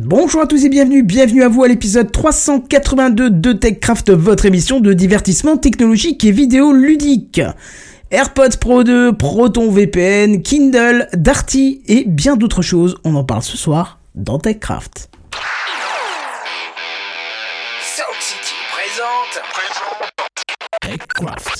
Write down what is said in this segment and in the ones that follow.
Bonjour à tous et bienvenue à vous à l'épisode 382 de TechCraft, votre émission de divertissement technologique et vidéo ludique. AirPods Pro 2, Proton VPN, Kindle, Darty et bien d'autres choses, on en parle ce soir dans TechCraft. Sound City présente TechCraft.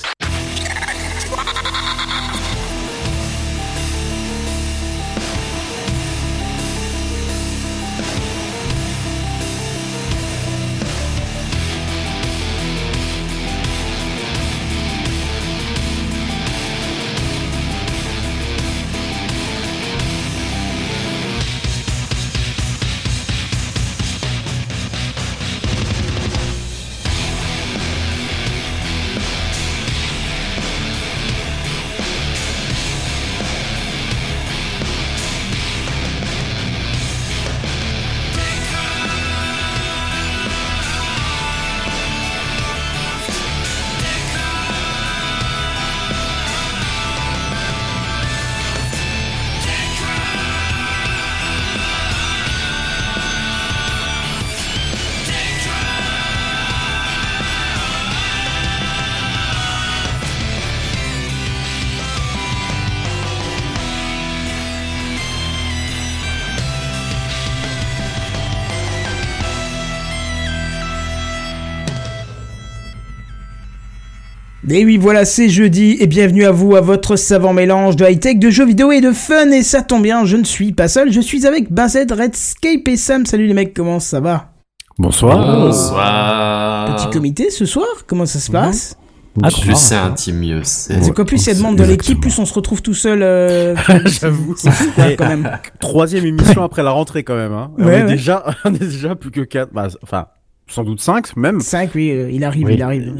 Et oui, voilà, c'est jeudi, et bienvenue à vous à votre savant mélange de high-tech, de jeux vidéo et de fun, et ça tombe bien, je ne suis pas seul, je suis avec Bazed, Redscape et Sam. Salut les mecs, comment ça va? Bonsoir. Bonsoir. Petit comité ce soir, comment ça se passe? Plus c'est intime, mieux c'est. C'est quoi, plus il y a de monde dans l'équipe, plus on se retrouve tout seul. J'avoue. C'est fou, quoi, quand même. Troisième émission après la rentrée quand même. Hein. Ouais, on est déjà plus que 4, enfin sans doute 5 même. 5, oui, il arrive.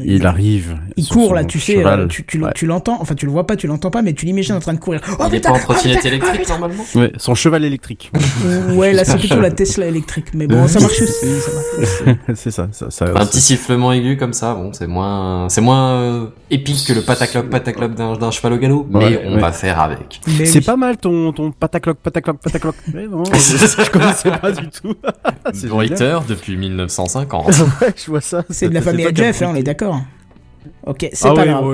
Il court là, tu sais, tu l'entends, enfin tu le vois pas, tu l'entends pas, mais tu l'imagines en train de courir. Il est pas en trottinette électrique normalement. Ouais, son cheval électrique. Ouais, là c'est plutôt la Tesla électrique, mais bon, ça marche aussi. C'est ça. Un petit sifflement aigu comme ça, bon, c'est moins épique que le patacloc d'un cheval au galop, mais on va faire avec. Mais c'est oui. pas mal ton patacloc. Mais non, je connaissais pas du tout. C'est Bruiteur depuis 1950. ouais, je vois ça. C'est de la famille toi qui as Jeff, hein, on est bruité. d'accord. Ok, c'est pas grave.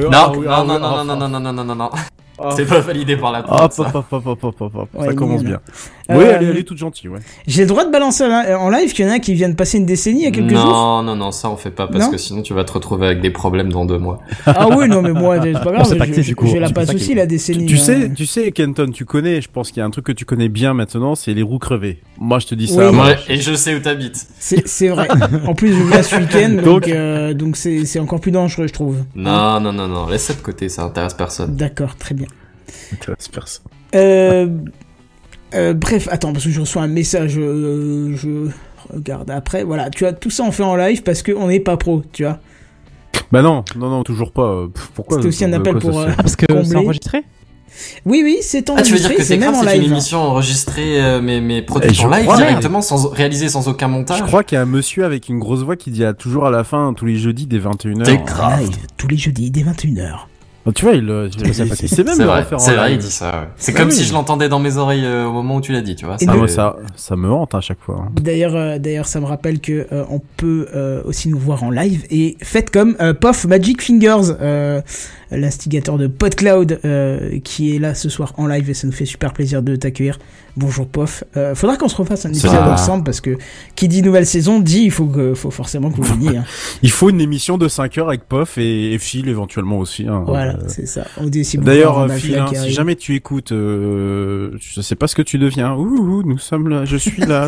Non. C'est pas validé par la Hop, ça. Ça Ouais, commence nul. bien. Oui, elle est toute gentille, ouais. J'ai le droit de balancer en live qu'il y en a qui viennent passer une décennie il y a quelques jours. Non, ça on fait pas parce Non que sinon tu vas te retrouver avec des problèmes dans 2 mois. Ah oui, non, mais moi, c'est pas grave, c'est pacté, du coup. je la C'est passe pacté. aussi la décennie. Tu hein. sais, Kenton, tu connais, je pense qu'il y a un truc que tu connais bien maintenant, c'est les roues crevées. Moi, je te dis ça. Oui. moi, Ouais, et je sais où t'habites. C'est vrai. En plus, je viens ce week-end, donc c'est encore plus dangereux, je trouve. Non, laisse ça de côté, ça intéresse personne. D'accord, très bien. m'intéresse personne. Bref, attends, parce que je reçois un message, je regarde après. Voilà, tu vois, tout ça on fait en live parce qu'on n'est pas pro, tu vois. Bah non, toujours pas. Pourquoi? C'était aussi un appel pour parce que combler. c'est enregistré. Oui, c'est Ah, tu veux dire enregistré, que c'est même TechCraft en c'est une live. émission enregistrée mais produite je en live crois, directement, réalisée sans aucun montage? Je crois qu'il y a un monsieur avec une grosse voix qui dit toujours à la fin, tous les jeudis dès 21h. En live, tous les jeudis, dès 21h. Oh, tu vois, c'est même C'est le vrai, refaire en c'est vrai, live. il dit ça. Ouais. C'est Ah comme oui. si je l'entendais dans mes oreilles au moment où tu l'as dit, tu vois. Et Ah, le- moi, ça me hante à chaque fois. Hein. D'ailleurs, ça me rappelle que on peut aussi nous voir en live et faites comme Pof Magic Fingers, l'instigateur de PodCloud, qui est là ce soir en live et ça nous fait super plaisir de t'accueillir. Bonjour Pof. Faudra qu'on se refasse un épisode ensemble parce que qui dit nouvelle saison dit il faut forcément que vous veniez. Hein. Il faut une émission de 5 heures avec Pof et Phil éventuellement aussi. Hein. Voilà, c'est ça. On dit aussi D'ailleurs, bonjour à Phil, Mafia hein, qui si arrive. jamais tu écoutes, je sais pas ce que tu deviens. Nous sommes là, je suis là.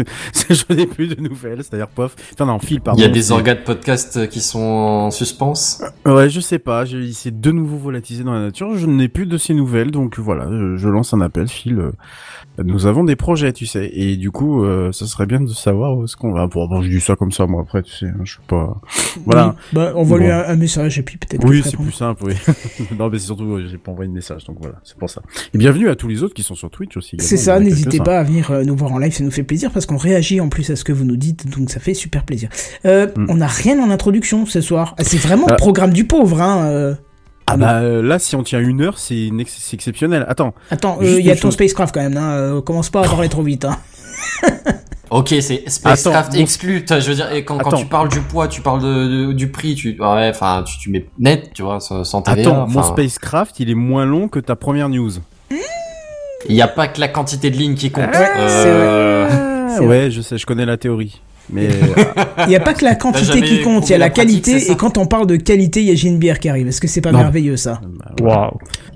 Je n'ai plus de nouvelles, c'est-à-dire Pof. Enfin non, Phil, pardon. Il y a des orgas de podcast qui sont en suspens. Ouais, je sais pas. Il s'est de nouveau volatilisé dans la nature. Je n'ai plus de ces nouvelles, donc voilà, je lance un appel, Phil. Nous avons des projets, tu sais, et du coup, ça serait bien de savoir où est-ce qu'on va. Bon, je dis ça comme ça, moi après, tu sais, hein, je suis pas. Voilà. Oui, bah, envoie-lui Bon. un message et puis peut-être. Oui, qu'il te c'est répondra. plus simple, oui. Non, mais c'est surtout, j'ai pas envoyé de message, donc voilà, c'est pour ça. Et bienvenue à tous les autres qui sont sur Twitch aussi. C'est également, ça, il y en a n'hésitez quelques-uns. pas à venir nous voir en live, ça nous fait plaisir parce qu'on réagit en plus à ce que vous nous dites, donc ça fait super plaisir. On n'a rien en introduction ce soir. C'est vraiment le programme du pauvre, hein. Ah bah là, si on tient 1 heure, c'est exceptionnel. Attends, Attends, juste il y a une ton chose. spacecraft quand même, hein. Commence pas à parler trop vite, hein. Ok, c'est Spacecraft exclu. Je veux dire, et quand tu parles du poids, tu parles du prix, tu mets net, tu vois, sans TVA. Attends, mon Spacecraft, il est moins long que ta première news. Il y a pas que la quantité de lignes qui compte. C'est vrai. Ouais, je sais, je connais la théorie. Mais il y a pas que la quantité qui compte, il y a la qualité, et quand on parle de qualité, il y a Genebière qui arrive. Est-ce que c'est pas merveilleux ça? Waouh.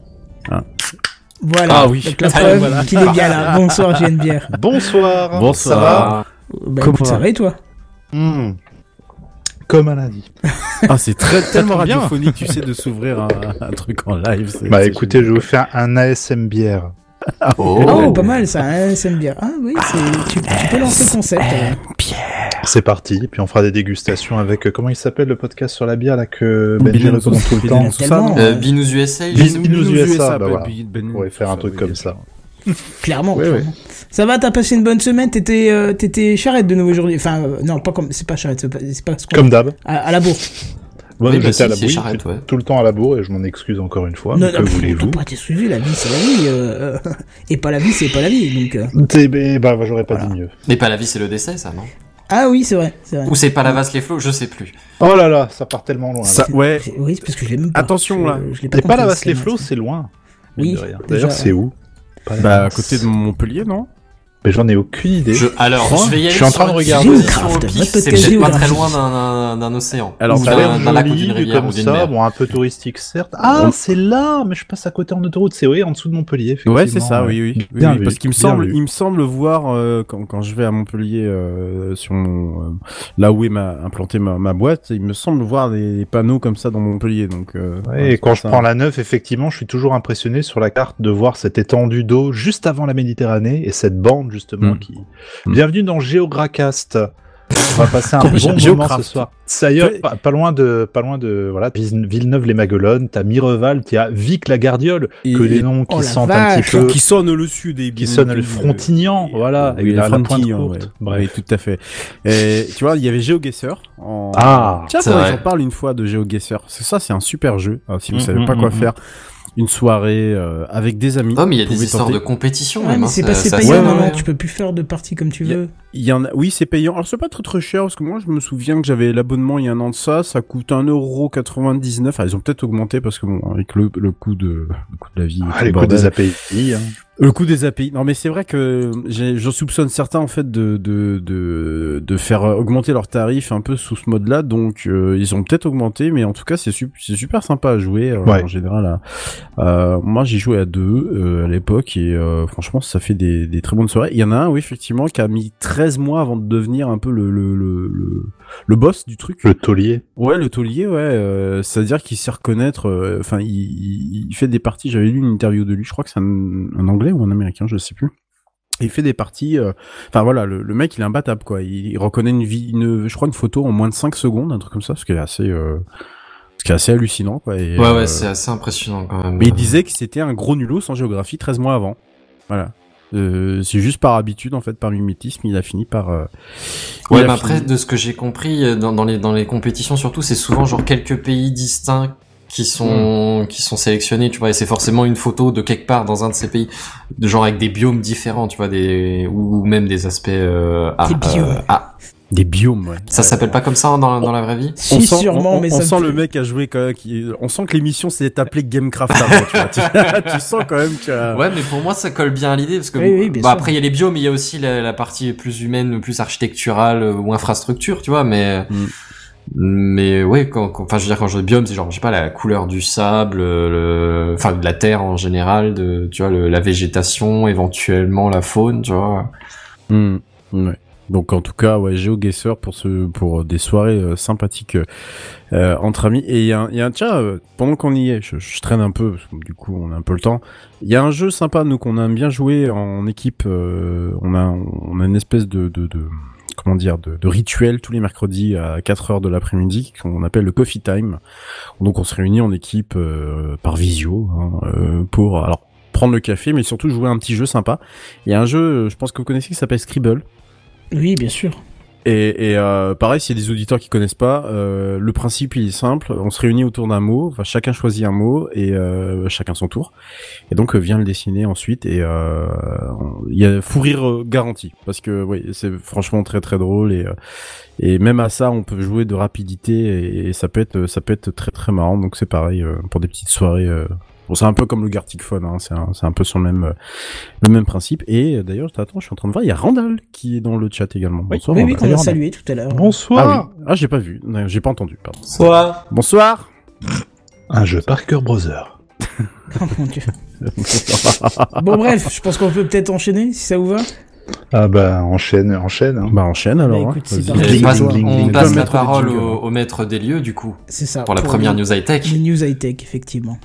Voilà. Ah oui. Donc la preuve qu'il est bien là. Bonsoir Geneviève. Bonsoir. Bonsoir. Ça va? Écoute, ça va et toi? Comme un lundi. Ah, c'est tellement radiophonique, tu sais, de s'ouvrir un truc en live. Écoutez, je vais vous faire un ASM bière. Oh, pas mal ça, ASM bière. Ah oui, tu peux lancer le concept. C'est parti, puis on fera des dégustations avec, comment il s'appelle le podcast sur la bière là que Benji recommande tout le temps? Binous USA. Binous USA, bah voilà. On va faire un truc comme ça. Clairement. Ça va, t'as passé une bonne semaine, t'étais charrette de nouveau aujourd'hui. Enfin, non, pas comme, c'est pas charrette, c'est pas comme d'hab. À la bourre. Ouais, j'étais à la bourre, tout le temps à la bourre, et je m'en excuse encore une fois. Non, que voulez-vous? Pas t'excuser, la vie c'est la vie, et pas la vie c'est pas la vie, donc. J'aurais pas dit mieux. Mais pas la vie c'est le décès, ça, non? Ah oui, c'est vrai. Ou c'est pas la vase les flots, je sais plus. Oh là là, ça part tellement loin. Ça, ouais. Oui, parce que je l'ai même pas. Attention là. C'est pas la vase les flots, c'est loin. Oui. D'ailleurs, c'est où? À côté de Montpellier, non? Mais j'en ai aucune idée. Je vais y aller. Je suis en train de regarder. C'est peut-être pas très loin d'un océan. Alors, ça a l'air joli, comme ça, bon, un peu touristique, certes. Ah, c'est là, mais je passe à côté en autoroute, c'est en dessous de Montpellier, effectivement. Ouais, c'est ça, oui. Bien parce qu'il me semble voir, quand je vais à Montpellier, sur là où est implantée ma boîte, il me semble voir des panneaux comme ça dans Montpellier, donc, et quand je prends la 9, effectivement, je suis toujours impressionné sur la carte de voir cette étendue d'eau juste avant la Méditerranée et cette bande justement qui... Bienvenue dans Géogracast. On va passer un bon moment ce soir. D'ailleurs, pas loin de voilà, Villeneuve-les-Maguelones, t'as Mireval, t'as Vic-la-Gardiole, que des noms qui sentent un petit peu... Qui sonnent le sud et qui sonnent le Frontignan, voilà, oui, la pointe courte. Bref. Oui, tout à fait. Et tu vois, il y avait GeoGuessr. Tiens, j'en parle une fois de GeoGuessr. Ça, c'est un super jeu, si vous savez pas quoi faire. Une soirée avec des amis. Oh, mais il y a des histoires de compétition. Ouais, mais c'est passé payant maintenant, tu peux plus faire de parties comme tu veux. Il y en a, oui, c'est payant. Alors, c'est pas très cher, parce que moi, je me souviens que j'avais l'abonnement il y a un an de ça coûte 1,99€. Enfin, ils ont peut-être augmenté, parce que bon, avec le coût de la vie. Le coût des API, Le coût des API. Non, mais c'est vrai que je soupçonne certains, en fait, de faire augmenter leurs tarifs un peu sous ce mode-là. Donc, ils ont peut-être augmenté, mais en tout cas, c'est super sympa à jouer, en général. Moi, j'y jouais à 2, à l'époque, et franchement, ça fait des très bonnes soirées. Il y en a un, oui, effectivement, qui a mis 13 mois avant de devenir un peu le boss du truc. Le taulier. Ouais, le taulier, ouais. C'est-à-dire qu'il sait reconnaître, enfin, il fait des parties, j'avais lu une interview de lui, je crois que c'est un anglais ou un américain, je sais plus. Il fait des parties, enfin voilà, le mec il est imbattable quoi. Il reconnaît je crois une photo en moins de 5 secondes, un truc comme ça, ce qui est assez hallucinant quoi. Et, ouais, c'est assez impressionnant quand même. Mais il disait que c'était un gros nulos en géographie 13 mois avant. Voilà. C'est juste par habitude en fait, par mimétisme, il a fini par. Ouais, mais après de ce que j'ai compris dans les compétitions surtout, c'est souvent genre quelques pays distincts qui sont sélectionnés, tu vois, et c'est forcément une photo de quelque part dans un de ces pays, de genre avec des biomes différents, tu vois, ou même des aspects des biomes, ouais. Ça s'appelle pas comme ça dans la vraie vie? Si, sûrement, mais on sent le mec à jouer quand même, on sent que l'émission s'est appelée Gamecraft avant, tu vois. Tu sens quand même que... Ouais, mais pour moi, ça colle bien à l'idée, parce que, après, il y a les biomes, mais il y a aussi la partie plus humaine, plus architecturale, ou infrastructure, tu vois, mais ouais, enfin, je veux dire, quand je dis biome, c'est genre, je sais pas, la couleur du sable, enfin, de la terre en général, tu vois, la végétation, éventuellement la faune, tu vois. Ouais. Donc en tout cas, ouais, GeoGuessr pour des soirées sympathiques entre amis. Et il y a un tiens, pendant qu'on y est, je traîne un peu parce que du coup on a un peu le temps. Il y a un jeu sympa nous qu'on aime bien jouer en équipe. On a une espèce de comment dire de rituel tous les mercredis à 4h de l'après-midi qu'on appelle le Coffee Time. Donc on se réunit en équipe par visio pour alors prendre le café, mais surtout jouer à un petit jeu sympa. Il y a un jeu, je pense que vous connaissez, qui s'appelle Scribble. Oui, bien sûr. Et pareil, s'il y a des auditeurs qui connaissent pas, le principe il est simple. On se réunit autour d'un mot. Enfin, chacun choisit un mot et chacun son tour. Et donc vient le dessiner ensuite. Et il y a fou rire garanti parce que oui, c'est franchement très très drôle et même à ça, on peut jouer de rapidité et ça peut être très très marrant. Donc c'est pareil pour des petites soirées. Bon, c'est un peu comme le Gartic Phone, hein. C'est un peu sur le même principe. Et d'ailleurs, attends, je suis en train de voir, il y a Randall qui est dans le chat également. Bonsoir. Oui, qu'on a salué tout à l'heure. Bonsoir. Ah, oui. Ah, j'ai pas vu, j'ai pas entendu. Pardon. Bonsoir. Bonsoir. Un jeu Parker Brothers. Oh mon dieu. Bon bref, je pense qu'on peut peut-être enchaîner si ça vous va. Ah bah enchaîne. Hein. Bah enchaîne alors. Bah, écoute, on passe la parole au maître des lieux du coup. C'est ça. Pour la première news high-tech. Les news high-tech, effectivement.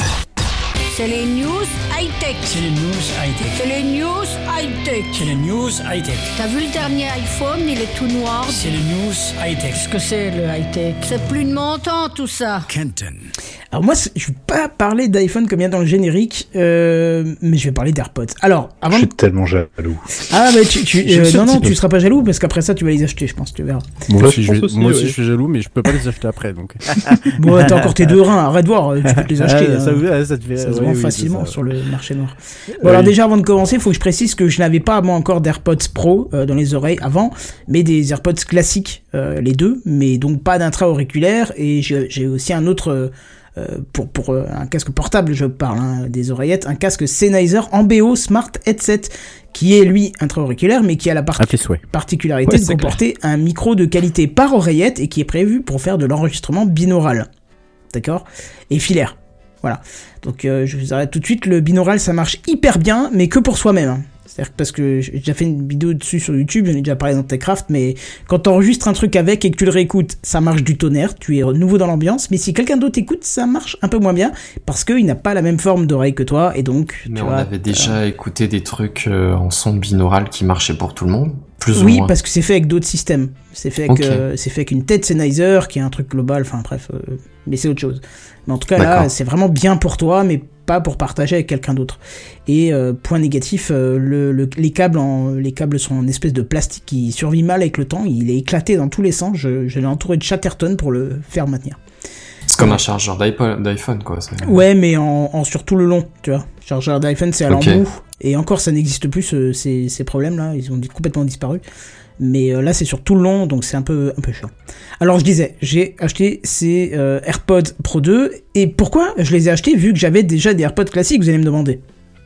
C'est les news high-tech. C'est les news high-tech. C'est les news high-tech. C'est les news high-tech. T'as vu le dernier iPhone, il est tout noir. C'est les news high-tech. Qu'est-ce que c'est le high-tech? C'est plus de mon temps tout ça. Kenton. Alors moi, je vais pas parler d'iPhone comme il y a dans le générique, mais je vais parler d'AirPods. Alors, avant. Je suis tellement jaloux. Ah bah non, tu seras pas jaloux parce qu'après ça, tu vas les acheter, je pense, tu verras. Moi aussi, je suis jaloux, mais je peux pas les acheter après, donc. Bon, t'as encore tes 2 reins, arrête de voir, tu peux te les acheter. Ça te fait. Ça se vend facilement sur le marché noir. Bon, alors déjà, avant de commencer, il faut que je précise que je n'avais pas moi encore d'AirPods Pro dans les oreilles avant, mais des AirPods classiques, les deux, mais donc pas d'intra-auriculaire, et j'ai aussi un autre. Pour un casque portable, je parle, hein, des oreillettes, un casque Sennheiser Ambeo Smart Headset, qui est lui intra-auriculaire, mais qui a la particularité de comporter un micro de qualité par oreillette et qui est prévu pour faire de l'enregistrement binaural. D'accord ? Et filaire. Voilà. Donc je vous arrête tout de suite, le binaural ça marche hyper bien, mais que pour soi-même. Hein. C'est-à-dire que parce que j'ai déjà fait une vidéo dessus sur YouTube, j'en ai déjà parlé dans Techcraft, mais quand t'enregistres un truc avec et que tu le réécoutes, ça marche du tonnerre, tu es nouveau dans l'ambiance, mais si quelqu'un d'autre écoute, ça marche un peu moins bien, parce qu'il n'a pas la même forme d'oreille que toi, et donc... Mais on avait déjà écouté des trucs en son binaural qui marchaient pour tout le monde, plus ou moins. Oui, parce que c'est fait avec d'autres systèmes. C'est fait avec une tête Sennheiser, qui est un truc global, enfin bref, mais c'est autre chose. Mais en tout cas, là, c'est vraiment bien pour toi, mais pas pour partager avec quelqu'un d'autre. Et point négatif, les câbles sont en espèce de plastique qui survit mal avec le temps, il est éclaté dans tous les sens, je l'ai entouré de Chatterton pour le faire maintenir. C'est comme un chargeur d'iPhone, quoi. Ouais, mais sur tout le long, tu vois. Chargeur d'iPhone, c'est à l'embout, et encore, ça n'existe plus, ces problèmes-là, ils ont complètement disparu. Mais là, c'est sur tout le long, donc c'est un peu chiant. Alors, je disais, j'ai acheté ces AirPods Pro 2, et pourquoi je les ai achetés vu que j'avais déjà des AirPods classiques, vous allez me demander.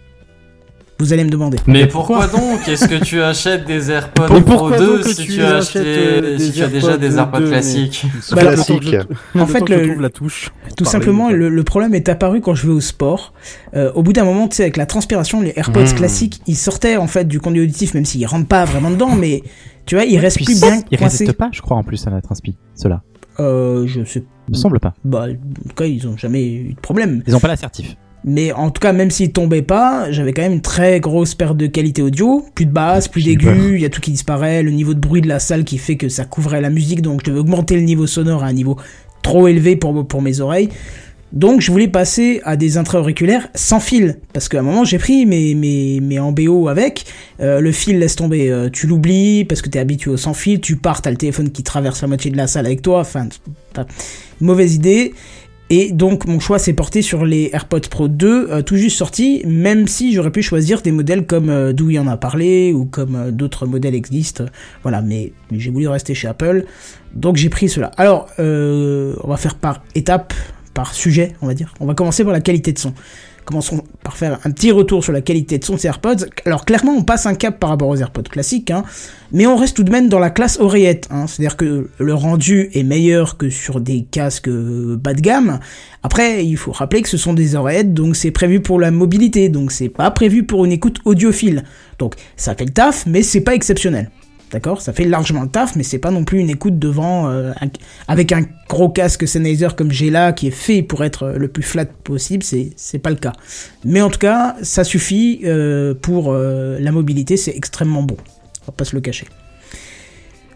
Mais pourquoi donc? Est-ce que tu achètes des AirPods Pro 2 si tu as déjà des AirPods classiques? Classique. En fait, tout simplement, le problème est apparu quand je vais au sport. Au bout d'un moment, tu sais, avec la transpiration, les AirPods classiques, ils sortaient en fait du conduit auditif, même s'ils rentrent pas vraiment dedans, mais tu vois, ils restent plus bien coincés. Ils résistent pas, je crois, en plus à la transpi, ceux-là. Je sais. Il me semble pas. Bah, en tout cas, ils ont jamais eu de problème. Ils ont pas l'assertif. Mais en tout cas, même s'il tombait pas, j'avais quand même une très grosse perte de qualité audio. Plus de basse, plus d'aigu, il y a tout qui disparaît, le niveau de bruit de la salle qui fait que ça couvrait la musique, donc je devais augmenter le niveau sonore à un niveau trop élevé pour mes oreilles. Donc je voulais passer à des intra-auriculaires sans fil, parce qu'à un moment j'ai pris mes Ambeo avec, le fil laisse tomber, tu l'oublies, parce que t'es habitué au sans fil, tu pars, t'as le téléphone qui traverse la moitié de la salle avec toi, enfin, mauvaise idée. Et donc mon choix s'est porté sur les AirPods Pro 2 tout juste sortis, même si j'aurais pu choisir des modèles comme d'où il en a parlé, ou comme d'autres modèles existent, voilà, mais j'ai voulu rester chez Apple, donc j'ai pris cela. Alors, on va faire par étapes, par sujet, on va dire. On va commencer par la qualité de son. Commençons par faire un petit retour sur la qualité de son de ces AirPods. Alors clairement, on passe un cap par rapport aux AirPods classiques, hein, mais on reste tout de même dans la classe oreillette. Hein, c'est-à-dire que le rendu est meilleur que sur des casques bas de gamme. Après, il faut rappeler que ce sont des oreillettes, donc c'est prévu pour la mobilité, donc c'est pas prévu pour une écoute audiophile. Donc ça fait le taf, mais c'est pas exceptionnel. D'accord, ça fait largement le taf, mais c'est pas non plus une écoute devant avec un gros casque Sennheiser comme j'ai là, qui est fait pour être le plus flat possible, c'est pas le cas. Mais en tout cas, ça suffit pour la mobilité, c'est extrêmement bon. On va pas se le cacher.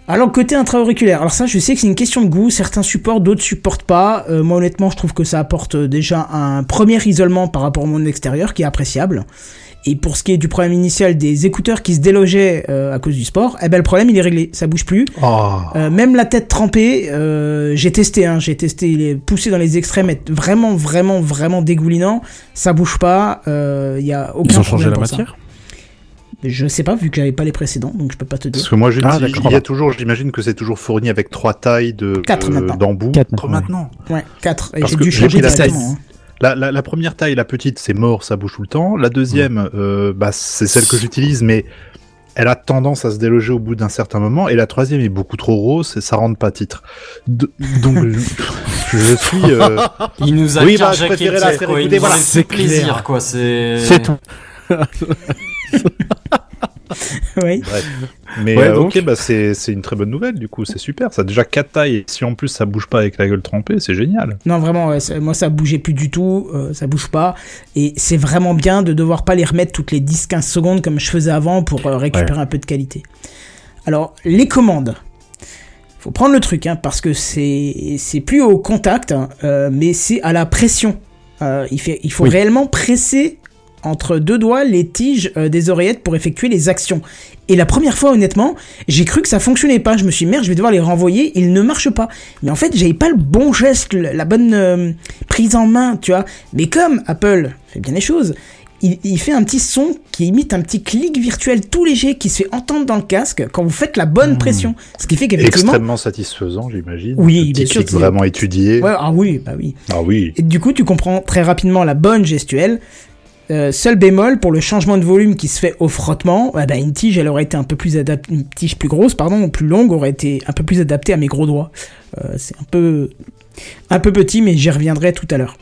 Alors côté intra-auriculaire, alors ça je sais que c'est une question de goût, certains supportent, d'autres supportent pas. Moi honnêtement je trouve que ça apporte déjà un premier isolement par rapport au monde extérieur qui est appréciable. Et pour ce qui est du problème initial des écouteurs qui se délogeaient à cause du sport, le problème il est réglé, ça bouge plus. Même la tête trempée, j'ai testé, il est poussé dans les extrêmes, est vraiment dégoulinant, ça bouge pas, y a aucun problème. Ils ont changé la matière ? Je sais pas, vu que j'avais pas les précédents, donc je peux pas te dire. Parce que moi, il y a toujours, j'imagine que c'est toujours fourni avec 3 tailles d'embout. 4 maintenant. Ouais, 4. Et parce j'ai que dû changer directement. La première taille, la petite, c'est mort, ça bouge tout le temps. La deuxième, c'est celle que j'utilise, mais elle a tendance à se déloger au bout d'un certain moment. Et la troisième est beaucoup trop grosse et ça rentre pas titre. Donc, je suis... Il nous a je préférais la faire écouter. Voilà, c'est plaisir, quoi. C'est tout. Oui. Bref. Mais donc... c'est une très bonne nouvelle, du coup, c'est super. Ça a déjà 4 tailles, et si en plus ça bouge pas avec la gueule trempée, c'est génial. Non, vraiment, moi ça bougeait plus du tout, ça bouge pas. Et c'est vraiment bien de devoir pas les remettre toutes les 10-15 secondes comme je faisais avant pour récupérer un peu de qualité. Alors, les commandes. Faut prendre le truc, parce que c'est plus au contact, mais c'est à la pression. Il faut réellement presser entre 2 doigts les tiges des oreillettes pour effectuer les actions. Et la première fois, honnêtement, j'ai cru que ça fonctionnait pas. Je me suis dit, merde, je vais devoir les renvoyer, ils ne marchent pas. Mais en fait, j'avais pas le bon geste, la bonne prise en main, tu vois. Mais comme Apple fait bien les choses, il fait un petit son qui imite un petit clic virtuel tout léger qui se fait entendre dans le casque quand vous faites la bonne pression. Ce qui fait qu'effectivement... Extrêmement satisfaisant, j'imagine. Oui, bien sûr. Vraiment étudié. Ouais, oui. Ah oui. Et du coup, tu comprends très rapidement la bonne gestuelle. Seul bémol pour le changement de volume qui se fait au frottement, une tige elle aurait été un peu plus une tige plus grosse ou plus longue aurait été un peu plus adaptée à mes gros doigts. C'est un peu petit, mais j'y reviendrai tout à l'heure.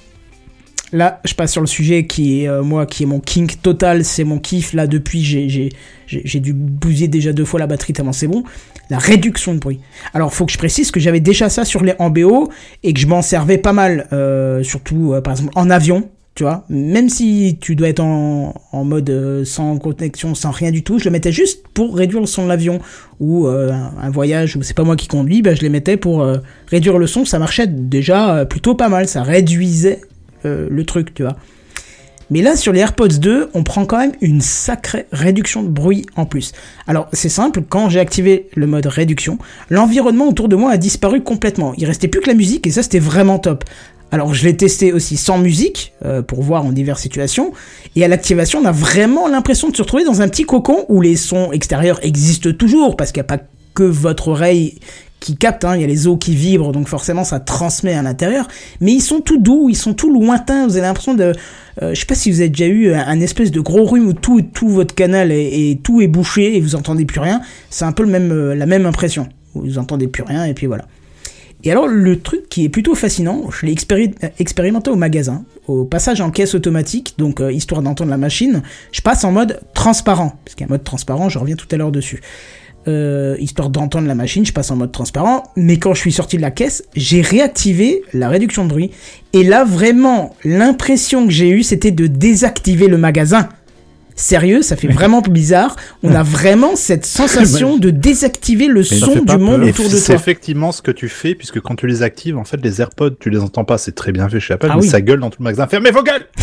Là, je passe sur le sujet qui est mon kink total, c'est mon kiff. Là, depuis, j'ai dû bousiller déjà 2 fois la batterie tellement c'est bon. La réduction de bruit. Alors, faut que je précise que j'avais déjà ça sur les MBO et que je m'en servais pas mal, surtout par exemple en avion. Tu vois, même si tu dois être en mode sans connexion, sans rien du tout, je le mettais juste pour réduire le son de l'avion ou un voyage où c'est pas moi qui conduis, je les mettais pour réduire le son, ça marchait déjà plutôt pas mal, ça réduisait le truc, tu vois. Mais là, sur les AirPods 2, on prend quand même une sacrée réduction de bruit en plus. Alors, c'est simple, quand j'ai activé le mode réduction, l'environnement autour de moi a disparu complètement. Il restait plus que la musique et ça, c'était vraiment top. Alors je l'ai testé aussi sans musique, pour voir en diverses situations, et à l'activation on a vraiment l'impression de se retrouver dans un petit cocon où les sons extérieurs existent toujours, parce qu'il n'y a pas que votre oreille qui capte, il y a les os qui vibrent, donc forcément ça transmet à l'intérieur, mais ils sont tout doux, ils sont tout lointains, vous avez l'impression de... je sais pas si vous avez déjà eu un espèce de gros rhume où tout votre canal et tout est bouché et vous entendez plus rien, c'est un peu la même impression, vous entendez plus rien et puis voilà. Et alors, le truc qui est plutôt fascinant, je l'ai expérimenté au magasin, au passage en caisse automatique, donc histoire d'entendre la machine, je passe en mode transparent, parce qu'il y a un mode transparent, je reviens tout à l'heure dessus. Histoire d'entendre la machine, je passe en mode transparent, mais quand je suis sorti de la caisse, j'ai réactivé la réduction de bruit, et là, vraiment, l'impression que j'ai eue, c'était de désactiver le magasin. Sérieux, ça fait vraiment bizarre. On a vraiment cette sensation de désactiver le son du monde autour de toi. C'est effectivement ce que tu fais, puisque quand tu les actives, en fait, les AirPods, tu les entends pas. C'est très bien fait chez Apple, mais ça gueule dans tout le magasin. Fermez vos gueules.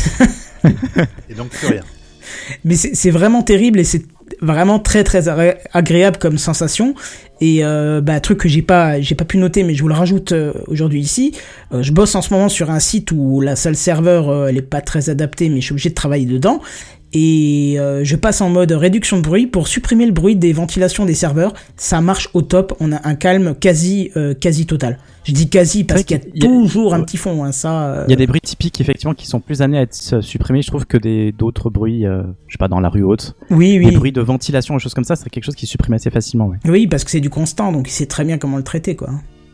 Et donc plus rien. Mais c'est vraiment terrible et c'est vraiment très très agréable comme sensation. Et truc que j'ai pas pu noter, mais je vous le rajoute aujourd'hui ici. Je bosse en ce moment sur un site où la salle serveur elle est pas très adaptée, mais je suis obligé de travailler dedans. Et je passe en mode réduction de bruit pour supprimer le bruit des ventilations des serveurs. Ça marche au top, on a un calme quasi total. Je dis quasi parce qu'il y a toujours un petit fond, ça. Il y a des bruits typiques effectivement qui sont plus amenés à être supprimés, je trouve, que d'autres bruits, je sais pas, dans la rue haute. Oui. Les bruits de ventilation, des choses comme ça, c'est quelque chose qui supprime assez facilement. Ouais. Oui, parce que c'est du constant, donc il sait très bien comment le traiter, quoi.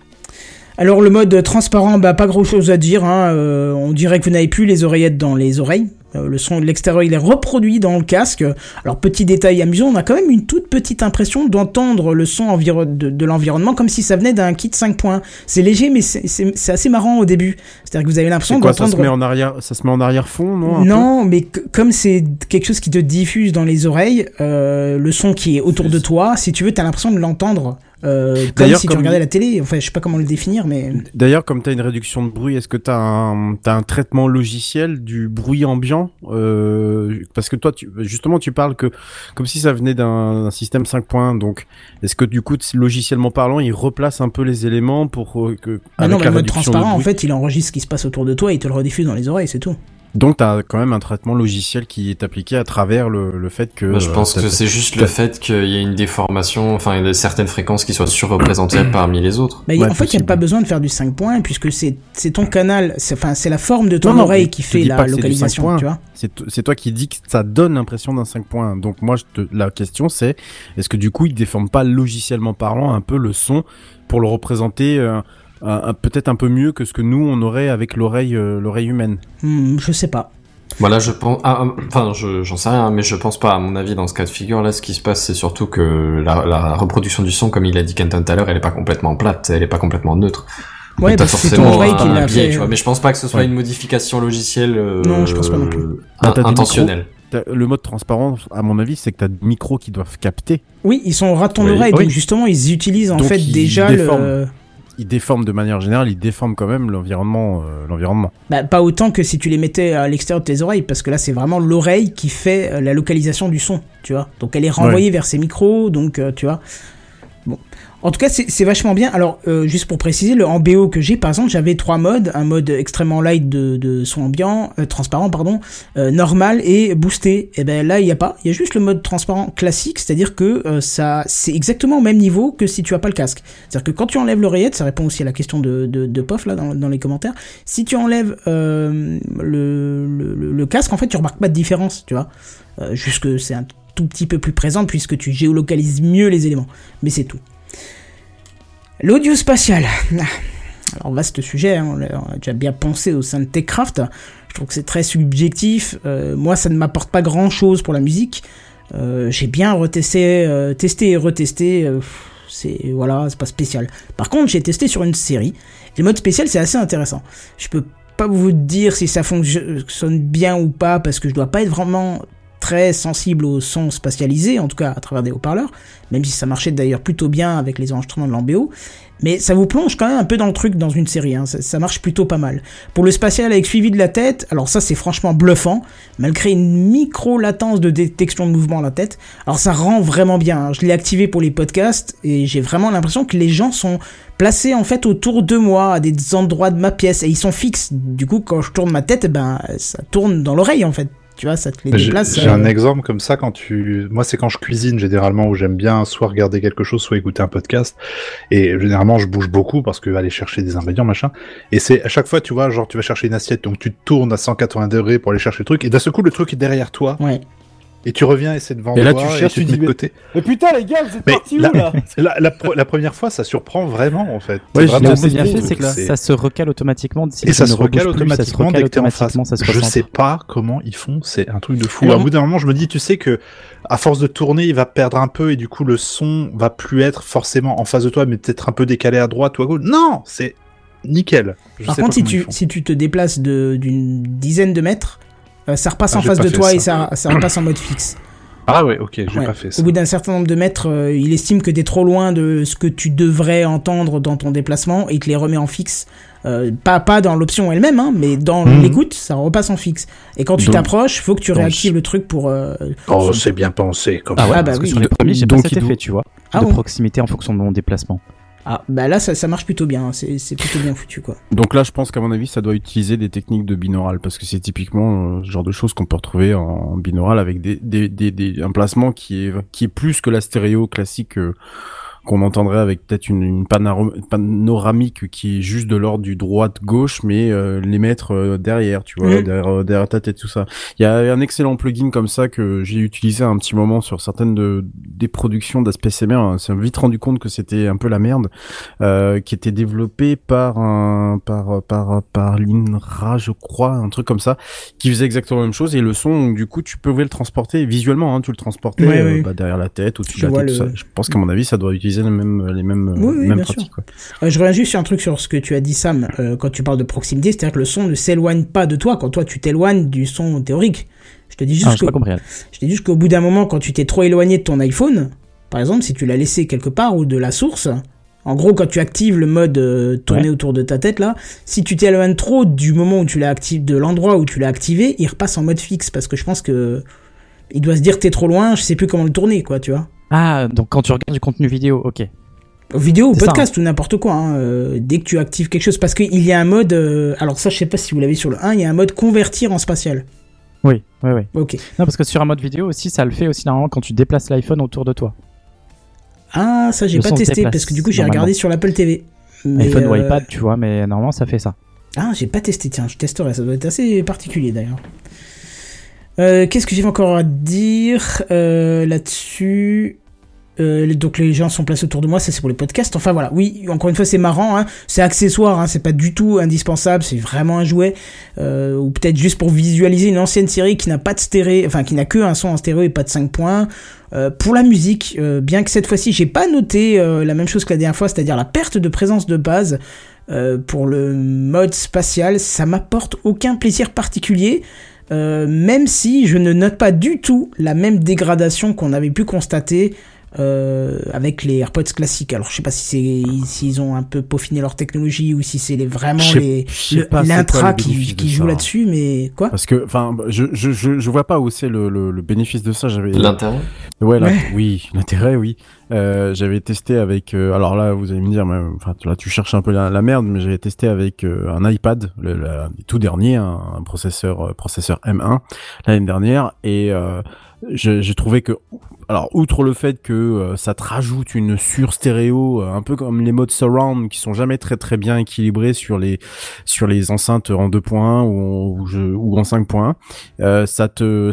Alors le mode transparent, pas grand chose à dire, on dirait que vous n'avez plus les oreillettes dans les oreilles. Le son de l'extérieur il est reproduit dans le casque. Alors petit détail amusant, on a quand même une toute petite impression d'entendre le son de l'environnement comme si ça venait d'un kit 5 points. C'est léger mais c'est assez marrant au début. C'est-à-dire que vous avez l'impression d'entendre... Ça se met en arrière-fond, non? Non, mais comme c'est quelque chose qui te diffuse dans les oreilles, le son qui est autour de toi, si tu veux, t'as l'impression de l'entendre comme si tu regardais la télé. Enfin, je sais pas comment le définir, mais... D'ailleurs, comme tu as une réduction de bruit, est-ce que tu as un traitement logiciel du bruit ambiant parce que toi, justement, tu parles que comme si ça venait d'un système 5.1, donc est-ce que du coup, logiciellement parlant, il replace un peu les éléments pour que... non, mais le mode transparent, en fait, il enregistre ce qui se passe autour de toi et il te le rediffuse dans les oreilles, c'est tout. Donc t'as quand même un traitement logiciel qui est appliqué à travers le fait que... je pense que c'est juste le fait qu'il y ait une déformation, enfin il y a certaines fréquences qui soient surreprésentées parmi les autres. En fait, il n'y a pas besoin de faire du 5 points puisque c'est ton canal, c'est la forme de ton oreille qui fait la localisation, tu vois. C'est toi qui dis que ça donne l'impression d'un 5 points. Donc moi, la question c'est, est-ce que du coup il déforme pas logiciellement parlant un peu le son pour le représenter peut-être un peu mieux que ce que nous on aurait avec l'oreille humaine. Je sais pas. Voilà, je pense. J'en sais rien, mais je pense pas. À mon avis, dans ce cas de figure, là, ce qui se passe, c'est surtout que la reproduction du son, comme il a dit Kenton tout à l'heure, elle est pas complètement plate, elle est pas complètement neutre. Ouais, parce que c'est ton oreille qui l'a fait. Tu vois, mais je pense pas que ce soit une modification logicielle. Non, je pense pas non plus. Intentionnelle. Le mode transparent, à mon avis, c'est que t'as des micros qui doivent capter. Oui, ils sont au ras de ton oreille, donc justement, ils utilisent en fait déjà il déforme de manière générale, il déforme quand même l'environnement. Pas autant que si tu les mettais à l'extérieur de tes oreilles, parce que là c'est vraiment l'oreille qui fait la localisation du son, tu vois. Donc elle est renvoyée vers ses micros, donc tu vois. Bon. En tout cas, c'est vachement bien. Alors, juste pour préciser, le MBO que j'ai, par exemple, j'avais 3 modes. Un mode extrêmement light de son ambiant, transparent, normal et boosté. Et ben là, il y a pas. Il y a juste le mode transparent classique, c'est-à-dire que c'est exactement au même niveau que si tu as pas le casque. C'est-à-dire que quand tu enlèves l'oreillette, ça répond aussi à la question de Pof là dans les commentaires. Si tu enlèves le casque, en fait, tu remarques pas de différence, tu vois. Juste que c'est un tout petit peu plus présent puisque tu géolocalises mieux les éléments. Mais c'est tout. L'audio spatial. Alors vaste sujet, on a déjà bien pensé au sein de TechCraft. Je trouve que c'est très subjectif. Moi, ça ne m'apporte pas grand-chose pour la musique. J'ai bien testé et retesté. C'est pas spécial. Par contre, j'ai testé sur une série. Et le mode spécial, c'est assez intéressant. Je peux pas vous dire si ça fonctionne bien ou pas parce que je dois pas être vraiment très sensible au son spatialisé, en tout cas à travers des haut-parleurs, même si ça marchait d'ailleurs plutôt bien avec les enregistrements de l'MBO, mais ça vous plonge quand même un peu dans le truc dans une série, hein. Ça marche plutôt pas mal. Pour le spatial avec suivi de la tête, alors ça c'est franchement bluffant, malgré une micro-latence de détection de mouvement à la tête, alors ça rend vraiment bien, hein. Je l'ai activé pour les podcasts, et j'ai vraiment l'impression que les gens sont placés en fait autour de moi, à des endroits de ma pièce, et ils sont fixes, du coup quand je tourne ma tête, ça tourne dans l'oreille en fait. Tu vois, ça te les déplace. J'ai un exemple comme ça moi, c'est quand je cuisine, généralement, où j'aime bien soit regarder quelque chose, soit écouter un podcast. Et généralement, je bouge beaucoup parce que aller chercher des ingrédients, machin. Et c'est à chaque fois, tu vois, genre, tu vas chercher une assiette, donc tu te tournes à 180 degrés pour aller chercher le truc. Et d'un seul coup, le truc est derrière toi. Ouais. Et tu reviens et c'est devant toi. Et là, tu cherches, tu te mets de côté. Mais putain, les gars, vous êtes partis où, là? La première fois, ça surprend vraiment, en fait. Ouais, ce qui est bien fait, c'est que ça se recale automatiquement. Et ça se recale automatiquement dès que t'es en face. Je sais pas comment ils font, c'est un truc de fou. À bout d'un moment, je me dis, tu sais que, à force de tourner, il va perdre un peu et du coup, le son va plus être forcément en face de toi, mais peut-être un peu décalé à droite ou à gauche. Non! C'est nickel. Par contre, si tu te déplaces d'une dizaine de mètres, ça repasse en face de toi et ça repasse en mode fixe. Ah ouais, ok, j'ai pas fait ça. Au bout d'un certain nombre de mètres, il estime que t'es trop loin de ce que tu devrais entendre dans ton déplacement et il te les remet en fixe. Pas dans l'option elle-même, hein, mais dans l'écoute, ça repasse en fixe. Et quand tu t'approches, faut que tu réactives le truc pour... c'est bien pensé. Parce que sur les premiers, j'ai pas cet effet, tu vois, de proximité en fonction de mon déplacement. Ah, bah là, ça marche plutôt bien, hein. C'est plutôt bien foutu, quoi. Donc là, je pense qu'à mon avis, ça doit utiliser des techniques de binaural, parce que c'est typiquement ce genre de choses qu'on peut retrouver en binaural avec un placement qui est plus que la stéréo classique, qu'on entendrait avec peut-être une panoramique qui est juste de l'ordre du droite-gauche, mais les mettre derrière, tu vois, derrière ta tête, tout ça. Il y a un excellent plugin comme ça que j'ai utilisé un petit moment sur certaines des productions d'AspSMR. On s'est vite rendu compte que c'était un peu la merde, qui était développé par l'INRA, je crois, un truc comme ça, qui faisait exactement la même chose, et le son, du coup, tu pouvais le transporter visuellement, hein, tu le transportais derrière la tête, au-dessus de la tête, tout ça. Je pense qu'à mon avis, ça doit utiliser les mêmes pratiques. Quoi. Je reviens juste sur un truc sur ce que tu as dit, Sam, quand tu parles de proximité, c'est-à-dire que le son ne s'éloigne pas de toi quand toi tu t'éloignes du son théorique. Je te dis juste qu'au bout d'un moment, quand tu t'es trop éloigné de ton iPhone, par exemple, si tu l'as laissé quelque part ou de la source, en gros, quand tu actives le mode tourner autour de ta tête, là, si tu t'éloignes trop du moment où tu l'as activé, de l'endroit où tu l'as activé, il repasse en mode fixe, parce que je pense que il doit se dire t'es trop loin, je sais plus comment le tourner, quoi, tu vois. Ah, donc quand tu regardes du contenu vidéo, ok. Vidéo ou podcast ou n'importe quoi, dès que tu actives quelque chose, parce qu'il y a un mode, alors ça je sais pas si vous l'avez sur le 1, il y a un mode convertir en spatial. Oui. Ok. Non, parce que sur un mode vidéo aussi, ça le fait aussi normalement quand tu déplaces l'iPhone autour de toi. Ah, ça j'ai pas testé, parce que du coup j'ai regardé sur l'Apple TV. Mais iPhone ou iPad, tu vois, mais normalement ça fait ça. Ah, j'ai pas testé, tiens, je testerai, ça doit être assez particulier d'ailleurs. Qu'est-ce que j'ai encore à dire là-dessus? Donc les gens sont placés autour de moi, ça c'est pour les podcasts. Enfin voilà, oui, encore une fois c'est marrant, hein, c'est accessoire, hein, c'est pas du tout indispensable, c'est vraiment un jouet, ou peut-être juste pour visualiser une ancienne série qui n'a pas de stéréo, enfin qui n'a que un son en stéréo et pas de 5 points. Pour la musique, bien que cette fois-ci j'ai pas noté la même chose que la dernière fois, c'est-à-dire la perte de présence de base. Pour le mode spatial, ça m'apporte aucun plaisir particulier. Même si je ne note pas du tout la même dégradation qu'on avait pu constater avec les AirPods classiques. Alors je sais pas s'ils ont un peu peaufiné leur technologie ou si c'est l'intra qui joue là-dessus, mais quoi? Parce que enfin je vois pas où c'est le bénéfice de ça. L'intérêt. Ouais. Oui, l'intérêt, oui. J'avais testé avec alors là vous allez me dire, enfin là tu cherches un peu la merde, mais j'avais testé avec un iPad, le tout dernier, un processeur M1 l'année dernière, et j'ai trouvé que, alors outre le fait que ça te rajoute une sur-stéréo, un peu comme les modes surround qui sont jamais très très bien équilibrés sur les enceintes en 2.1 ou en 5.1, ça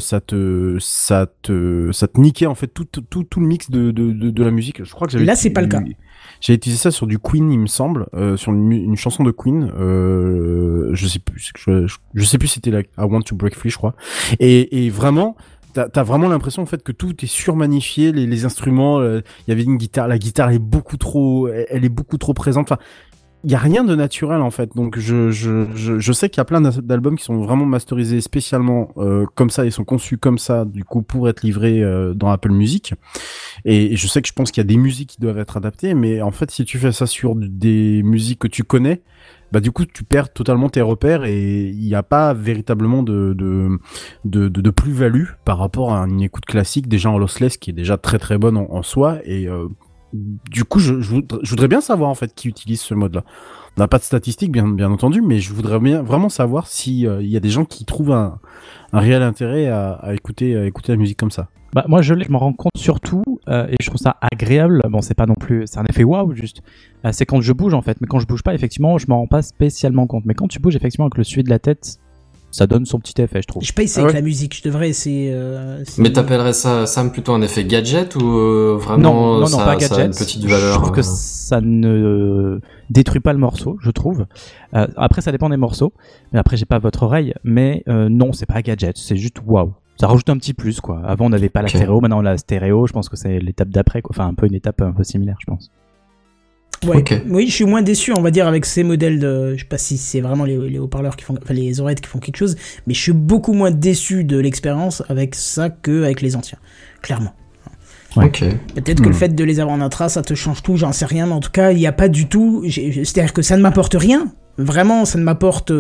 te niquait en fait tout le mix de la musique. Je crois que là c'est pas le cas. J'ai utilisé ça sur du Queen, il me semble, sur une chanson de Queen. Je sais plus si c'était I Want to Break Free, je crois. Et vraiment, t'as vraiment l'impression en fait que tout est surmagnifié, les instruments. Il y avait une guitare, la guitare elle est beaucoup trop présente. Enfin, il y a rien de naturel en fait. Donc je sais qu'il y a plein d'albums qui sont vraiment masterisés spécialement comme ça, ils sont conçus comme ça du coup pour être livrés dans Apple Music. Et je sais que je pense qu'il y a des musiques qui doivent être adaptées, mais en fait si tu fais ça sur des musiques que tu connais, bah du coup tu perds totalement tes repères et il n'y a pas véritablement de plus-value par rapport à une écoute classique déjà en lossless qui est déjà très très bonne en soi. Et du coup je voudrais bien savoir en fait qui utilise ce mode là. On n'a pas de statistiques bien entendu, mais je voudrais bien vraiment savoir si y a des gens qui trouvent un réel intérêt à écouter la musique comme ça. Bah moi je m'en rends compte surtout et je trouve ça agréable. Bon, c'est pas non plus, c'est un effet waouh juste. C'est quand je bouge en fait, mais quand je bouge pas effectivement, je m'en rends pas spécialement compte. Mais quand tu bouges effectivement avec le suivi de la tête, ça donne son petit effet, je trouve. Je peux essayer avec la musique, je devrais essayer. Mais t'appellerais ça Sam plutôt un effet gadget ou vraiment non, ça, pas gadget. ça a une petite valeur? Je trouve que ça ne détruit pas le morceau, je trouve. Après ça dépend des morceaux. Mais après j'ai pas votre oreille, mais non, c'est pas gadget, c'est juste waouh. Ça rajoute un petit plus quoi. Avant on n'avait pas la stéréo, maintenant on a la stéréo. Je pense que c'est l'étape d'après quoi. Enfin un peu une étape un peu similaire, je pense. Ouais. Okay. Oui, je suis moins déçu, on va dire, avec ces modèles de, je sais pas si c'est vraiment les haut-parleurs qui font, enfin les oreillettes qui font quelque chose, mais je suis beaucoup moins déçu de l'expérience avec ça que avec les anciens, clairement. Ouais. Okay. Peut-être que le fait de les avoir en intra, ça te change tout, j'en sais rien, mais en tout cas, il n'y a pas du tout, c'est-à-dire que ça ne m'apporte rien, vraiment, ça ne m'apporte,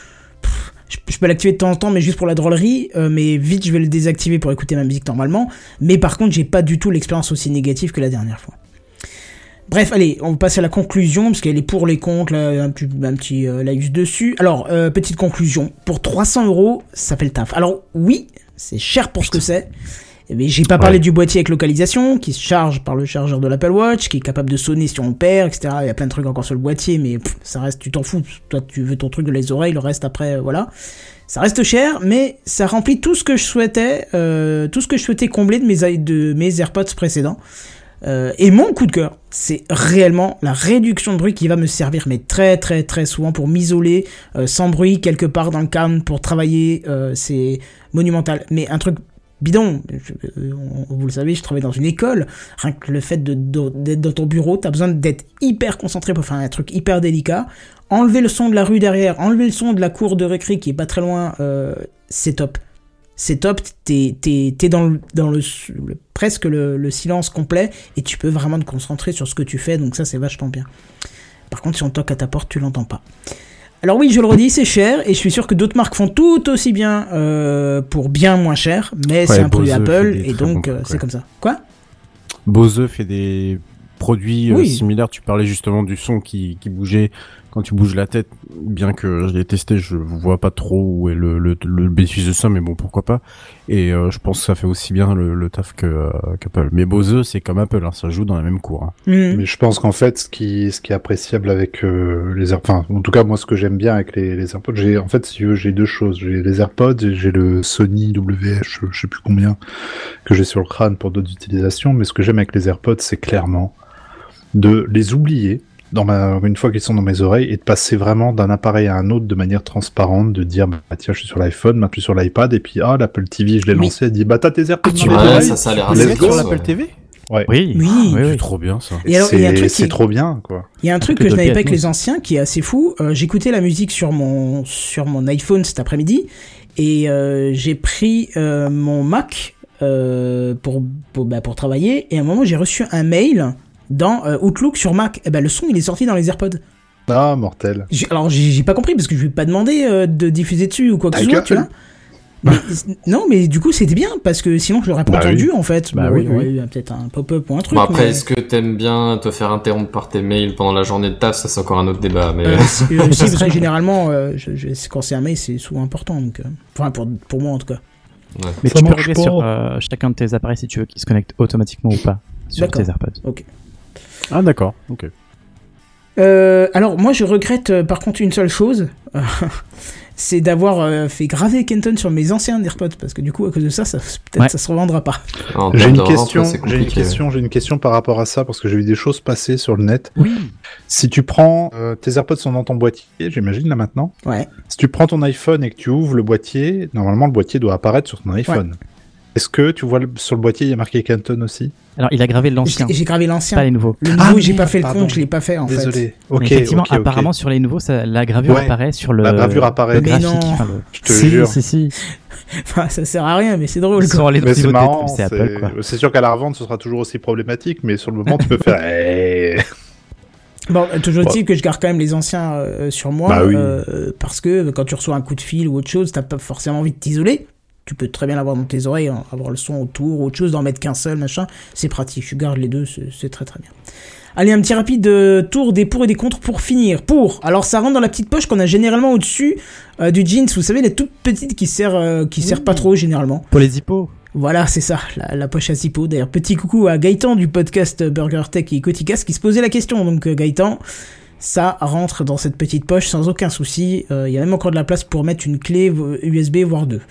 je peux l'activer de temps en temps, mais juste pour la drôlerie, mais vite je vais le désactiver pour écouter ma musique normalement, mais par contre, j'ai pas du tout l'expérience aussi négative que la dernière fois. Bref, allez, on va passer à la conclusion, parce qu'elle est pour les comptes, là, un petit live dessus. Alors, petite conclusion, pour 300€, ça fait le taf. Alors, oui, c'est cher pour ce que c'est, mais j'ai pas parlé du boîtier avec localisation, qui se charge par le chargeur de l'Apple Watch, qui est capable de sonner si on perd, etc. Il y a plein de trucs encore sur le boîtier, mais ça reste, tu t'en fous. Toi, tu veux ton truc de les oreilles, le reste après, voilà. Ça reste cher, mais ça remplit tout ce que je souhaitais, combler de mes AirPods précédents. Et mon coup de cœur, c'est réellement la réduction de bruit qui va me servir, mais très très très souvent pour m'isoler sans bruit quelque part dans le calme pour travailler. C'est monumental. Mais un truc bidon, vous le savez, je travaille dans une école. Rien que le fait d'être dans ton bureau, t'as besoin d'être hyper concentré pour faire un truc hyper délicat. Enlever le son de la rue derrière, enlever le son de la cour de récré qui est pas très loin, c'est top. c'est top, t'es dans le presque le silence complet, et tu peux vraiment te concentrer sur ce que tu fais, donc ça c'est vachement bien. Par contre, si on toque à ta porte, tu l'entends pas. Alors oui, je le redis, c'est cher, et je suis sûr que d'autres marques font tout aussi bien pour bien moins cher, mais c'est un produit Apple, et donc c'est comme ça. Quoi ? Bose fait des produits similaires. Tu parlais justement du son qui bougeait quand tu bouges la tête, bien que je l'ai testé, je vois pas trop où est le bénéfice de ça, mais bon, pourquoi pas. Et je pense que ça fait aussi bien le taf qu'Apple. Mais Bose, c'est comme Apple, hein, ça joue dans la même cour. Hein. Mais je pense qu'en fait, ce qui est appréciable avec les AirPods, enfin, en tout cas, moi, ce que j'aime bien avec les AirPods, en fait, si tu veux, j'ai deux choses. J'ai les AirPods et j'ai le Sony WH, je sais plus combien, que j'ai sur le crâne pour d'autres utilisations. Mais ce que j'aime avec les AirPods, c'est clairement de les oublier une fois qu'ils sont dans mes oreilles, et de passer vraiment d'un appareil à un autre de manière transparente, de dire tiens, je suis sur l'iPhone, maintenant je suis sur l'iPad, et puis l'Apple TV, je l'ai lancé, elle dit t'as tes AirPods dans les oreilles. Ça a l'air assez sur l'Apple TV. Ouais. Oui. C'est trop bien ça. Et alors, c'est trop bien, quoi. Il y a un truc que je n'avais pas avec les anciens qui est assez fou. J'écoutais la musique sur mon iPhone cet après-midi, et j'ai pris mon Mac pour travailler, et à un moment j'ai reçu un mail dans Outlook sur Mac. Et le son il est sorti dans les AirPods. Ah, mortel. Alors j'ai pas compris parce que je lui ai pas demandé de diffuser dessus ou quoi que ce soit, tu vois. Non, mais du coup c'était bien parce que sinon je l'aurais pas entendu en fait. Il y aurait eu peut-être un pop-up ou un truc. Bon, après, est-ce que t'aimes bien te faire interrompre par tes mails pendant la journée de taf? Ça, c'est encore un autre débat. Mais si, parce que généralement, quand c'est un mail, c'est souvent important. Donc, enfin, pour moi en tout cas. Ouais. Mais tu peux régler sur chacun de tes appareils si tu veux qu'ils se connectent automatiquement ou pas sur tes AirPods. Ok. Ah d'accord, ok. Alors moi je regrette par contre une seule chose, c'est d'avoir fait graver Kenton sur mes anciens AirPods, parce que du coup à cause de ça peut-être ça se revendra pas. J'ai une question par rapport à ça, parce que j'ai vu des choses passer sur le net. Oui. Si tu prends tes AirPods sont dans ton boîtier, j'imagine là maintenant. Ouais. Si tu prends ton iPhone et que tu ouvres le boîtier, normalement le boîtier doit apparaître sur ton iPhone. Ouais. Est-ce que tu vois sur le boîtier il y a marqué Kenton aussi? Alors il a gravé l'ancien. J'ai gravé l'ancien. Pas les nouveaux. Le nouveau j'ai pas fait le compte, je l'ai pas fait en fait. Désolé. Ok. Effectivement, apparemment sur les nouveaux, la gravure apparaît sur le. La gravure apparaît. Le graphique. Non. Je te jure. Si. Enfin, ça sert à rien, mais c'est drôle. Mais c'est marrant. C'est Apple, quoi. C'est sûr qu'à la revente, ce sera toujours aussi problématique, mais sur le moment, tu peux faire. Bon, toujours dit que je garde quand même les anciens sur moi, parce que quand tu reçois un coup de fil ou autre chose, t'as pas forcément envie de t'isoler. Tu peux très bien l'avoir dans tes oreilles, avoir le son autour, autre chose, d'en mettre qu'un seul, machin. C'est pratique, je garde les deux, c'est très très bien. Allez, un petit rapide tour des pour et des contre pour finir. Alors ça rentre dans la petite poche qu'on a généralement au-dessus du jeans, vous savez, la toute petite qui sert pas trop généralement. Pour les zippos. Voilà, c'est ça, la poche à zippo. D'ailleurs, petit coucou à Gaëtan du podcast Burger Tech et Coticas qui se posait la question. Donc Gaëtan, ça rentre dans cette petite poche sans aucun souci. Il y a même encore de la place pour mettre une clé USB, voire deux.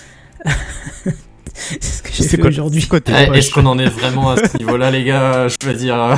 C'est ce que j'ai fait aujourd'hui. Est-ce qu'on en est vraiment à ce niveau-là, les gars? Je veux dire.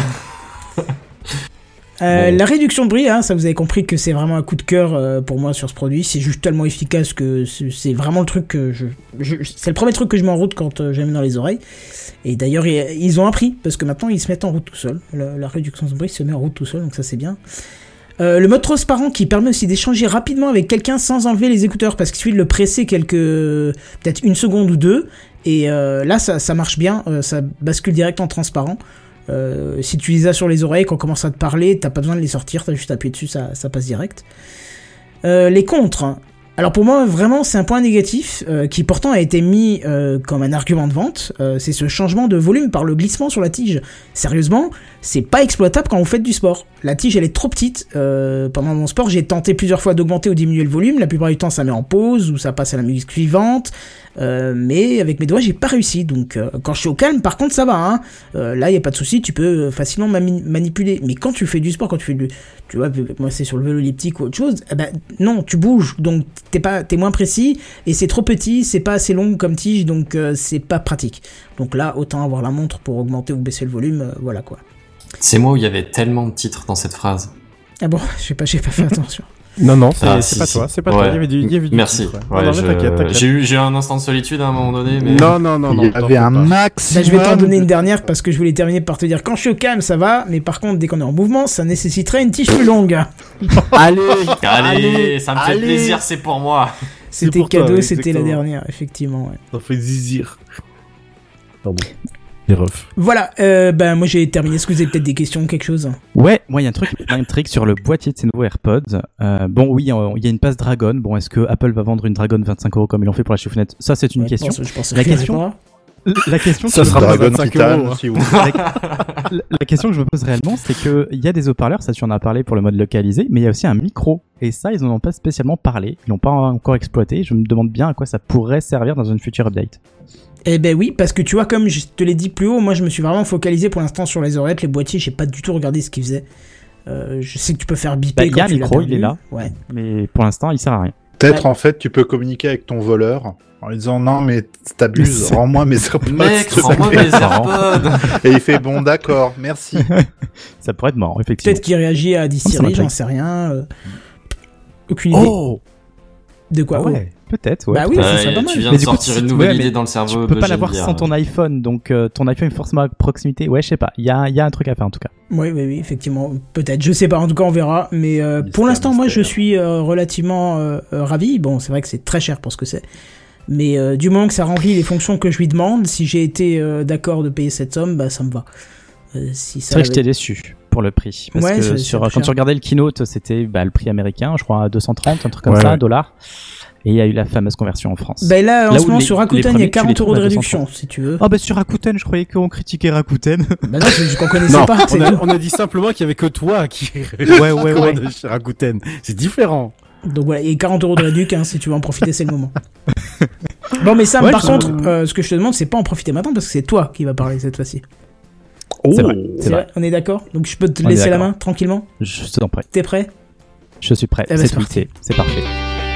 La réduction de bruit, ça vous avez compris que c'est vraiment un coup de cœur pour moi sur ce produit. C'est juste tellement efficace que c'est vraiment le truc que c'est le premier truc que je mets en route quand j'ai mis dans les oreilles. Et d'ailleurs, ils ont appris parce que maintenant ils se mettent en route tout seuls. La réduction de bruit se met en route tout seul, donc ça c'est bien. Le mode transparent qui permet aussi d'échanger rapidement avec quelqu'un sans enlever les écouteurs, parce qu'il suffit de le presser peut-être une seconde ou deux, et là ça marche bien, ça bascule direct en transparent. Si tu les as sur les oreilles, quand on commence à te parler, t'as pas besoin de les sortir, t'as juste appuyé dessus, ça passe direct. Les contres. Alors pour moi, vraiment, c'est un point négatif qui pourtant a été mis comme un argument de vente. C'est ce changement de volume par le glissement sur la tige. Sérieusement, c'est pas exploitable quand vous faites du sport. La tige, elle est trop petite. Pendant mon sport, j'ai tenté plusieurs fois d'augmenter ou diminuer le volume. La plupart du temps, ça met en pause ou ça passe à la musique suivante. Mais avec mes doigts, j'ai pas réussi. Donc, quand je suis au calme, par contre, ça va. Là, y a pas de souci. Tu peux facilement manipuler. Mais quand tu fais du sport, quand tu fais tu vois, moi, c'est sur le vélo elliptique ou autre chose. Non, tu bouges. Donc, t'es moins précis et c'est trop petit. C'est pas assez long comme tige. Donc, c'est pas pratique. Donc là, autant avoir la montre pour augmenter ou baisser le volume. Voilà quoi. C'est moi où il y avait tellement de titres dans cette phrase. Ah bon, j'ai pas fait attention. Non, c'est pas toi, c'est pas toi. Il y avait du Merci. Titre, ouais. T'inquiète. J'ai eu un instant de solitude à un moment donné, mais non. Il y avait un max. Je vais t'en donner une dernière parce que je voulais terminer par te dire quand je suis au calme, ça va, mais par contre, dès qu'on est en mouvement, ça nécessiterait une tige plus longue. Allez, ça me fait plaisir, c'est pour moi. C'était cadeau, c'était la dernière, effectivement. Ouais. Ça fait zizir. Pardon. Les refs. Voilà, moi j'ai terminé. Est-ce que vous avez peut-être des questions, quelque chose ? Ouais, moi il y a un truc qui m'intrigue sur le boîtier de ces nouveaux AirPods. Bon, oui, il y a une passe Dragon. Bon, est-ce que Apple va vendre une Dragon 25€ comme ils l'ont fait pour la chiffonette ? Ça, c'est une question. Je pense La question ça sera Dragon Titan aussi. La question que je me pose réellement, c'est que il y a des haut-parleurs, ça tu en as parlé pour le mode localisé, mais il y a aussi un micro. Et ça, ils n'en ont pas spécialement parlé. Ils n'ont pas encore exploité. Je me demande bien à quoi ça pourrait servir dans une future update. Eh ben oui, parce que tu vois, comme je te l'ai dit plus haut, moi je me suis vraiment focalisé pour l'instant sur les oreillettes, les boîtiers, j'ai pas du tout regardé ce qu'ils faisaient. Je sais que tu peux faire biper quand tu l'as perdu. Il y a un micro, il est là, ouais. Mais pour l'instant il sert à rien. Peut-être en fait tu peux communiquer avec ton voleur en lui disant non mais t'abuses, rends-moi mes AirPods. Mec, rends-moi mes AirPods. Et il fait bon d'accord, merci. Ça pourrait être marrant, effectivement. Peut-être qu'il réagit à Siri, j'en sais rien. Aucune idée. Oh de quoi? Ouais. Peut-être, ouais. Bah oui, ça serait pas mal. Tu viens de sortir une nouvelle idée dans le cerveau. Tu peux pas l'avoir sans ton iPhone, donc ton iPhone est forcément à proximité. Ouais, je sais pas. Il y a un truc à faire en tout cas. Oui, effectivement. Peut-être. Je sais pas. En tout cas, on verra. Mais pour l'instant, moi, je suis relativement ravi. Bon, c'est vrai que c'est très cher pour ce que c'est. Mais du moment que ça remplit les fonctions que je lui demande, si j'ai été d'accord de payer cette somme, bah ça me va. C'est vrai que j'étais déçu pour le prix. Parce que quand tu regardais le keynote, c'était le prix américain, je crois à 230, un truc comme ça, $. Et il y a eu la fameuse conversion en France. Bah là, en ce moment, sur Rakuten, il y a 40€ de réduction, si tu veux. Ah bah sur Rakuten, je croyais qu'on critiquait Rakuten. Bah non, c'est qu'on connaissait pas. On a dit simplement qu'il y avait que toi qui ouais. chez Rakuten. C'est différent. Donc voilà, et 40€ de réduction, si tu veux en profiter, c'est le moment. Bon, mais Sam, par contre, ce que je te demande, c'est pas en profiter maintenant, parce que c'est toi qui vas parler cette fois-ci. Oh, c'est vrai. On est d'accord? Donc je peux te laisser la main, tranquillement? Je suis prêt. T'es prêt? Je suis prêt, c'est tweeté, c'est parfait.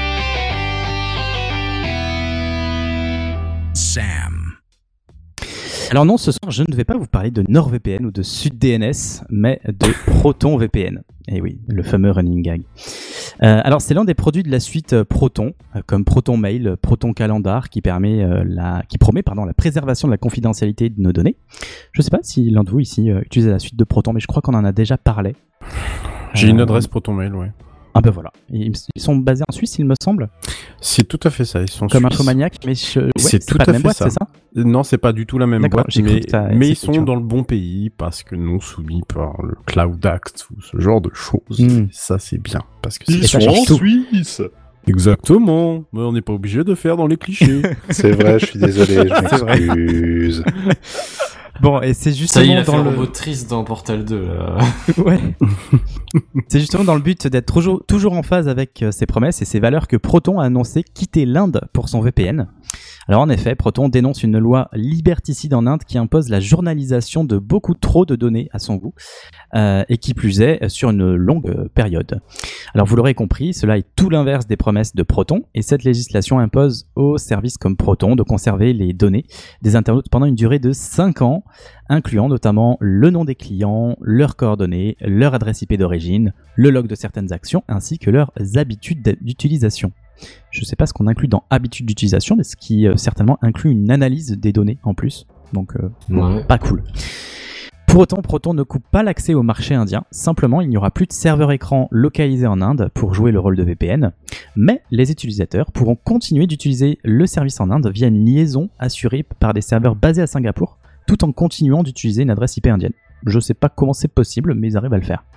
Sam. Alors non, ce soir, je ne vais pas vous parler de NordVPN ou de SudDNS, mais de ProtonVPN. Et oui, le fameux running gag. Alors, c'est l'un des produits de la suite Proton, comme Proton Mail, Proton Calendar, qui promet la préservation de la confidentialité de nos données. Je ne sais pas si l'un de vous ici utilise la suite de Proton, mais je crois qu'on en a déjà parlé. J'ai une adresse Proton Mail, ouais. Ah ben voilà, ils sont basés en Suisse, il me semble. C'est tout à fait ça, ils sont comme suisses. Infomaniac, mais c'est tout pas à la même fait boîte, ça. C'est ça? Non, c'est pas du tout la même boîte, mais ils sont dans le bon pays parce que non soumis par le Cloud Act ou ce genre de choses. Ça c'est bien parce que ils sont en Suisse. Exactement, mais on n'est pas obligé de faire dans les clichés. C'est vrai, je suis désolé, je m'excuse. Bon, et c'est justement ça y est, il a dans fait le robot triste dans Portal 2 là. Ouais. C'est justement dans le but d'être toujours en phase avec ses promesses et ses valeurs que Proton a annoncé quitter l'Inde pour son VPN. Alors en effet, Proton dénonce une loi liberticide en Inde qui impose la journalisation de beaucoup trop de données à son goût, et qui plus est sur une longue période. Alors vous l'aurez compris, cela est tout l'inverse des promesses de Proton, et cette législation impose aux services comme Proton de conserver les données des internautes pendant une durée de 5 ans, incluant notamment le nom des clients, leurs coordonnées, leur adresse IP d'origine, le log de certaines actions, ainsi que leurs habitudes d'utilisation. Je ne sais pas ce qu'on inclut dans habitude d'utilisation, mais ce qui certainement inclut une analyse des données en plus. Donc, pas cool. Pour autant, Proton ne coupe pas l'accès au marché indien. Simplement, il n'y aura plus de serveur écran localisé en Inde pour jouer le rôle de VPN. Mais les utilisateurs pourront continuer d'utiliser le service en Inde via une liaison assurée par des serveurs basés à Singapour, tout en continuant d'utiliser une adresse IP indienne. Je ne sais pas comment c'est possible, mais ils arrivent à le faire.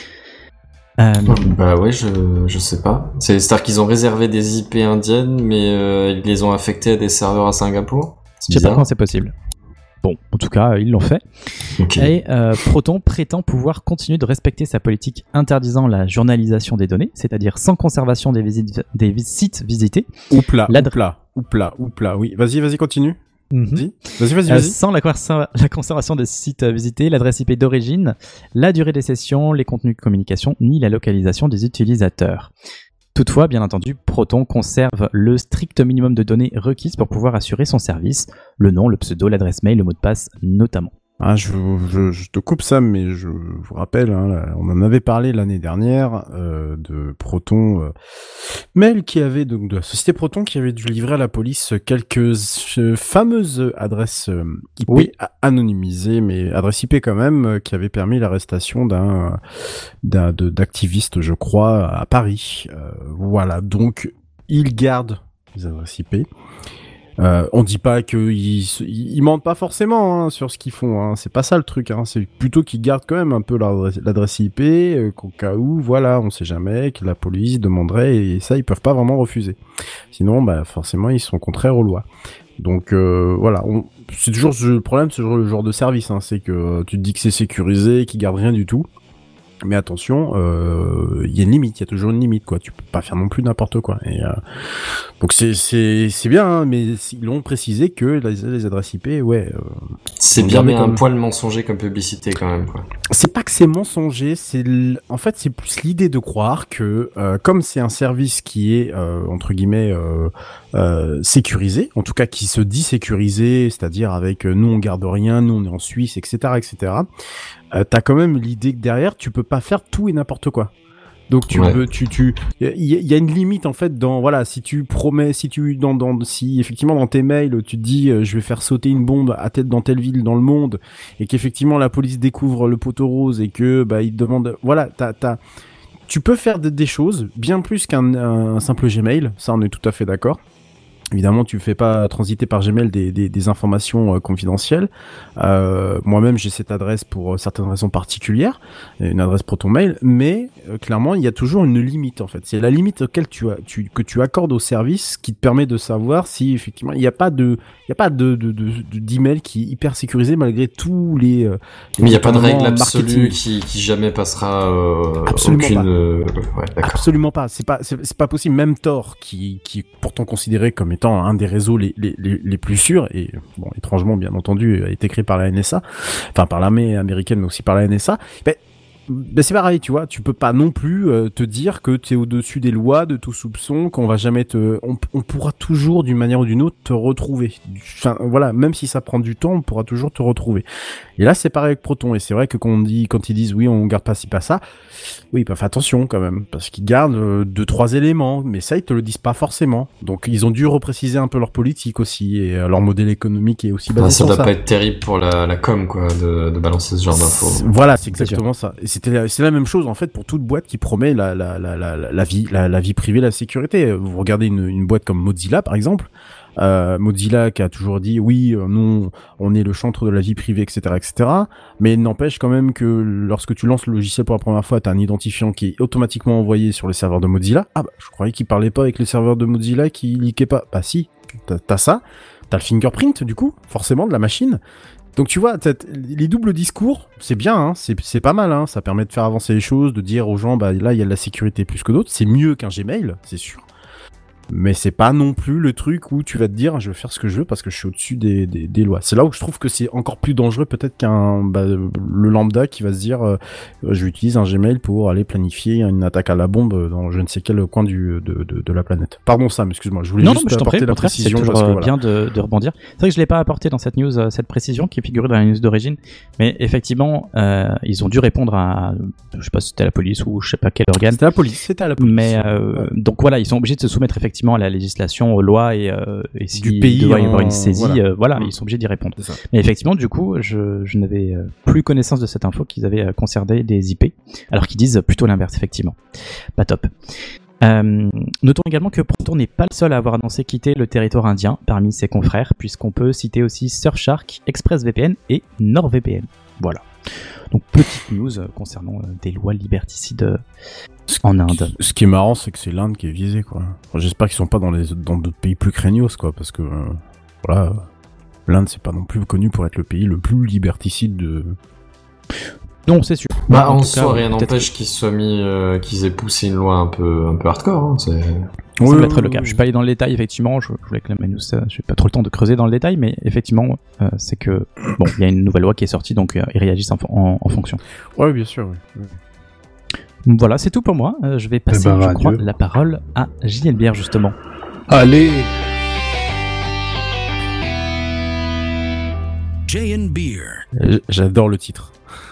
Bah ouais, je sais pas. C'est-à-dire qu'ils ont réservé des IP indiennes, mais ils les ont affectés à des serveurs à Singapour. Je sais pas comment c'est possible. Bon, en tout cas, ils l'ont fait. Okay. Et Proton prétend pouvoir continuer de respecter sa politique interdisant la journalisation des données, c'est-à-dire sans conservation des sites visités. Oupla, oui. Vas-y, continue. Vas-y. Sans la conservation des sites visités, l'adresse IP d'origine, la durée des sessions, les contenus de communication, ni la localisation des utilisateurs. Toutefois, bien entendu, Proton conserve le strict minimum de données requises pour pouvoir assurer son service, le nom, le pseudo, l'adresse mail, le mot de passe notamment. Ah, je te coupe ça, mais je vous rappelle, on en avait parlé l'année dernière de Proton Mail qui avait donc de la société Proton qui avait dû livrer à la police quelques fameuses adresses IP anonymisées, mais adresses IP quand même, qui avaient permis l'arrestation d'activistes, je crois, à Paris. Voilà, donc ils gardent les adresses IP. On dit pas qu'ils mentent pas forcément sur ce qu'ils font, hein. C'est pas ça le truc, hein. C'est plutôt qu'ils gardent quand même un peu l'adresse IP, qu'au cas où, voilà, on sait jamais, que la police demanderait, et ça ils peuvent pas vraiment refuser. Sinon, bah forcément ils sont contraires aux lois. Donc voilà, c'est toujours le problème, c'est toujours le genre de service, hein. C'est que tu te dis que c'est sécurisé, qu'ils gardent rien du tout. Mais attention, il y a une limite, il y a toujours une limite, quoi. Tu peux pas faire non plus n'importe quoi. Et donc c'est bien, hein, mais ils l'ont précisé que les adresses IP, ouais. C'est bien, mais un poil mensonger comme publicité quand même, quoi. C'est pas que c'est mensonger, en fait c'est plus l'idée de croire que comme c'est un service qui est entre guillemets sécurisé, en tout cas qui se dit sécurisé, c'est-à-dire avec nous on garde rien, nous on est en Suisse, etc., etc. T'as quand même l'idée que derrière tu peux pas faire tout et n'importe quoi. Donc il y a une limite en fait dans voilà, si tu promets, si effectivement dans tes mails tu te dis je vais faire sauter une bombe à tête dans telle ville dans le monde, et qu'effectivement la police découvre le poteau rose et que bah ils te demandent, voilà, tu peux faire des choses bien plus qu'un simple Gmail, ça on est tout à fait d'accord. Évidemment, tu fais pas transiter par Gmail des informations confidentielles. Moi-même, j'ai cette adresse pour certaines raisons particulières, une adresse pour ton mail, mais clairement, il y a toujours une limite en fait. C'est la limite auquel que tu accordes au service qui te permet de savoir si effectivement il n'y a pas d'email qui est hyper sécurisé malgré tous les. Mais il n'y a pas de règle absolue qui jamais passera. Absolument aucune. Pas. Ouais, d'accord. Absolument pas. C'est pas possible. Même Tor, qui est pourtant considéré comme étant un des réseaux les plus sûrs, et bon, étrangement bien entendu a été créé par la NSA, enfin par l'armée américaine mais aussi par la NSA, ben c'est pareil, tu vois, tu peux pas non plus te dire que t'es au-dessus des lois, de tout soupçon, qu'on va jamais on pourra toujours d'une manière ou d'une autre te retrouver. Enfin voilà, même si ça prend du temps, on pourra toujours te retrouver. Et là c'est pareil avec Proton, et c'est vrai que quand ils disent oui on garde pas ci pas ça, oui bah fais attention quand même, parce qu'ils gardent 2-3 éléments, mais ça ils te le disent pas forcément. Donc ils ont dû repréciser un peu leur politique aussi, et leur modèle économique est aussi basé sur ça. Ça doit pas être terrible pour la com quoi, de balancer ce genre d'infos. Voilà, c'est exactement ça. Et c'est la même chose en fait pour toute boîte qui promet la vie privée, la sécurité. Vous regardez une boîte comme Mozilla par exemple, Mozilla qui a toujours dit oui, nous on est le chantre de la vie privée, etc., mais il n'empêche quand même que lorsque tu lances le logiciel pour la première fois, t'as un identifiant qui est automatiquement envoyé sur les serveurs de Mozilla. Ah bah je croyais qu'il parlait pas avec les serveurs de Mozilla, qui leakaient pas. Bah si, t'as ça, t'as le fingerprint du coup forcément de la machine. Donc tu vois, les doubles discours, c'est bien, hein, c'est pas mal, hein, ça permet de faire avancer les choses, de dire aux gens, bah là il y a de la sécurité plus que d'autres, c'est mieux qu'un Gmail, c'est sûr. Mais c'est pas non plus le truc où tu vas te dire je vais faire ce que je veux parce que je suis au-dessus des lois. C'est là où je trouve que c'est encore plus dangereux peut-être le lambda qui va se dire je vais utiliser un Gmail pour aller planifier une attaque à la bombe dans je ne sais quel coin de la planète. Pardon Sam, excuse-moi, je voulais juste apporter la précision. C'est toujours bien de rebondir. C'est vrai que je l'ai pas apporté dans cette news, cette précision qui figurait dans la news d'origine, mais effectivement ils ont dû répondre à, je sais pas si c'était la police ou je sais pas quel organe. C'était à la police. Mais donc voilà, ils sont obligés de se soumettre effectivement à la législation, aux lois, et si du pays, il doit y avoir une saisie, voilà, ils sont obligés d'y répondre. Mais effectivement, du coup, je n'avais plus connaissance de cette info qu'ils avaient concerné des IP, alors qu'ils disent plutôt l'inverse, effectivement. Pas top. Notons également que Proton n'est pas le seul à avoir annoncé quitter le territoire indien parmi ses confrères, puisqu'on peut citer aussi Surfshark, ExpressVPN et NordVPN. Voilà. Donc petite news concernant des lois liberticides en Inde. Ce qui est marrant, c'est que c'est l'Inde qui est visée, quoi. Enfin, j'espère qu'ils sont pas dans d'autres pays plus craignos, quoi, parce que voilà, l'Inde c'est pas non plus connu pour être le pays le plus liberticide de. Non, c'est sûr. Bah en soi, rien n'empêche qu'ils aient poussé une loi un peu hardcore. Hein, ça va être le cas. Je suis pas allé dans le détail, effectivement. Je voulais que la news, j'ai pas trop le temps de creuser dans le détail, mais effectivement, c'est que bon, il y a une nouvelle loi qui est sortie, donc ils réagissent en fonction. Ouais, bien sûr. Oui. Voilà, c'est tout pour moi. Je vais passer, je crois, la parole à JLBR justement. Allez. JNBR. J'adore le titre.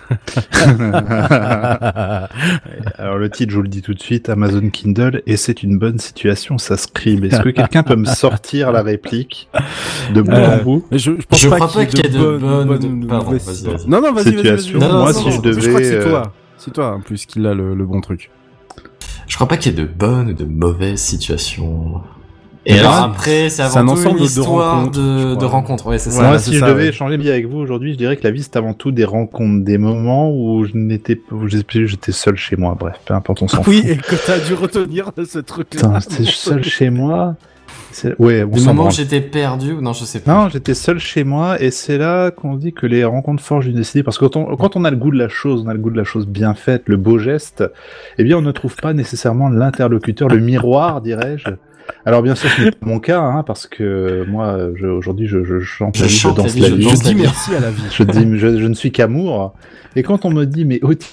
Alors le titre, je vous le dis tout de suite, Amazon Kindle, et c'est une bonne situation, ça scribe. Est-ce que quelqu'un peut me sortir la réplique de bout en bout? Je crois pas qu'il y ait de bonne. Pardon, vas-y. Non, vas-y. Situation. Moi, si je devais. Je crois que c'est toi, en plus, qui a le bon truc. Je crois pas qu'il y ait de bonnes ou de mauvaises situations. Et alors après, c'est avant tout une histoire de rencontres. Ouais, c'est ça. Moi, si je devais échanger vie avec vous aujourd'hui, je dirais que la vie, c'est avant tout des rencontres, des moments où j'étais seul chez moi. Bref, peu importe, on s'en fout. Oui, et que t'as dû retenir de ce truc-là. J'étais seul chez moi. Ouais, du moment où j'étais perdu ou non, je sais pas. Non, j'étais seul chez moi et c'est là qu'on dit que les rencontres forgent une destinée parce que quand on a le goût de la chose, on a le goût de la chose bien faite, le beau geste, eh bien on ne trouve pas nécessairement l'interlocuteur, le miroir, dirais-je. Alors bien sûr, ce n'est pas mon cas, hein, parce que moi, aujourd'hui, je chante la vie, je danse la vie. Je dis merci à la vie. Je ne suis qu'amour. Et quand on me dit, mais Otis...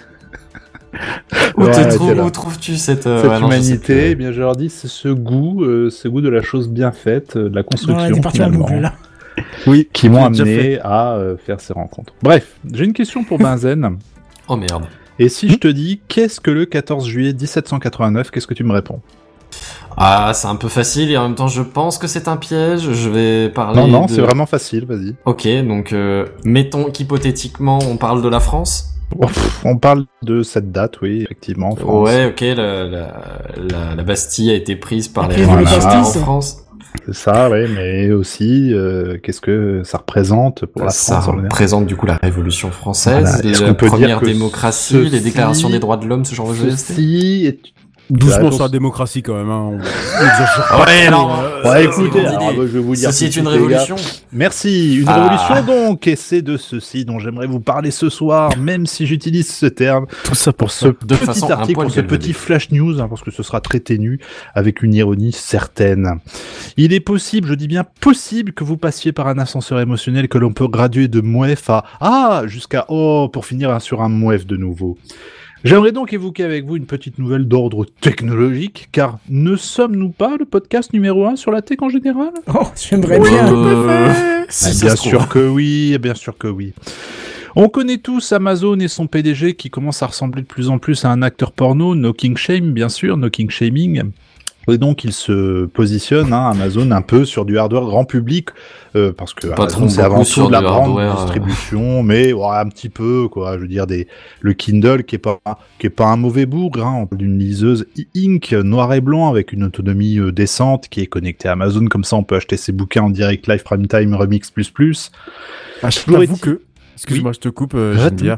Où trouves-tu cette humanité? Eh bien, je leur dis, c'est ce goût de la chose bien faite, de la construction, finalement, oui, qui m'ont amené à faire ces rencontres. Bref, j'ai une question pour Benzen. Oh merde. Et si je te dis, qu'est-ce que le 14 juillet 1789, qu'est-ce que tu me réponds? Ah, c'est un peu facile et en même temps, je pense que c'est un piège. Je vais parler. Non, c'est vraiment facile, vas-y. Ok, donc mettons qu'hypothétiquement, on parle de la France. On parle de cette date, oui, effectivement. France. Ouais, ok, la Bastille a été prise par les révolutionnaires en France. C'est ça, oui, mais aussi, qu'est-ce que ça représente pour la France? Ça représente du coup la Révolution française, la première démocratie, les déclarations des droits de l'homme, ce genre de choses. Ceci est... Doucement sur la démocratie quand même, hein. Ouais, non. Ouais, écoutez, je vais vous dire. Ceci est une révolution. Merci, une révolution donc, et c'est de ceci dont j'aimerais vous parler ce soir, même si j'utilise ce terme. Tout ça pour ce petit article, pour ce petit flash news, hein, parce que ce sera très ténu, avec une ironie certaine. Il est possible, je dis bien possible, que vous passiez par un ascenseur émotionnel que l'on peut graduer de mouef à jusqu'à pour finir sur un mouef de nouveau. J'aimerais donc évoquer avec vous une petite nouvelle d'ordre technologique, car ne sommes-nous pas le podcast numéro 1 sur la tech en général? Oh, j'aimerais bien. Bien sûr que oui, bien sûr que oui. On connaît tous Amazon et son PDG qui commence à ressembler de plus en plus à un acteur porno, no king shame bien sûr, no king shaming. Et donc il se positionne, Amazon, un peu sur du hardware grand public, parce que Amazon c'est avant tout de la grande distribution, mais un petit peu, quoi. Je veux dire le Kindle qui est pas un mauvais bougre, hein. On parle d'une liseuse e-ink noir et blanc avec une autonomie décente qui est connectée à Amazon, comme ça on peut acheter ses bouquins en direct live prime time remix plus. J'avoue que, excuse-moi, je te coupe, j'aime bien.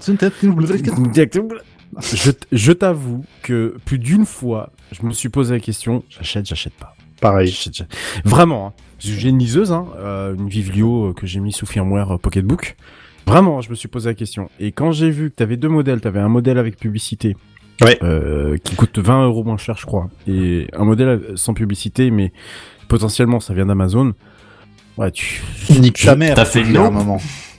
Je t'avoue que plus d'une fois, je me suis posé la question, j'achète pas. Pareil. Vraiment, hein. J'ai une liseuse, une Vivlio que j'ai mis sous firmware Pocketbook. Vraiment, je me suis posé la question. Et quand j'ai vu que t'avais deux modèles, t'avais un modèle avec publicité, qui coûte 20 € moins cher, je crois, et un modèle sans publicité, mais potentiellement ça vient d'Amazon. Ouais, nique ta mère. T'as fait le un moment.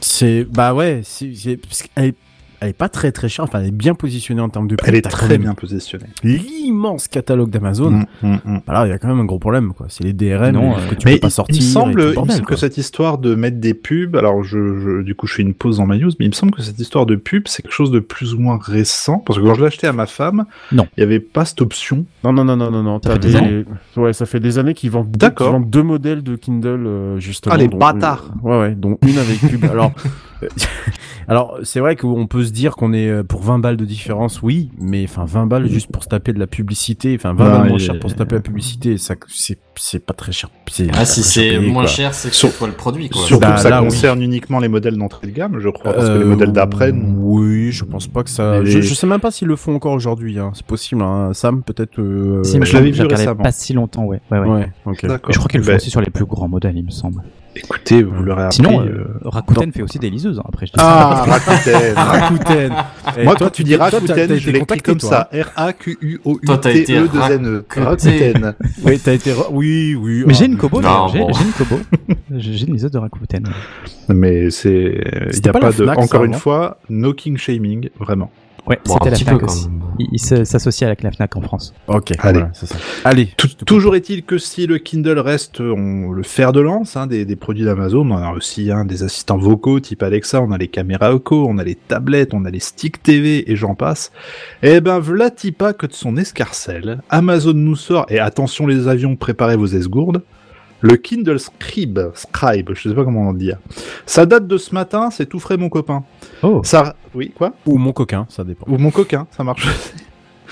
Elle est pas très très chère, enfin elle est bien positionnée en termes de prix. Elle est très bien positionnée. L'immense catalogue d'Amazon. Alors il y a quand même un gros problème, quoi. C'est les DRM que tu peux pas sortir. Il me semble que cette histoire de mettre des pubs, alors du coup je fais une pause dans ma news, mais il me semble que cette histoire de pub c'est quelque chose de plus ou moins récent, parce que quand je l'ai acheté à ma femme, il y avait pas cette option. Non. Ça fait des années qu'ils vendent deux modèles de Kindle justement. Ah les bâtards. Ouais, dont une avec pub. Alors c'est vrai qu'on peut se dire qu'on est pour 20 balles de différence, oui, mais enfin 20 balles juste pour se taper de la publicité, enfin 20 balles moins cher pour se taper la publicité, ça c'est pas très cher. Si c'est moins cher, c'est que c'est toi le produit, quoi. Surtout que ça concerne uniquement les modèles d'entrée de gamme, je crois, parce que les modèles d'après. Oui, je pense pas que ça. Je sais même pas s'ils le font encore aujourd'hui. C'est possible. Sam peut-être. Si, mais je l'avais vu récemment. Pas si longtemps, ouais. Okay. Je crois qu'ils le font aussi sur les plus grands modèles, il me semble. Écoutez, vous l'aurez appris. Sinon, Rakuten fait aussi des liseuses. Après, je dis Rakuten. Moi, toi, tu dis Rakuten, je l'écris comme ça. R-A-Q-U-O-U-T-E-2-N-E. Rakuten. Oui, t'as été. Oui. Mais j'ai une Kobo, j'ai une liseuse de Rakuten. Mais c'est. Il n'y a pas de. Encore une fois, no king shaming, vraiment. Ouais, c'était la Fnac aussi. Il s'associe avec la Fnac en France. Ok, allez. Voilà, c'est ça. Allez. Toujours est-il que si le Kindle reste le fer de lance des produits d'Amazon, on a aussi des assistants vocaux type Alexa, on a les caméras Echo, on a les tablettes, on a les sticks TV et j'en passe. Eh ben, v'là-t-il pas que de son escarcelle, Amazon nous sort, et attention les avions, préparez vos esgourdes, le Kindle Scribe, je sais pas comment on dit. Ça date de ce matin, c'est tout frais mon copain. Oh. Oui, quoi ? Ou mon coquin, ça dépend. Ou mon coquin, ça marche.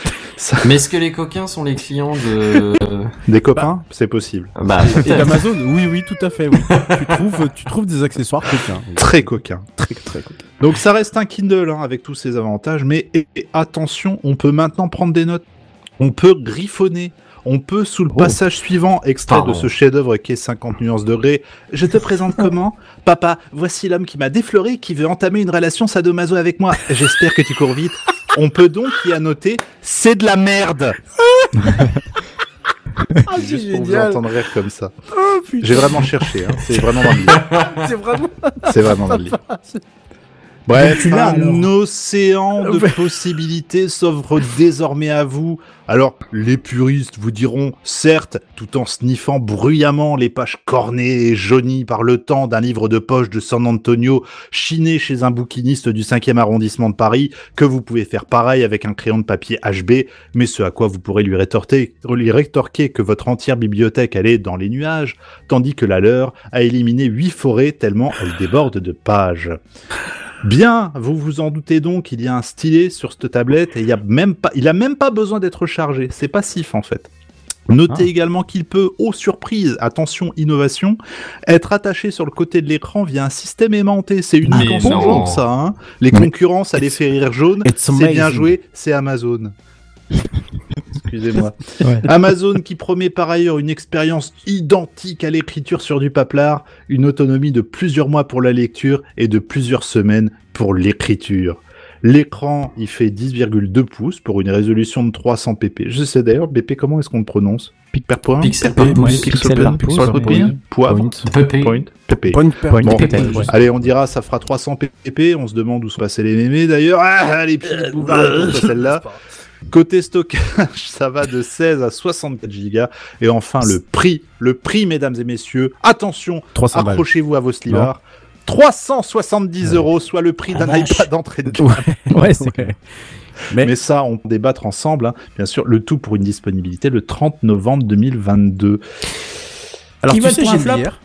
Mais est-ce que les coquins sont les clients de... Des copains? C'est possible. Et d'Amazon, oui, tout à fait, oui. tu trouves des accessoires coquins. Oui. Très coquins. Très coquins. Donc ça reste un Kindle, avec tous ses avantages, mais attention, on peut maintenant prendre des notes. On peut griffonner. On peut, sous le passage suivant, extrait de ce chef-d'œuvre qui est 50 nuances degrés, je te présente comment? Papa, voici l'homme qui m'a défloré, qui veut entamer une relation sadomaso avec moi. J'espère que tu cours vite. On peut donc y annoter, c'est de la merde. C'est juste pour vous entendre rire comme ça. Oh, j'ai vraiment cherché, c'est vraiment dans le livre. C'est vraiment dans le livre. Bref, un océan de possibilités s'offre désormais à vous. Alors, les puristes vous diront, certes, tout en sniffant bruyamment les pages cornées et jaunies par le temps d'un livre de poche de San Antonio, chiné chez un bouquiniste du 5e arrondissement de Paris, que vous pouvez faire pareil avec un crayon de papier HB, mais ce à quoi vous pourrez lui rétorquer que votre entière bibliothèque elle est dans les nuages, tandis que la leur a éliminé 8 forêts tellement elle déborde de pages. Bien, vous vous en doutez donc, il y a un stylet sur cette tablette et il a même pas besoin d'être chargé, c'est passif en fait. Notez également qu'il peut, surprise, attention, innovation, être attaché sur le côté de l'écran via un système aimanté. C'est unique en son genre ça, Les concurrents, ça les fait rire jaune, c'est bien joué, c'est Amazon. Excusez-moi. Ouais. Amazon qui promet par ailleurs une expérience identique à l'écriture sur du paplard, une autonomie de plusieurs mois pour la lecture et de plusieurs semaines pour l'écriture. L'écran, il fait 10,2 pouces pour une résolution de 300 pp. Je sais d'ailleurs, BP, comment est-ce qu'on le prononce? Pixel par pouce. Allez, on dira, ça fera 300 pp. On se demande où se passaient les mémés d'ailleurs. Les petits bouvards, celle-là. Côté stockage, ça va de 16 à 64 Go. Et enfin, le prix, mesdames et messieurs. Attention, accrochez-vous à vos slibards. 370 €, soit le prix d'un iPad d'entrée de gamme. Ouais, c'est clair. Mais ça, on peut débattre ensemble. Bien sûr, le tout pour une disponibilité le 30 novembre 2022. Alors, tu sais, j'ai vu hier.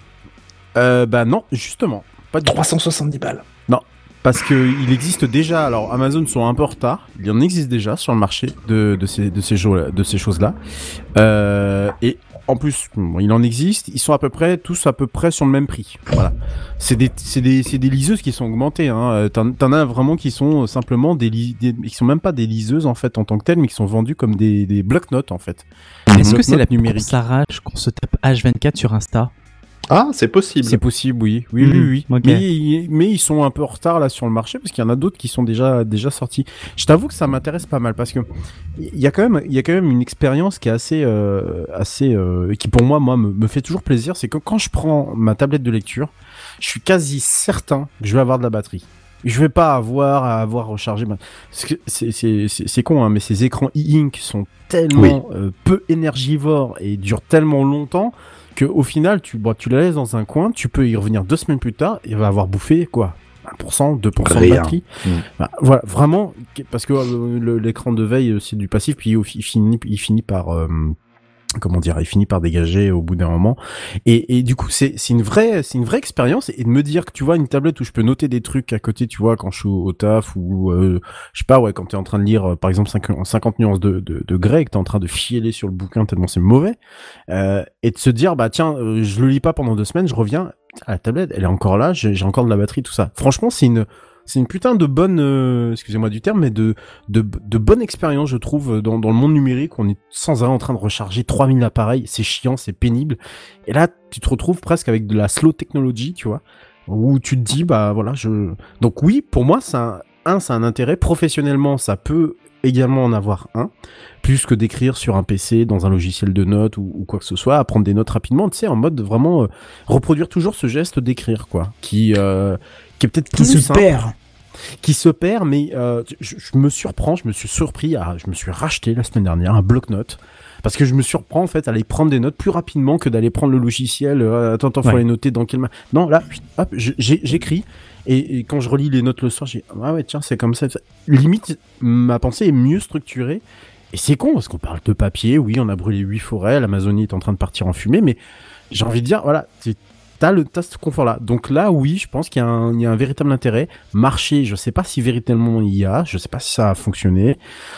Non, justement. Pas 370 balles. Non. Parce qu'il existe déjà, alors Amazon sont un peu en retard, il en existe déjà sur le marché de ces choses-là. Et en plus, il en existe, ils sont tous à peu près sur le même prix. Voilà. C'est des liseuses qui sont augmentées, T'en as vraiment qui sont simplement qui sont même pas des liseuses en fait en tant que telles, mais qui sont vendues comme des bloc-notes en fait. Est-ce que c'est la numérique s'arrache qu'on se tape H24 sur Insta? Ah, c'est possible. C'est possible, oui. Oui. Okay. Mais ils sont un peu en retard là sur le marché parce qu'il y en a d'autres qui sont déjà sortis. Je t'avoue que ça m'intéresse pas mal parce que il y a quand même une expérience qui est assez qui pour moi me fait toujours plaisir, c'est que quand je prends ma tablette de lecture, je suis quasi certain que je vais avoir de la batterie. Je vais pas avoir à rechargé. C'est con, mais ces écrans e-ink sont tellement peu énergivores et durent tellement longtemps que au final, tu la laisses dans un coin, tu peux y revenir 2 semaines plus tard et va avoir bouffé quoi, 1%, 2% de batterie. Voilà, vraiment, parce que l'écran de veille c'est du passif, puis il finit par il finit par dégager au bout d'un moment. Et du coup, c'est une vraie expérience. Et de me dire que tu vois une tablette où je peux noter des trucs à côté, tu vois, quand je suis au taf ou je sais pas, quand t'es en train de lire par exemple 50 nuances de grec, t'es en train de filer sur le bouquin tellement c'est mauvais, et de se dire tiens, je le lis pas pendant 2 semaines, je reviens, la tablette elle est encore là, j'ai encore de la batterie, tout ça. Franchement, c'est une putain de bonne, excusez-moi du terme, mais de bonne expérience, je trouve, dans le monde numérique. On est sans arrêt en train de recharger 3000 appareils, c'est chiant, c'est pénible. Et là, tu te retrouves presque avec de la slow technology, tu vois, où tu te dis, donc oui, pour moi, c'est un intérêt. Professionnellement, ça peut également en avoir un, plus que d'écrire sur un PC, dans un logiciel de notes ou quoi que ce soit, à prendre des notes rapidement, tu sais, en mode vraiment reproduire toujours ce geste d'écrire, quoi, qui est peut-être plus qui se perd, mais je me suis surpris je me suis racheté la semaine dernière un bloc-notes parce que je me surprends en fait à aller prendre des notes plus rapidement que d'aller prendre le logiciel. Attends, faut aller noter dans quel non, là, hop, j'écris. Et quand je relis les notes le soir, j'ai tiens, c'est comme ça. Limite, ma pensée est mieux structurée. Et c'est con parce qu'on parle de papier. Oui, on a brûlé 8 forêts. L'Amazonie est en train de partir en fumée, mais j'ai envie de dire, voilà. T'as ce confort-là. Donc là, oui, je pense qu'il y a un véritable intérêt. Marché, je sais pas si véritablement il y a, je sais pas si ça a fonctionné.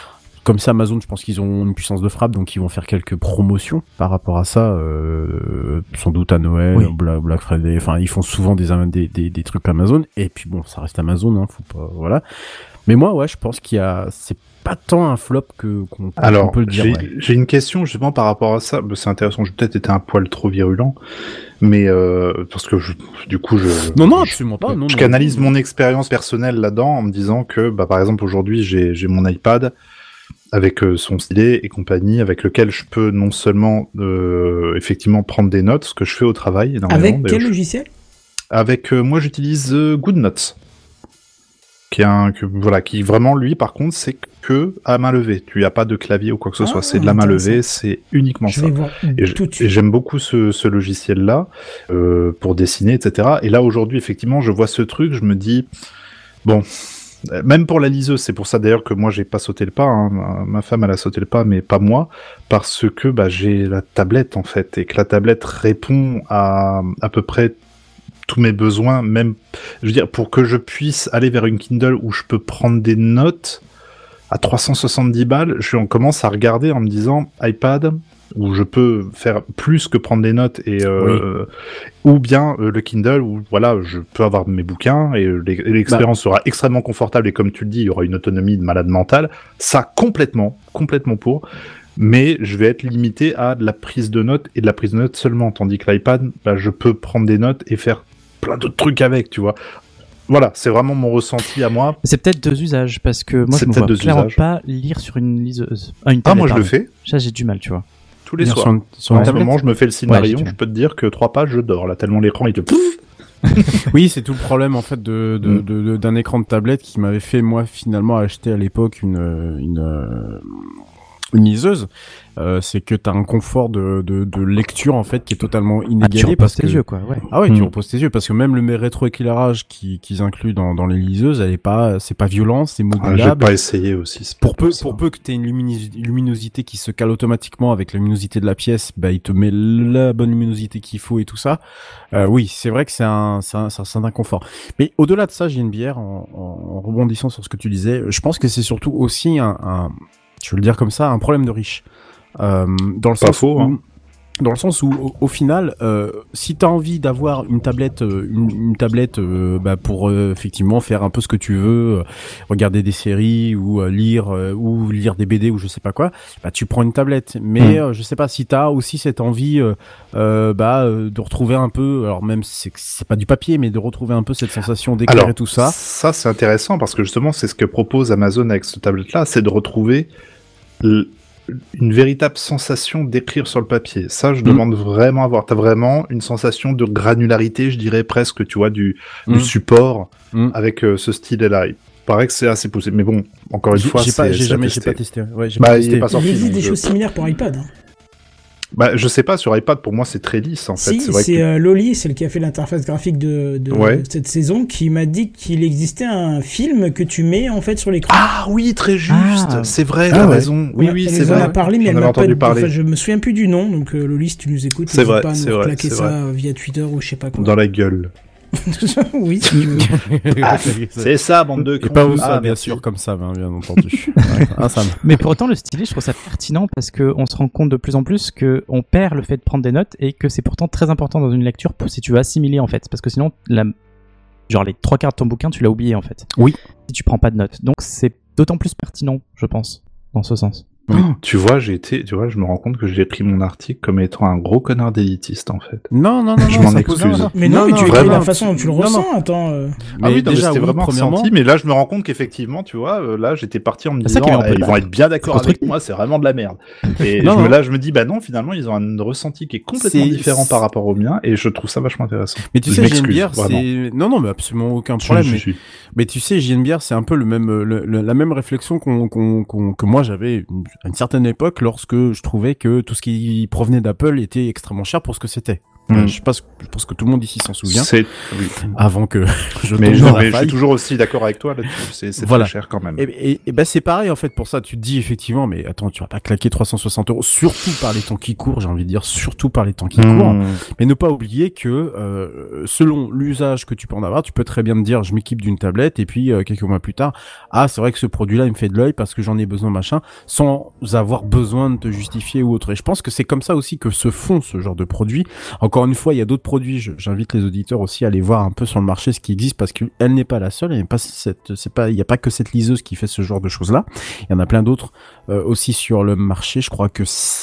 comme ça, Amazon, je pense qu'ils ont une puissance de frappe, donc ils vont faire quelques promotions par rapport à ça, sans doute à Noël, Black Friday. Enfin, ils font souvent des trucs Amazon. Et puis bon, ça reste Amazon, hein, faut pas, voilà. Mais moi, ouais, je pense c'est pas tant un flop qu'on peut le dire. Alors, j'ai une question justement par rapport à ça. C'est intéressant. J'ai peut-être été un poil trop virulent, mais parce que non, absolument pas. Je canalise mon expérience personnelle là-dedans en me disant que, par exemple, aujourd'hui, j'ai mon iPad avec son stylet et compagnie, avec lequel je peux non seulement effectivement prendre des notes, ce que je fais au travail. Avec quel logiciel ? Avec moi, j'utilise GoodNotes. Qui vraiment, lui, par contre, c'est que à main levée. Tu n'as pas de clavier ou quoi que ce soit. C'est de la main levée, c'est uniquement ça. Et j'aime beaucoup ce logiciel-là pour dessiner, etc. Et là, aujourd'hui, effectivement, je vois ce truc, je me dis, bon, même pour la liseuse, c'est pour ça d'ailleurs que moi, j'ai pas sauté le pas. Hein. Ma femme, elle a sauté le pas, mais pas moi, parce que j'ai la tablette, en fait, et que la tablette répond à peu près tous mes besoins, même, je veux dire, pour que je puisse aller vers une Kindle où je peux prendre des notes à 370 balles, on commence à regarder en me disant iPad, où je peux faire plus que prendre des notes, et ou bien le Kindle, où voilà, je peux avoir mes bouquins, et l'expérience sera extrêmement confortable, et comme tu le dis, il y aura une autonomie de malade mental. Ça, complètement pour... Mais je vais être limité à de la prise de notes, et de la prise de notes seulement, tandis que l'iPad, je peux prendre des notes et faire plein d'autres trucs avec, tu vois. Voilà, c'est vraiment mon ressenti à moi. C'est peut-être deux usages, parce que moi, je me vois clairement pas lire sur une liseuse. Une tablette, moi, je le fais. Ça, j'ai du mal, tu vois. Tous les soirs. En ce moment, je me fais le Silmarillion, je peux te dire que 3 pages, je dors, là, tellement l'écran, il te... Oui, c'est tout le problème, en fait, d'un écran de tablette qui m'avait fait, moi, finalement, acheter à l'époque une liseuse. C'est que t'as un confort de lecture en fait qui est totalement inégalé. Tu reposes tes yeux, quoi. Ouais. Ah ouais, tu reposes tes yeux, parce que même le rétroéclairage qu'ils incluent dans les liseuses, c'est pas violent, c'est modulable. J'ai pas essayé aussi. Pour peu que t'aies une luminosité qui se cale automatiquement avec la luminosité de la pièce, il te met la bonne luminosité qu'il faut et tout ça. Oui, c'est vrai que c'est un inconfort. Mais au-delà de ça, j'ai une bière en rebondissant sur ce que tu disais. Je pense que c'est surtout aussi je veux le dire comme ça, un problème de riche. Dans le sens où au final, si t'as envie d'avoir une tablette, pour effectivement faire un peu ce que tu veux, regarder des séries ou lire des BD ou je sais pas quoi, tu prends une tablette. Mais je sais pas si t'as aussi cette envie de retrouver un peu, alors même c'est pas du papier, mais de retrouver un peu cette sensation d'écrire et tout ça. Ça c'est intéressant parce que justement c'est ce que propose Amazon avec cette tablette-là, c'est de retrouver une véritable sensation d'écrire sur le papier. Ça, je demande vraiment à voir. T'as vraiment une sensation de granularité, je dirais presque, tu vois, du support avec ce style-là. Il paraît que c'est assez poussé. Mais bon, encore une fois, j'ai pas testé. Ouais, il est pas sorti. Il existe des choses similaires pour iPad. Hein. Je sais pas, sur iPad, pour moi, c'est très lisse, en fait. C'est Loli, celle qui a fait l'interface graphique de cette saison, qui m'a dit qu'il existait un film que tu mets, en fait, sur l'écran. Ah oui, très juste. C'est vrai, t'as raison. Oui, c'est vrai. Elle en a parlé, mais elle m'a pas dit. Enfin, je me souviens plus du nom, donc Loli, si tu nous écoutes, n'hésite pas à nous claquer ça via Twitter ou je sais pas quoi. Dans la gueule. Oui, si tu veux. C'est ça, bande de cons. Et pas ça, bien sûr, comme ça, bien entendu. Mais pour autant, le stylet, je trouve ça pertinent parce qu'on se rend compte de plus en plus qu'on perd le fait de prendre des notes et que c'est pourtant très important dans une lecture si tu veux assimiler, en fait. Parce que sinon, les 3/4 de ton bouquin, tu l'as oublié, en fait. Oui. Si tu prends pas de notes. Donc, c'est d'autant plus pertinent, je pense, dans ce sens. Tu vois, je me rends compte que j'ai pris mon article comme étant un gros connard d'élitiste, en fait. Non, je m'en excuse. Mais non, mais tu écris la façon dont tu le ressens, attends. Mais déjà, c'était vraiment ressenti, mais là, je me rends compte qu'effectivement, tu vois, là, j'étais parti en me disant, ils vont être bien d'accord avec moi, c'est vraiment de la merde. Et là, je me dis, non, finalement, ils ont un ressenti qui est complètement différent par rapport au mien, et je trouve ça vachement intéressant. Mais tu sais, JNBR, c'est... Non, mais absolument aucun problème. Mais tu sais, JNBR, c'est un peu la même réflexion que moi j'avais à une certaine époque lorsque je trouvais que tout ce qui provenait d'Apple était extrêmement cher pour ce que c'était. Je pense que tout le monde ici s'en souvient. Oui. Avant que mais je suis toujours aussi d'accord avec toi là-dessus. C'est très cher quand même. Et ben c'est pareil en fait pour ça. Tu te dis effectivement, mais attends, tu vas pas claquer 360 €, surtout par les temps qui courent. J'ai envie de dire surtout par les temps qui courent. Mais ne pas oublier que selon l'usage que tu peux en avoir, tu peux très bien te dire, je m'équipe d'une tablette et puis quelques mois plus tard, c'est vrai que ce produit-là il me fait de l'œil parce que j'en ai besoin machin, sans avoir besoin de te justifier ou autre. Et je pense que c'est comme ça aussi que se font ce genre de produits. Encore une fois, il y a d'autres produits. J'invite les auditeurs aussi à aller voir un peu sur le marché ce qui existe parce qu'elle n'est pas la seule. Il n'y a pas que cette liseuse qui fait ce genre de choses-là. Il y en a plein d'autres aussi sur le marché. Je crois que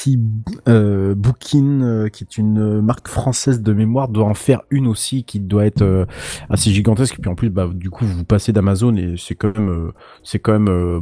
Bookin, qui est une marque française de mémoire, doit en faire une aussi qui doit être assez gigantesque. Et puis en plus, du coup, vous passez d'Amazon et c'est quand même le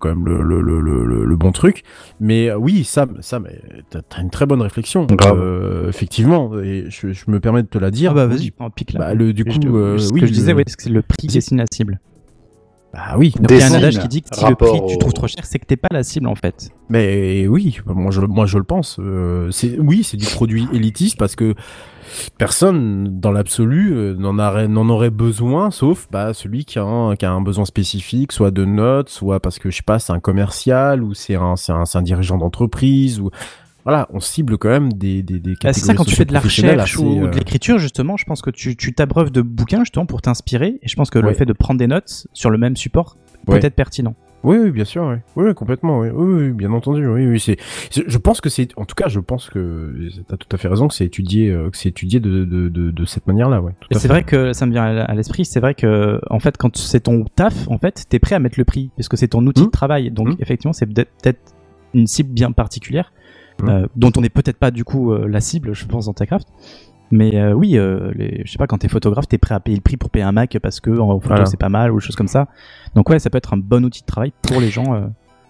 bon truc. Mais oui, Sam, t'as une très bonne réflexion. Effectivement, et je me permets de te la dire. Vas-y, en pique là. Je disais, c'est le prix dessine la cible. Bah oui. Donc il y a un adage qui dit que si le prix tu trouves trop cher, c'est que t'es pas la cible en fait. Mais oui, moi je le pense. C'est du produit élitiste parce que personne dans l'absolu n'en aurait besoin, sauf celui qui a un besoin spécifique, soit de notes, soit parce que je sais pas, c'est un commercial ou c'est un dirigeant d'entreprise ou. Voilà, on cible quand même des catégories. C'est ça, quand tu fais de la recherche ou de l'écriture, justement, je pense que tu t'abreuves de bouquins, justement, pour t'inspirer. Et je pense que le fait de prendre des notes sur le même support peut être pertinent. Oui, bien sûr, oui, complètement, oui, bien entendu, oui, je pense que t'as tout à fait raison que c'est étudié de cette manière-là, ouais. C'est vrai que ça me vient à l'esprit, c'est vrai que, en fait, quand c'est ton taf, en fait, t'es prêt à mettre le prix, parce que c'est ton outil de travail. Donc, effectivement, c'est peut-être une cible bien particulière. Dont on n'est peut-être pas du coup la cible, je pense, dans Techcraft. Mais je sais pas, quand t'es photographe, t'es prêt à payer le prix pour payer un Mac parce que en photo c'est pas mal ou des choses comme ça. Donc ça peut être un bon outil de travail pour les gens.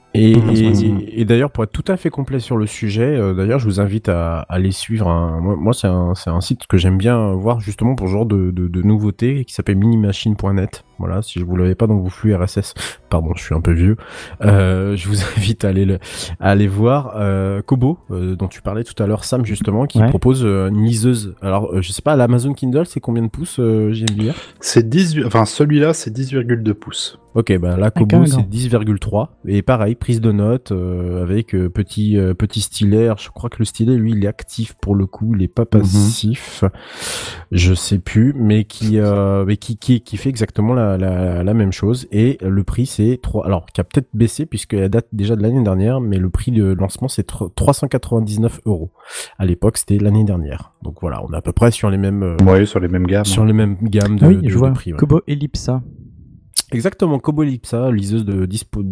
Et d'ailleurs, pour être tout à fait complet sur le sujet, d'ailleurs, je vous invite à aller suivre moi, c'est un site que j'aime bien voir justement pour ce genre de nouveautés qui s'appelle minimachine.net. Voilà, si je vous l'avais pas dans vos flux RSS. Pardon, je suis un peu vieux. Je vous invite à aller voir Kobo, dont tu parlais tout à l'heure, Sam, justement, qui propose une liseuse. Alors, je sais pas, l'Amazon Kindle, c'est combien de pouces, j'aime dire? C'est celui-là, c'est 10,2 pouces. Ok, là, Kobo, c'est 10,3. Et pareil, prise de notes, avec petit stylet. Alors, je crois que le stylet, lui, il est actif pour le coup, il est pas passif. Je sais plus, mais qui fait exactement la même chose. Et le prix, c'est 3, alors, qui a peut-être baissé puisqu'elle date déjà de l'année dernière, mais le prix de lancement, c'est 399 €. À l'époque, c'était l'année dernière. Donc voilà, on est à peu près sur les mêmes, sur les mêmes gammes. Sur les mêmes gammes de prix. Ouais. Kobo Ellipsa. Exactement, Kobo Ellipsa, liseuse de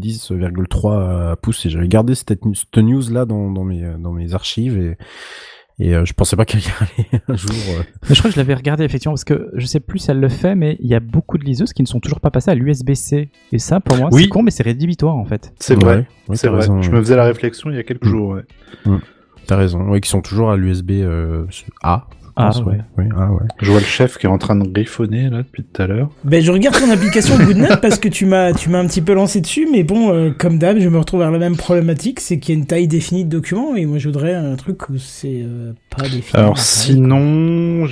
10,3 pouces, et j'avais gardé cette news là dans mes archives et je pensais pas qu'elle y allait un jour. Mais je crois que je l'avais regardé effectivement parce que je sais plus si elle le fait, mais il y a beaucoup de liseuses qui ne sont toujours pas passées à l'USB-C et ça pour moi c'est con mais c'est rédhibitoire en fait. C'est vrai, c'est vrai. Raison, je me faisais la réflexion il y a quelques jours. T'as raison, qui sont toujours à l'USB-A. Ouais. Je vois le chef qui est en train de griffonner là depuis tout à l'heure. Je regarde ton application GoodNote parce que tu m'as un petit peu lancé dessus, mais bon, comme d'hab, je me retrouve vers la même problématique, c'est qu'il y a une taille définie de document et moi je voudrais un truc où c'est pas défini. Alors sinon,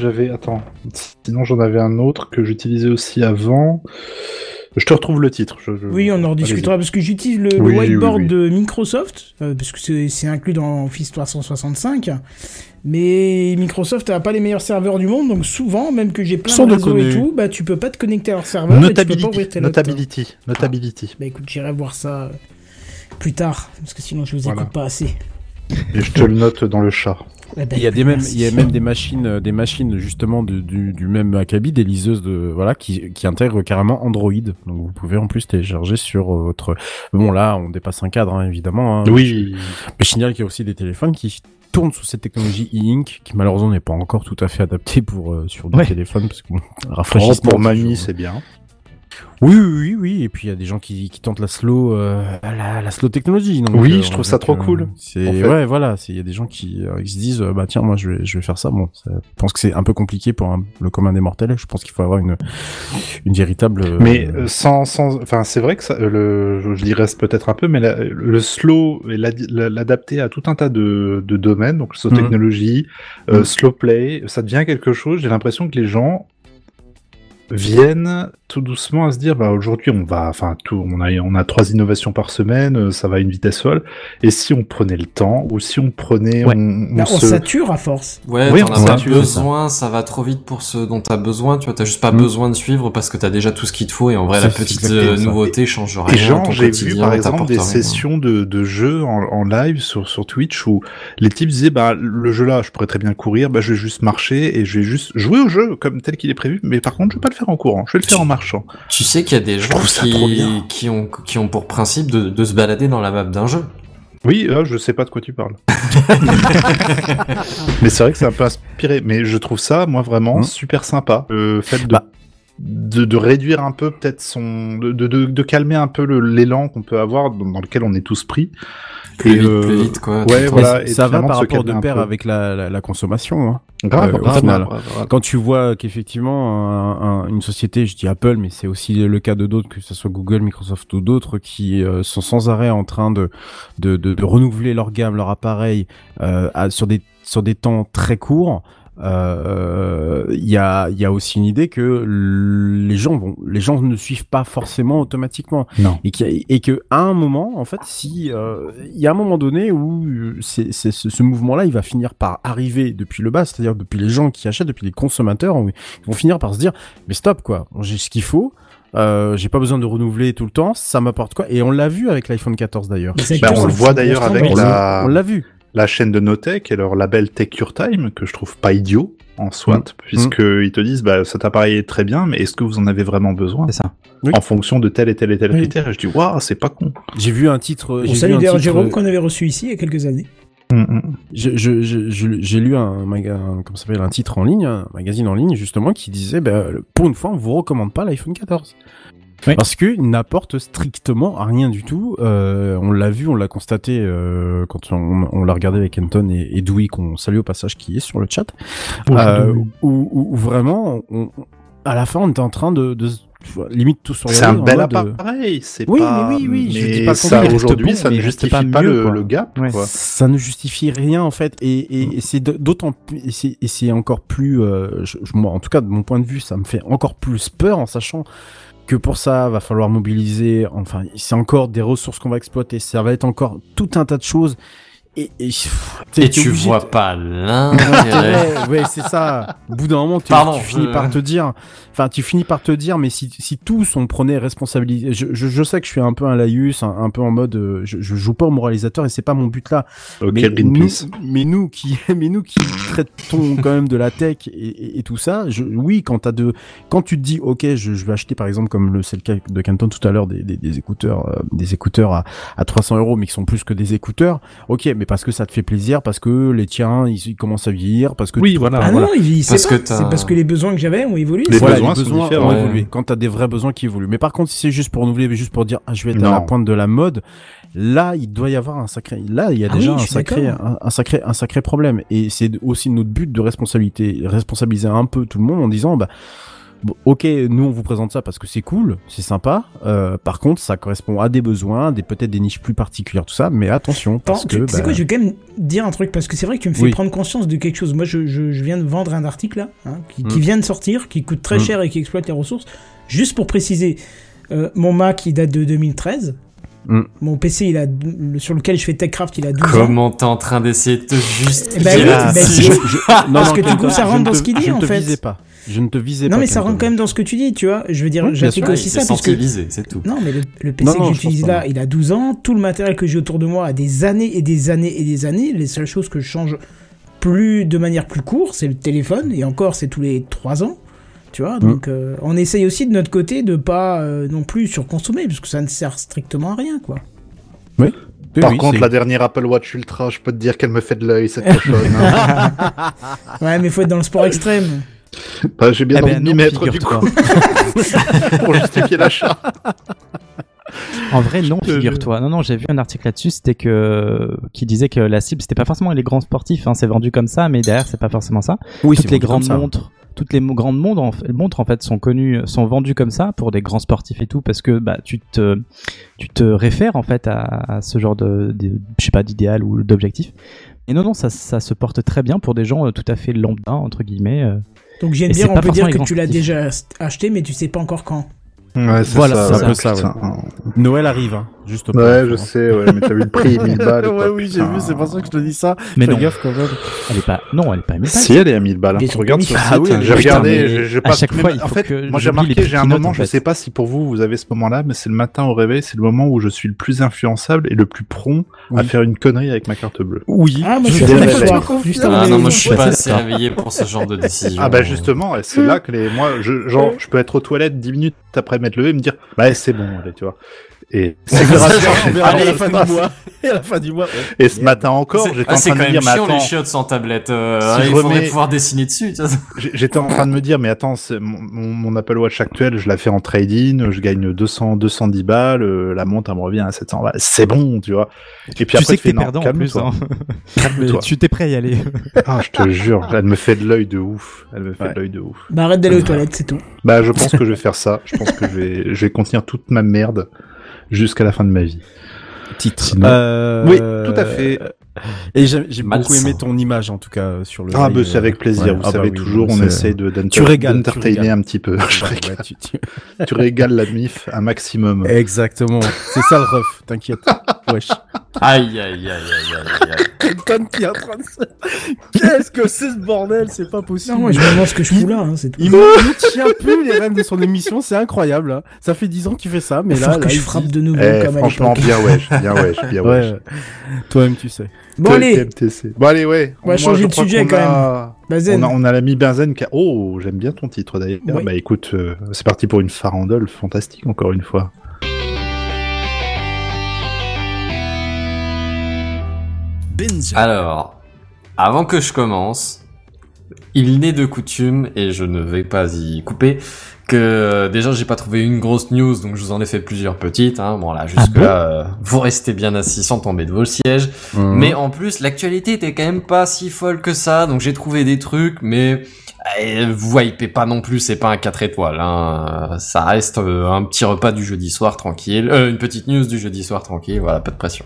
j'en avais un autre que j'utilisais aussi avant. Je te retrouve le titre. Oui, on en rediscutera parce que j'utilise le whiteboard de Microsoft parce que c'est inclus dans Office 365. Mais Microsoft n'a pas les meilleurs serveurs du monde, donc souvent, même que j'ai plein de réseaux et tout, tu peux pas te connecter à leur serveur. Et tu peux pas ouvrir tes notes. Notability. Écoute, j'irai voir ça plus tard, parce que sinon je vous écoute pas assez. Et je te le note dans le chat. Il y a même des machines justement du même acabit, des liseuses qui intègrent carrément Android. Donc vous pouvez en plus télécharger sur votre. Bon là, on dépasse un cadre évidemment. Oui. Mais je signale qu'il y a aussi des téléphones qui tournent sous cette technologie e-ink qui malheureusement n'est pas encore tout à fait adaptée sur des téléphones parce que rafraîchissement pour mamie c'est bien. Oui. Et puis il y a des gens qui tentent la slow technologie. Donc, oui, je trouve ça trop cool. C'est en fait. Ouais, voilà. Il y a des gens qui se disent, bah tiens, moi je vais faire ça. Bon, je pense que c'est un peu compliqué pour le commun des mortels. Je pense qu'il faut avoir une véritable. Mais enfin, c'est vrai que ça, je dirais peut-être un peu, mais le slow et l'adapter à tout un tas de domaines, donc slow technologie, slow play, ça devient quelque chose. J'ai l'impression que les gens viennent tout doucement à se dire aujourd'hui on a 3 innovations par semaine, ça va à une vitesse folle, et si on prenait le temps, ou si on prenait on sature à force. On a besoin, ça va trop vite pour ce dont t'as besoin, tu vois, t'as juste pas besoin de suivre parce que t'as déjà tout ce qu'il te faut, et en vrai la petite nouveauté change rien. Et genre j'ai vu par exemple des sessions de jeux en live sur Twitch où les types disaient le jeu là je pourrais très bien courir, je vais juste marcher et je vais juste jouer au jeu comme tel qu'il est prévu, mais par contre je vais pas le faire en courant, je vais le faire en marchant. Tu sais qu'il y a des gens qui ont pour principe de se balader dans la map d'un jeu. Oui, je sais pas de quoi tu parles. Mais c'est vrai que c'est un peu inspiré. Mais je trouve ça, moi, vraiment super sympa. Le fait de réduire un peu peut-être de calmer un peu l'élan qu'on peut avoir dans lequel on est tous pris. Plus vite, quoi. Ouais, voilà. Ça va par rapport de pair avec la consommation. Hein. Grave. Quand tu vois qu'effectivement une société, je dis Apple, mais c'est aussi le cas de d'autres, que ce soit Google, Microsoft ou d'autres, qui sont sans arrêt en train de renouveler leur gamme, leur appareil sur des temps très courts. Il y a aussi une idée que les gens ne suivent pas forcément automatiquement. Non. Et que à un moment, en fait, si il y a un moment donné où ce mouvement-là, il va finir par arriver depuis le bas, c'est-à-dire depuis les gens qui achètent, depuis les consommateurs, ils vont finir par se dire mais stop quoi, j'ai ce qu'il faut. J'ai pas besoin de renouveler tout le temps, ça m'apporte quoi. Et on l'a vu avec l'iPhone 14 d'ailleurs. On le voit d'ailleurs avec on l'a vu. La chaîne de Notech et leur label Take Your Time, que je trouve pas idiot en soi, puisqu'ils te disent cet appareil est très bien, mais est-ce que vous en avez vraiment besoin ? C'est ça. En fonction de tel et tel et tel critère. Et je dis waouh, c'est pas con. J'ai vu un titre. Salut d'ailleurs Jérôme qu'on avait reçu ici il y a quelques années. J'ai lu un titre en ligne, un magazine en ligne justement, qui disait pour une fois on vous recommande pas l'iPhone 14. Oui. Parce qu'il n'apporte strictement rien du tout. On l'a vu, on l'a constaté quand on l'a regardé avec Anton et Dewey, qu'on salue au passage, qui est sur le chat. Où vraiment, à la fin, on était en train de limite tout sur. C'est un bel appareil, c'est pas. Oui. Mais je dis pas ça aujourd'hui, ça ne justifie pas le gap. Ouais. Quoi. Ça ne justifie rien en fait, et c'est d'autant, et c'est encore plus. Moi, en tout cas, de mon point de vue, ça me fait encore plus peur en sachant que pour ça, va falloir mobiliser, enfin, c'est encore des ressources qu'on va exploiter, ça va être encore tout un tas de choses. Et tu vois pas l'intérêt. Ouais, c'est ça. Au bout d'un moment, tu finis par te dire, mais si tous on prenait responsabilité, je sais que je suis un peu un laïus, un peu en mode, je joue pas au moralisateur et c'est pas mon but là. Okay, mais nous qui traitons quand même de la tech et tout ça, oui, quand tu te dis, ok, je vais acheter par exemple, comme c'est le cas de Canton tout à l'heure, des écouteurs à 300€, mais qui sont plus que des écouteurs. Ok, mais parce que ça te fait plaisir, parce que les tiens ils commencent à vieillir, parce que non, c'est parce que les besoins que j'avais ont évolué. Les besoins ont évolué. Quand t'as des vrais besoins qui évoluent. Mais par contre, si c'est juste pour renouveler, juste pour dire je vais être à la pointe de la mode, là il doit y avoir un sacré un sacré problème. Et c'est aussi notre but de responsabiliser un peu tout le monde en disant ok, nous on vous présente ça parce que c'est cool, c'est sympa. Par contre, ça correspond à des besoins, peut-être des niches plus particulières, tout ça. Mais attention, parce que c'est quoi, je vais quand même dire un truc parce que c'est vrai que tu me fais prendre conscience de quelque chose. Moi, je viens de vendre un article là, qui vient de sortir, qui coûte très cher et qui exploite les ressources. Juste pour préciser, mon Mac il date de 2013. Mon PC, sur lequel je fais TechCraft, il a 12 ans. Comment t'es en train d'essayer de te justifier parce que du coup, ça rentre dans ce qu'il dit, en fait. Je ne te visais pas. Non, mais ça rentre quand même dans ce que tu dis, tu vois. Je veux dire, j'applique aussi ça. Parce que c'est tout. Non, mais le PC que j'utilise là, il a 12 ans. Tout le matériel que j'ai autour de moi a des années et des années et des années. Les seules choses que je change de manière plus courte, c'est le téléphone. Et encore, c'est tous les 3 ans. Tu vois, donc on essaye aussi de notre côté de pas non plus surconsommer, parce que ça ne sert strictement à rien, quoi. Oui. Par contre, la dernière Apple Watch Ultra, je peux te dire qu'elle me fait de l'œil, cette cochonne. Ouais, mais faut être dans le sport extrême. Bah, j'ai bien envie de m'y mettre du coup. Pour justifier l'achat. En vrai, non, figure-toi. Non, j'ai vu un article là-dessus, qui disait que la cible, c'était pas forcément les grands sportifs, hein, c'est vendu comme ça, mais derrière, c'est pas forcément ça. Oui, toutes les grandes montres en fait sont vendues comme ça pour des grands sportifs et tout, parce que bah tu te réfères en fait à ce genre de je sais pas, d'idéal ou d'objectif. Et non, ça se porte très bien pour des gens tout à fait lambda entre guillemets. Donc j'aime bien, on peut dire que tu l'as déjà acheté, mais tu sais pas encore quand. Ouais, c'est voilà, ça. C'est un peu ça, ouais. Noël arrive, hein, juste au Ouais, je sais, ouais, mais t'as vu le prix, 1000 balles. Ouais, oui, j'ai vu, c'est pour ça que je te dis ça. Mais fais non. gaffe quand même. Elle est pas à 1000 balles. Si, elle est à 1000 balles. Bien Tu sûr. regardes sur le Ah site, oui, j'ai regardé, je à passe chaque fois, il en faut fait, que moi j'ai j'oublie les remarqué, j'ai un petites moment, notes, je en sais fait. pas si pour vous avez ce moment-là, mais c'est le matin au réveil, c'est le moment où je suis le plus influençable et le plus prompt à faire une connerie avec ma carte bleue. Oui. Ah, moi je suis Dès assez le réveil. d'accord. Juste avant Ah les- non, moi je suis pas Ouais, assez c'est ça. réveillé pour ce genre de décision. Ah bah justement, et c'est là que je peux être aux toilettes 10 minutes après m'être levé et me dire, bah c'est bon, allez, tu vois. Et c'est grave. On verra à Allez, la fin du mois. Et à la fin du mois. Et ce matin encore, j'étais en c'est train quand de me même dire, mais chiant les attends, chiottes sans tablette. Si Il je faudrait remets- pouvoir dessiner dessus. Tu vois. j'étais en train de me dire, mais attends, mon Apple Watch actuel, je la fais en trade-in, je gagne 210 balles, la montre, elle me revient à 700 balles. C'est bon, tu vois. Et puis Tu après, sais tu que t'es fais, non, perdant en plus. calme-toi. Hein. Calme-toi. Tu t'es prêt à y aller. Ah, je te jure, elle me fait de l'œil de ouf. Elle me fait de l'œil de ouf. Bah arrête d'aller aux toilettes, c'est tout. Bah, je pense que je vais faire ça. Je pense que je vais contenir toute ma merde jusqu'à la fin de ma vie. Titre. Sinon- Oui, tout à fait. Et j'ai beaucoup Malsain. aimé ton image, en tout cas, sur le. Ah, live, bah, c'est avec plaisir. ouais. Vous Ah, bah savez, oui, toujours, bon, on c'est- essaye Tu régales, tu d'entertainer régales. un petit peu. Je Ouais, régale. ouais, Tu régales la MIF un maximum. Exactement. C'est ça le ref, t'inquiète. Wesh. Aïe, aïe, aïe, aïe, aïe, aïe. Kenton qui est en train de se... Qu'est-ce que c'est ce bordel? C'est pas possible. Non, moi je me demande ce que je fous là, hein, c'est tout. Il ne tient plus les rênes de son émission, c'est incroyable. Hein. Ça fait 10 ans qu'il fait ça, mais Il là, faut que là, je il frappe dit- de nouveau Eh, comme à franchement, l'époque. bien wesh, bien wesh, bien wesh. Ouais. Toi-même, tu sais. Bon allez, TMTC. Bon allez, ouais. On va Moi, changer je de crois sujet, qu'on quand a- Bazen. On a l'ami Benzen qui a... Oh, j'aime bien ton titre d'ailleurs. Oui. Bah écoute, c'est parti pour une farandole fantastique encore une fois. Binzer. Alors, avant que je commence, il n'est de coutume, et je ne vais pas y couper, que déjà j'ai pas trouvé une grosse news, donc je vous en ai fait plusieurs petites. Hein. Bon là, jusque-là, vous restez bien assis sans tomber de vos sièges. Mais en plus, l'actualité était quand même pas si folle que ça, donc j'ai trouvé des trucs, mais vous hypez pas non plus, c'est pas un 4 étoiles. Hein. Ça reste un petit repas du jeudi soir tranquille, une petite news du jeudi soir tranquille, voilà, pas de pression.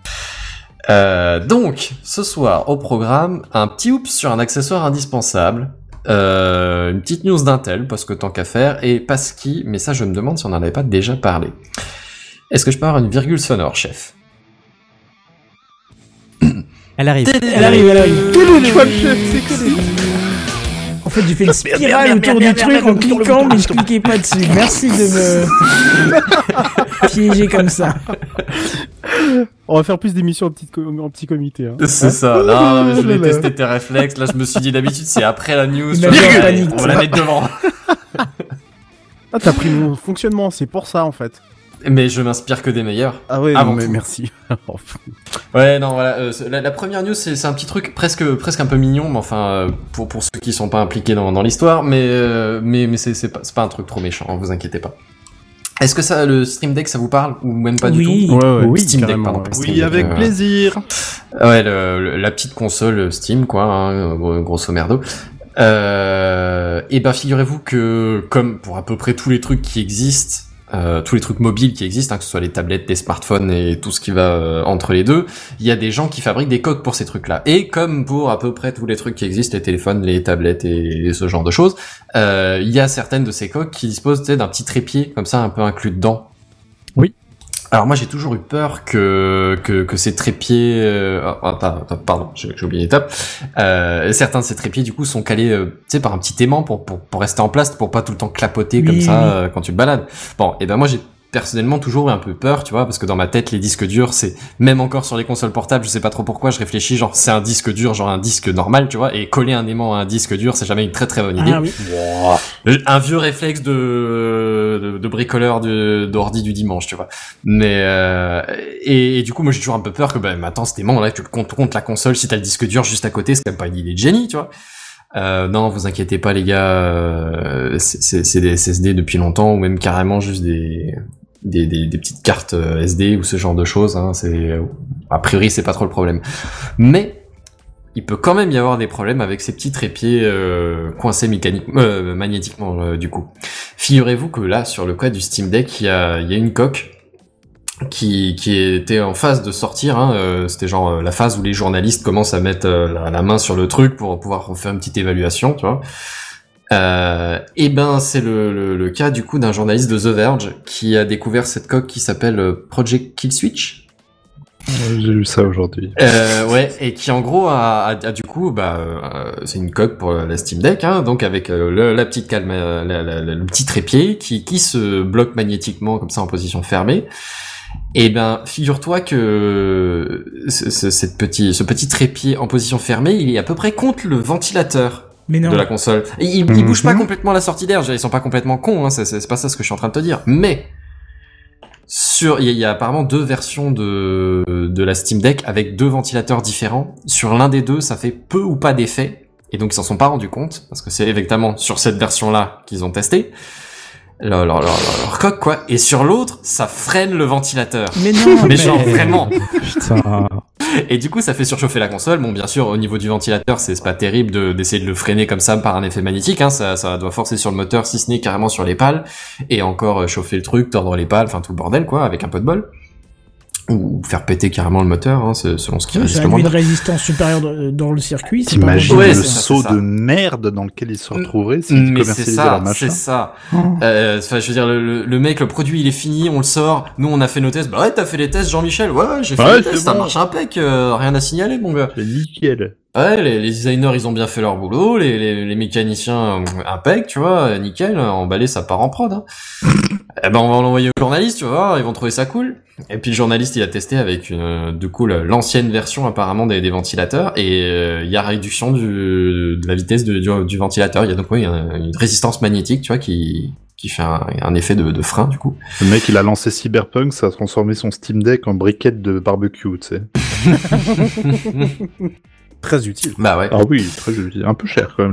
Donc, ce soir, au programme, un petit oups sur un accessoire indispensable, une petite news d'Intel, parce que tant qu'à faire, et Pasqui, mais ça je me demande si on n'en avait pas déjà parlé. Est-ce que je peux avoir une virgule sonore, chef? Elle arrive. Elle arrive, elle arrive. En fait, j'ai fait une spirale autour du truc en cliquant, mais je cliquais pas dessus. Merci de me piéger comme ça. On va faire plus d'émissions en petit comité. Hein. C'est ça. Non, mais je voulais tester tes réflexes. Là, je me suis dit d'habitude, c'est après la news. Il tu m'a vois, mis en allez, panique, on va la mettre devant. Ah, t'as pris mon fonctionnement, c'est pour ça en fait. Mais je m'inspire que des meilleurs. Ah ouais, Avant non, mais tout. merci. Ouais, non, voilà. La première news, c'est un petit truc presque un peu mignon, mais enfin, pour ceux qui sont pas impliqués dans l'histoire, mais c'est pas un truc trop méchant, hein, vous inquiétez pas. Est-ce que ça, le Stream Deck, ça vous parle ou même pas du Oui. tout? Ouais, Oui, Steam Deck, carrément, pardon. ouais. pas Steam Oui, Deck, avec plaisir. Ouais, la petite console Steam, quoi, hein, grosso merdo. Et ben, figurez-vous que, comme pour à peu près tous les trucs qui existent, tous les trucs mobiles qui existent, hein, que ce soit les tablettes, les smartphones et tout ce qui va entre les deux, il y a des gens qui fabriquent des coques pour ces trucs-là. Et comme pour à peu près tous les trucs qui existent, les téléphones, les tablettes et ce genre de choses, il y a certaines de ces coques qui disposent d'un petit trépied comme ça un peu inclus dedans. Oui. Alors moi j'ai toujours eu peur que ces trépieds pardon, j'ai oublié l'étape. Certains de ces trépieds du coup sont calés tu sais par un petit aimant pour rester en place, pour pas tout le temps clapoter Oui, comme ça oui. quand tu te balades. Bon, et ben moi j'ai personnellement toujours eu un peu peur, tu vois, parce que dans ma tête les disques durs, c'est même encore sur les consoles portables, je sais pas trop pourquoi, je réfléchis genre c'est un disque dur, genre un disque normal, tu vois, et coller un aimant à un disque dur, c'est jamais une très très bonne idée. Ah oui. Un vieux réflexe de bricoleur d'ordi du dimanche, tu vois. Mais et du coup, moi j'ai toujours un peu peur que attends, cet aimant là, tu le comptes contre la console, si t'as le disque dur juste à côté, c'est quand même pas une idée de génie, tu vois. Non, vous inquiétez pas les gars, c'est des SSD depuis longtemps, ou même carrément juste des petites cartes SD ou ce genre de choses, hein, a priori c'est pas trop le problème. Mais il peut quand même y avoir des problèmes avec ces petits trépieds coincés magnétiquement du coup. Figurez-vous que là, sur le cas du Steam Deck, il y a une coque qui était en phase de sortir, hein, c'était genre la phase où les journalistes commencent à mettre la main sur le truc pour pouvoir faire une petite évaluation, tu vois. Et ben c'est le cas du coup d'un journaliste de The Verge qui a découvert cette coque qui s'appelle Project Kill Switch. J'ai lu ça aujourd'hui. Ouais, et qui en gros a du coup, c'est une coque pour la Steam Deck, hein, donc avec la petite le petit trépied qui se bloque magnétiquement comme ça en position fermée. Et ben, figure-toi que ce petit trépied en position fermée, il est à peu près contre le ventilateur de la console. Et il bouge pas complètement la sortie d'air. Ils sont pas complètement cons, hein, c'est pas ça ce que je suis en train de te dire. Mais il y a apparemment 2 versions de la Steam Deck avec 2 ventilateurs différents. Sur l'un des 2, ça fait peu ou pas d'effet. Et donc, ils s'en sont pas rendus compte, parce que c'est effectivement sur cette version-là qu'ils ont testé. Leur coque, quoi. Et sur l'autre, ça freine le ventilateur. Mais non, mais genre, vraiment. Putain. Et du coup, ça fait surchauffer la console. Bon, bien sûr, au niveau du ventilateur, c'est pas terrible d'essayer de le freiner comme ça par un effet magnétique, hein. Ça doit forcer sur le moteur, si ce n'est carrément sur les pales. Et encore chauffer le truc, tordre les pales, enfin tout le bordel, quoi, avec un peu de bol. Ou faire péter carrément le moteur, hein, selon ce qui résiste le moins. Ça a une résistance supérieure dans le circuit. T'imagines le saut de merde dans lequel ils se retrouveraient s'ils commercialisaient leur machin. C'est ça. Je veux dire, le mec, le produit, il est fini, on le sort. Nous, on a fait nos tests. Bah ouais, t'as fait les tests, Jean-Michel. Ouais, j'ai fait les tests, ça marche impec. Rien à signaler, mon gars. C'est nickel. Ouais, les designers, ils ont bien fait leur boulot. Les mécaniciens, impec, tu vois, nickel. Emballé, ça part en prod, hein. Eh ben, on va l'envoyer aux journalistes, tu vois, ils vont trouver ça cool. Et puis le journaliste, il a testé avec du coup l'ancienne version apparemment des ventilateurs, et il y a réduction de la vitesse du ventilateur. Il y a donc une résistance magnétique, tu vois, qui fait un effet de frein du coup. Le mec, il a lancé Cyberpunk, ça a transformé son Steam Deck en briquette de barbecue, tu sais. Très utile. Bah ouais. Ah oui, très utile. Un peu cher quand même.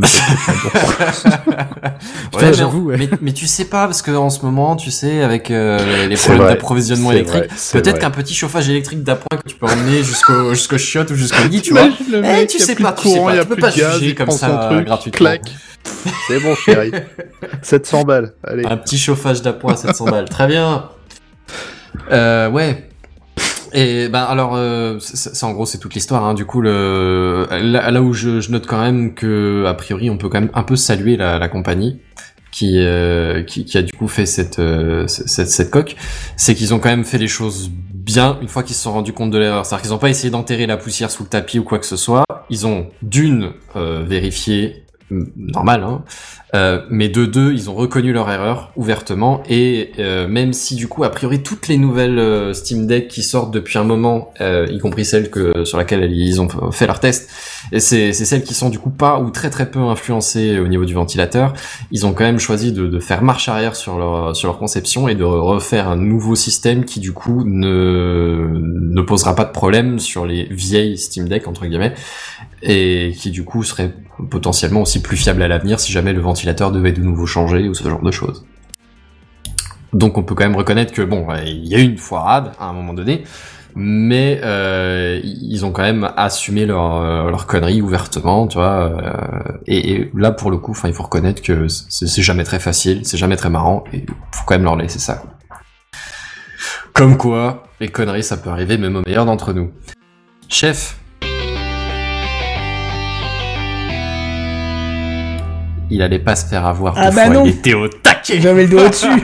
Ouais, j'avoue. Ouais. Mais tu sais pas, parce que en ce moment, tu sais, avec les problèmes d'approvisionnement électrique, peut-être qu'un petit chauffage électrique d'appoint que tu peux emmener jusqu'au chiottes ou jusqu'au lit, tu vois. Tu sais pas, tu peux pas juger comme ça gratuitement. Clac. C'est bon, chérie. 700 balles. Allez. Un petit chauffage d'appoint à 700 balles. Très bien. Ouais. Et ben alors ça en gros c'est toute l'histoire, hein. Du coup là où je note quand même que a priori on peut quand même un peu saluer la compagnie qui a du coup fait cette coque, c'est qu'ils ont quand même fait les choses bien une fois qu'ils se sont rendus compte de l'erreur. C'est-à-dire qu'ils ont pas essayé d'enterrer la poussière sous le tapis ou quoi que ce soit. Ils ont vérifié normal, hein. Mais de 2, ils ont reconnu leur erreur ouvertement, et même si du coup a priori toutes les nouvelles Steam Deck qui sortent depuis un moment, y compris celles sur laquelle ils ont fait leur test, et c'est celles qui sont du coup pas ou très très peu influencées au niveau du ventilateur, ils ont quand même choisi de faire marche arrière sur leur conception et de refaire un nouveau système qui du coup ne posera pas de problème sur les vieilles Steam Deck entre guillemets, et qui du coup serait potentiellement aussi plus fiable à l'avenir si jamais le ventilateur devait de nouveau changer ou ce genre de choses. Donc on peut quand même reconnaître que bon, il y a eu une foirade à un moment donné, mais ils ont quand même assumé leur connerie ouvertement, tu vois. Et là pour le coup, il faut reconnaître que c'est jamais très facile, c'est jamais très marrant, et faut quand même leur laisser ça, quoi. Comme quoi, les conneries ça peut arriver même aux meilleurs d'entre nous. Chef. Il allait pas se faire avoir deux fois, non. Il était au taquet. J'avais le doigt au-dessus.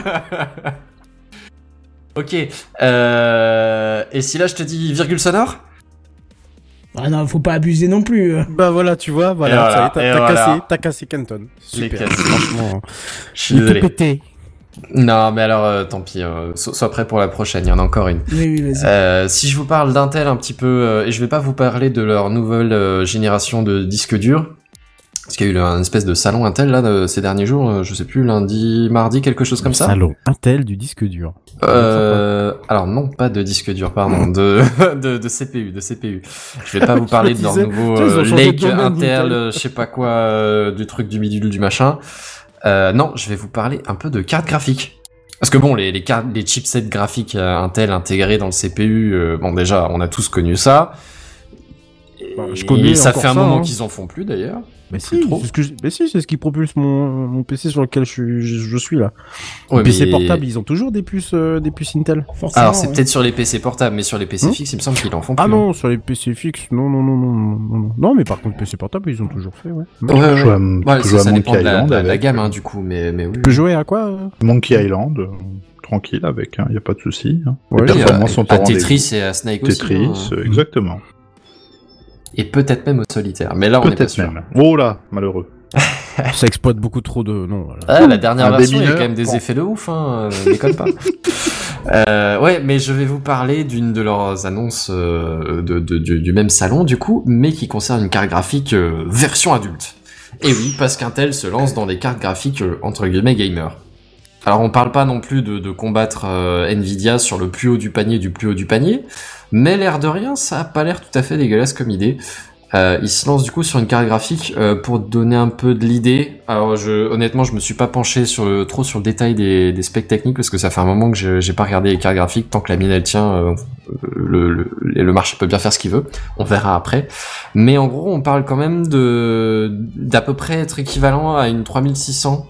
Ok. Et si là je te dis virgule sonore? Ah non, faut pas abuser non plus. Bah voilà, tu vois, voilà, t'as cassé Kenton. Super, franchement. Je suis désolé. Pété. Non, mais alors, tant pis. Sois prêt pour la prochaine. Il y en a encore une. Oui, vas-y. Si je vous parle d'Intel un petit peu, et je vais pas vous parler de leur nouvelle génération de disques durs. Parce qu'il y a eu un espèce de salon Intel là ces derniers jours, je sais plus, lundi, mardi, quelque chose comme ça. Salon Intel du disque dur. Alors non, pas de disque dur, pardon, de CPU, de CPU. Je vais pas vous parler de leur nouveau Lake Intel, je sais pas quoi, du truc du bidule du machin. Non, je vais vous parler un peu de cartes graphiques. Parce que bon, les chipsets graphiques Intel intégrés dans le CPU, bon déjà, on a tous connu ça. Je connais et ça fait un moment hein. qu'ils en font plus d'ailleurs. Mais si, c'est ce qui propulse mon PC sur lequel je suis là. Ouais, les PC portables, ils ont toujours des puces Intel. Forcément, alors c'est peut-être sur les PC portables, mais sur les PC fixes, il me semble qu'ils en font plus. Ah non, sur les PC fixes, non. Non, mais par contre, PC portables, ils ont toujours fait, ouais. Ça dépend de la gamme, hein, du coup, mais oui. Tu peux jouer à quoi Monkey Island, tranquille avec, y a pas de souci. Hein. Ouais, les performances sont à Tetris et à Snake Tetris, aussi. Tetris, exactement. Et peut-être même au solitaire, mais là on est pas sûr. Même. Oh là, malheureux. Ça exploite beaucoup trop de... Non, voilà. Ah, la dernière version, il y a quand même des effets de ouf, hein, déconne pas. Ouais, mais je vais vous parler d'une de leurs annonces du même salon, du coup, mais qui concerne une carte graphique version adulte. Et oui, parce qu'Intel se lance dans des cartes graphiques entre guillemets gamer. Alors on parle pas non plus de combattre Nvidia sur le plus haut du panier du plus haut du panier, mais l'air de rien, ça a pas l'air tout à fait dégueulasse comme idée. Il se lance du coup sur une carte graphique pour donner un peu de l'idée. Alors honnêtement, je me suis pas penché trop sur le détail des specs techniques parce que ça fait un moment que j'ai pas regardé les cartes graphiques. Tant que la mine elle tient, le marché peut bien faire ce qu'il veut. On verra après. Mais en gros, on parle quand même d'à peu près être équivalent à une 3600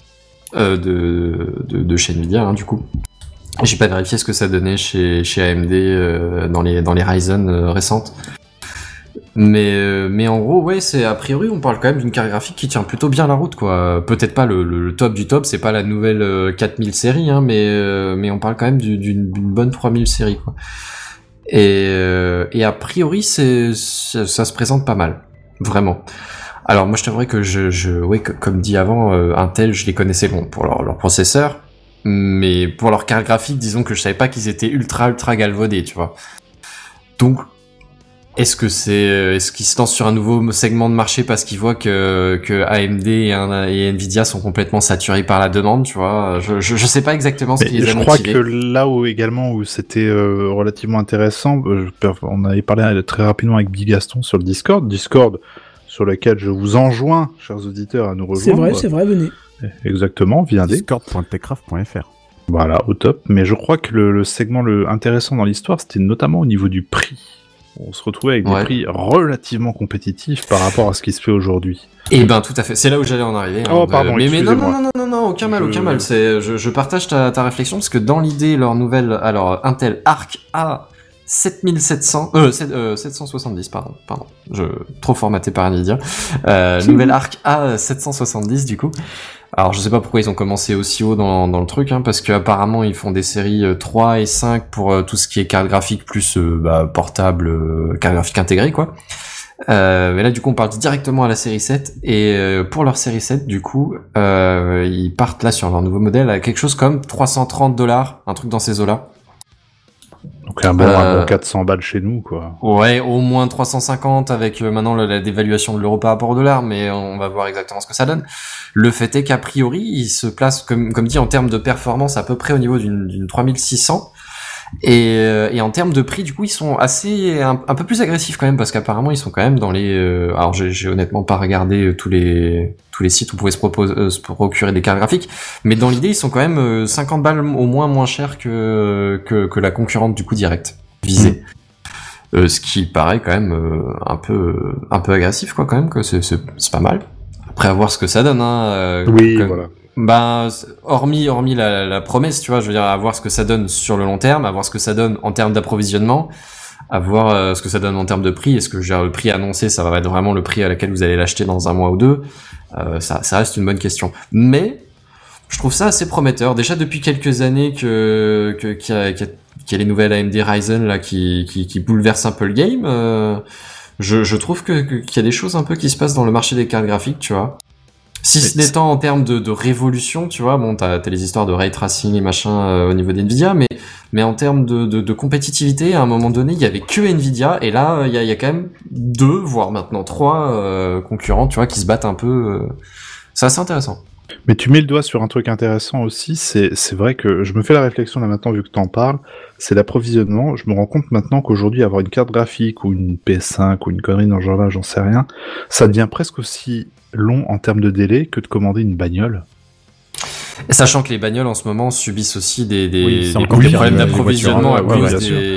de chez Nvidia, hein, du coup. J'ai pas vérifié ce que ça donnait chez AMD dans les Ryzen récentes. Mais en gros, ouais, c'est a priori, on parle quand même d'une carte graphique qui tient plutôt bien la route, quoi. Peut-être pas le top du top, c'est pas la nouvelle 4000 série, hein, mais on parle quand même d'une bonne 3000 série, quoi. Et a priori, ça se présente pas mal, vraiment. Alors moi, je t'avouerais que ouais, comme dit avant, Intel, je les connaissais bon pour leur processeur, mais pour leur carte graphique, disons que je savais pas qu'ils étaient ultra galvaudés, tu vois. Donc est-ce qu'ils se lancent sur un nouveau segment de marché parce qu'ils voient que AMD et Nvidia sont complètement saturés par la demande, tu vois? Je sais pas exactement ce qui les a motivés. Je crois que là où c'était relativement intéressant, on avait parlé très rapidement avec Big Gaston sur le Discord sur lequel je vous enjoins, chers auditeurs, à nous rejoindre. C'est vrai, venez. Exactement, viendez. Discord.techcraft.fr. Voilà, au top. Mais je crois que le segment intéressant dans l'histoire, c'était notamment au niveau du prix. On se retrouvait avec des prix relativement compétitifs par rapport à ce qui se fait aujourd'hui. Eh ben, tout à fait. C'est là où j'allais en arriver. Oh, pardon, mais non, aucun mal. Je partage ta réflexion parce que dans l'idée, leur nouvelle, alors, Intel Arc A770, pardon. Trop formaté par Nvidia. Nouvelle Arc A770, du coup. Alors, je sais pas pourquoi ils ont commencé aussi haut dans le truc, hein, parce qu'apparemment, ils font des séries 3 et 5 pour tout ce qui est carte graphique plus portable, carte graphique intégrée, quoi. Mais là, du coup, on parle directement à la série 7, et pour leur série 7, du coup, ils partent là sur leur nouveau modèle à quelque chose comme $330, un truc dans ces eaux-là. Donc un bon 400 balles chez nous, quoi. Ouais, au moins 350 avec maintenant la dévaluation de l'euro par rapport au dollar, mais on va voir exactement ce que ça donne. Le fait est qu'a priori, il se place, comme dit, en termes de performance à peu près au niveau d'une 3600. Et en termes de prix, du coup, ils sont un peu plus agressifs quand même, parce qu'apparemment, ils sont quand même dans les... alors, j'ai honnêtement pas regardé tous les sites où on pouvait se procurer des cartes graphiques, mais dans l'idée, ils sont quand même 50 balles au moins chers que la concurrente, du coup, directe, visée. Ce qui paraît quand même un peu agressif, quoi, quand même, que c'est pas mal. Après, à voir ce que ça donne, hein. Voilà. Bah, hormis la promesse, tu vois, je veux dire, à voir ce que ça donne sur le long terme, à voir ce que ça donne en termes d'approvisionnement, à voir ce que ça donne en termes de prix. Est-ce que le prix annoncé, ça va être vraiment le prix à laquelle vous allez l'acheter dans un mois ou deux? Ça reste une bonne question. Mais je trouve ça assez prometteur. Déjà depuis quelques années qu'il y a les nouvelles AMD Ryzen là qui bouleversent un peu le game. Je trouve qu'il y a des choses un peu qui se passent dans le marché des cartes graphiques, tu vois. Si ce n'est tant en termes de révolution, tu vois, bon, t'as les histoires de ray tracing et machin au niveau d'NVIDIA, mais en termes de compétitivité, à un moment donné, il y avait que NVIDIA, et là, il y a quand même 2, voire maintenant 3 concurrents, tu vois, qui se battent un peu. C'est assez intéressant. Mais tu mets le doigt sur un truc intéressant aussi, c'est vrai que je me fais la réflexion là maintenant vu que t'en parles, c'est l'approvisionnement. Je me rends compte maintenant qu'aujourd'hui avoir une carte graphique ou une PS5 ou une connerie dans ce genre-là, j'en sais rien, ça devient presque aussi long en termes de délai que de commander une bagnole. Et sachant que les bagnoles en ce moment subissent aussi des problèmes d'approvisionnement à cause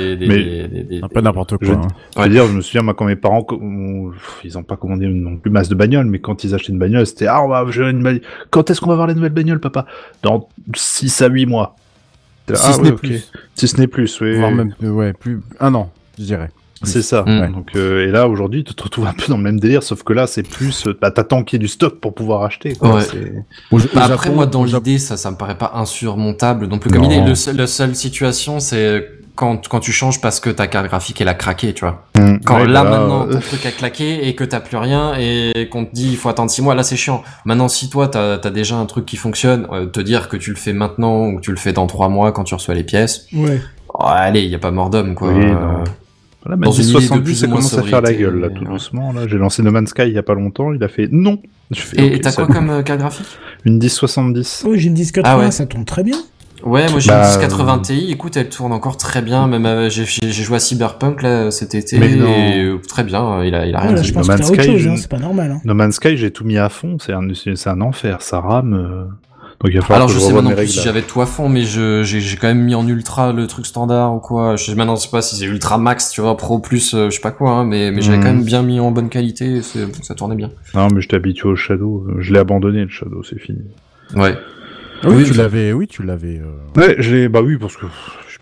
des un peu n'importe quoi. Je veux dire, je me souviens moi quand mes parents ils ont pas commandé non plus masse de bagnoles, mais quand ils achetaient une bagnole, c'était on va acheter une bagnole. Quand est-ce qu'on va avoir les nouvelles bagnoles, papa? Dans 6 à 8 mois. Si ce n'est plus. Si ce n'est plus, oui. Voire même plus 1 an, je dirais. C'est ça. Ouais. Donc et là aujourd'hui, tu te retrouves un peu dans le même délire, sauf que là c'est plus t'attends qu'il y ait du stock pour pouvoir acheter. Quoi. Ouais. Après moi dans l'idée ça me paraît pas insurmontable non plus comme idée. La seule situation c'est quand tu changes parce que ta carte graphique elle a craqué, tu vois. Maintenant ton truc a claqué et que t'as plus rien et qu'on te dit il faut attendre 6 mois, là c'est chiant. Maintenant si toi t'as déjà un truc qui fonctionne, te dire que tu le fais maintenant ou que tu le fais dans 3 mois quand tu reçois les pièces. Ouais. Allez, y a pas mort d'homme quoi. Oui, voilà, dans 1070, ça commence à faire la gueule, là, tout doucement. Là, j'ai lancé No Man's Sky il y a pas longtemps, il a fait non. Et t'as quoi comme carte graphique? Une 1070. Oui, j'ai une 1080, ça tourne très bien. Ouais, moi j'ai une 1080 Ti, écoute, elle tourne encore très bien, même j'ai joué à Cyberpunk là cet été, et très bien, il a rien dit. Je pense que t'as autre chose, c'est pas normal. Hein. No Man's Sky, j'ai tout mis à fond, c'est un enfer, ça rame. Donc, il va falloir alors je sais pas non plus si j'avais tout à fond, mais j'ai quand même mis en ultra le truc standard ou quoi. Maintenant je sais pas si c'est ultra max, tu vois, pro plus, je sais pas quoi, hein, mais j'avais quand même bien mis en bonne qualité, ça tournait bien. Non mais je t'ai habitué au Shadow, je l'ai abandonné le Shadow, c'est fini. Ouais. Oui, tu l'avais. Ouais, oui parce que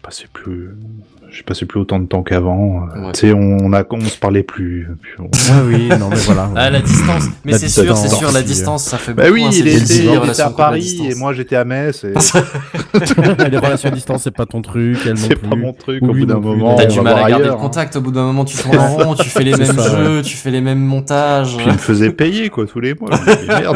j'ai passé plus autant de temps qu'avant. Ouais. Tu sais, on se parlait plus. Oui, non mais voilà. Ah, la distance. Mais c'est sûr, la distance, ça fait beaucoup. Oui, il était à Paris et moi j'étais à Metz. Et... Les relations à distance, c'est pas ton truc. C'est pas mon truc. Au bout d'un moment, t'as du mal à garder le contact. Au bout d'un moment, tu tournes en rond, tu fais les mêmes jeux, tu fais les mêmes montages. Puis il me faisait payer quoi tous les mois. Merde.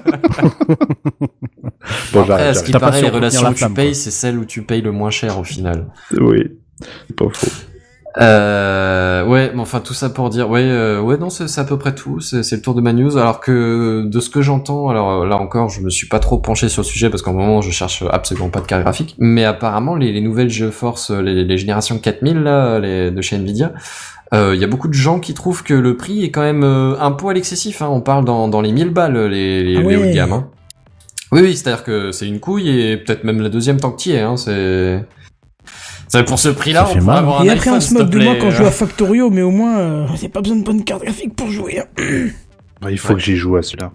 Après, ce qui paraît, les relations où tu payes, c'est celles où tu payes le moins cher au final. Oui. C'est pas faux. Ouais, mais enfin tout ça pour dire, non, c'est à peu près tout. C'est le tour de ma news. Alors que de ce que j'entends, alors là encore, je me suis pas trop penché sur le sujet parce qu'en moment je cherche absolument pas de carte graphique. Mais apparemment les nouvelles GeForce, les générations 4000 là, de chez Nvidia, y a beaucoup de gens qui trouvent que le prix est quand même un poil excessif. Hein. On parle dans les 1000 balles les haut de gamme. Hein. Oui, c'est-à-dire que c'est une couille et peut-être même la deuxième tant que t'y es. Hein, c'est pour ce prix-là, on pourrait avoir un iPhone. Et après, on se moque de moi quand je joue à Factorio, mais au moins, j'ai pas besoin de bonne carte graphique pour jouer. Hein. Il faut que j'y joue à celui-là.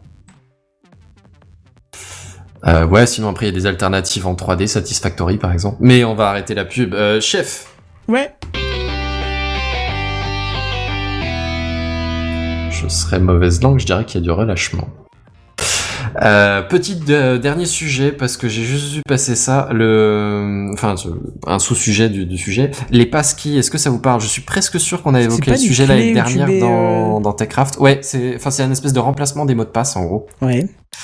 Sinon après, il y a des alternatives en 3D, Satisfactory par exemple. Mais on va arrêter la pub. Chef. Ouais. Je serais mauvaise langue, je dirais qu'il y a du relâchement. Petit dernier sujet parce que j'ai juste vu passer ça, un sous-sujet du sujet. Les passkeys, est-ce que ça vous parle? Je suis presque sûr qu'on a évoqué le sujet l'année dernière dans TechCraft. Ouais, c'est un espèce de remplacement des mots de passe en gros. Ouais.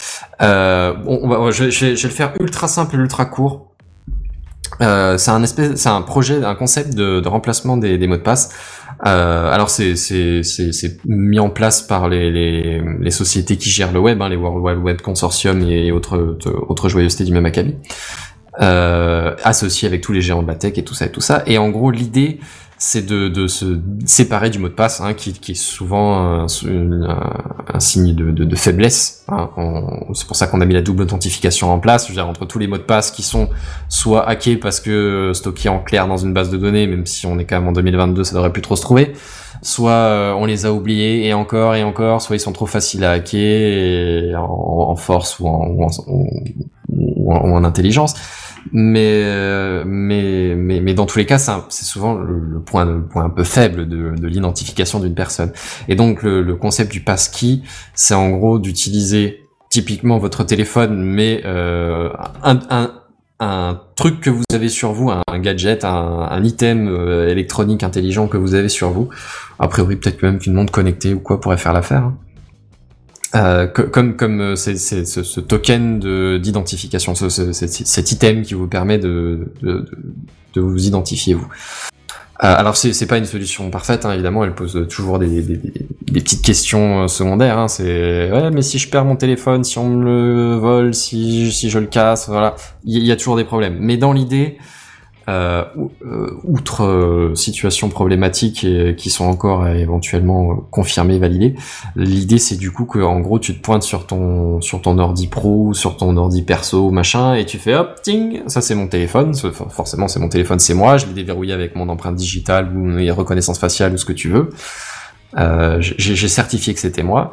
Je vais le faire ultra simple et ultra court. C'est un projet, un concept de remplacement des mots de passe. Alors c'est mis en place par les sociétés qui gèrent le web, hein, les World Wide Web Consortium et autres joyeusetés du même acabit, associés avec tous les géants de la tech et tout ça. Et en gros l'idée c'est de se séparer du mot de passe, hein, qui est souvent un signe de faiblesse. Hein. C'est pour ça qu'on a mis la double authentification en place. Je veux dire, entre tous les mots de passe qui sont soit hackés parce que stockés en clair dans une base de données, même si on est quand même en 2022, ça devrait plus trop se trouver. Soit on les a oubliés et encore, soit ils sont trop faciles à hacker et en force ou en intelligence. Mais dans tous les cas, c'est souvent le point un peu faible de l'identification d'une personne. Et donc le concept du passkey, c'est en gros d'utiliser typiquement votre téléphone, mais un truc que vous avez sur vous, un gadget, un item électronique intelligent que vous avez sur vous. A priori, peut-être même qu'une montre connectée ou quoi pourrait faire l'affaire. comme c'est ce token d'identification, cet item qui vous permet de vous identifier vous. Alors c'est pas une solution parfaite, hein, évidemment, elle pose toujours des petites questions secondaires. Hein, c'est ouais, mais si je perds mon téléphone, si on me le vole, si je le casse, voilà, il y a toujours des problèmes. Mais dans l'idée, outre situations problématiques et qui sont encore éventuellement confirmées, validées, l'idée c'est du coup que en gros tu te pointes sur ton ordi pro, sur ton ordi perso, machin, et tu fais hop, ting, ça c'est mon téléphone, forcément c'est mon téléphone, c'est moi, je l'ai déverrouillé avec mon empreinte digitale ou une reconnaissance faciale ou ce que tu veux, j'ai certifié que c'était moi.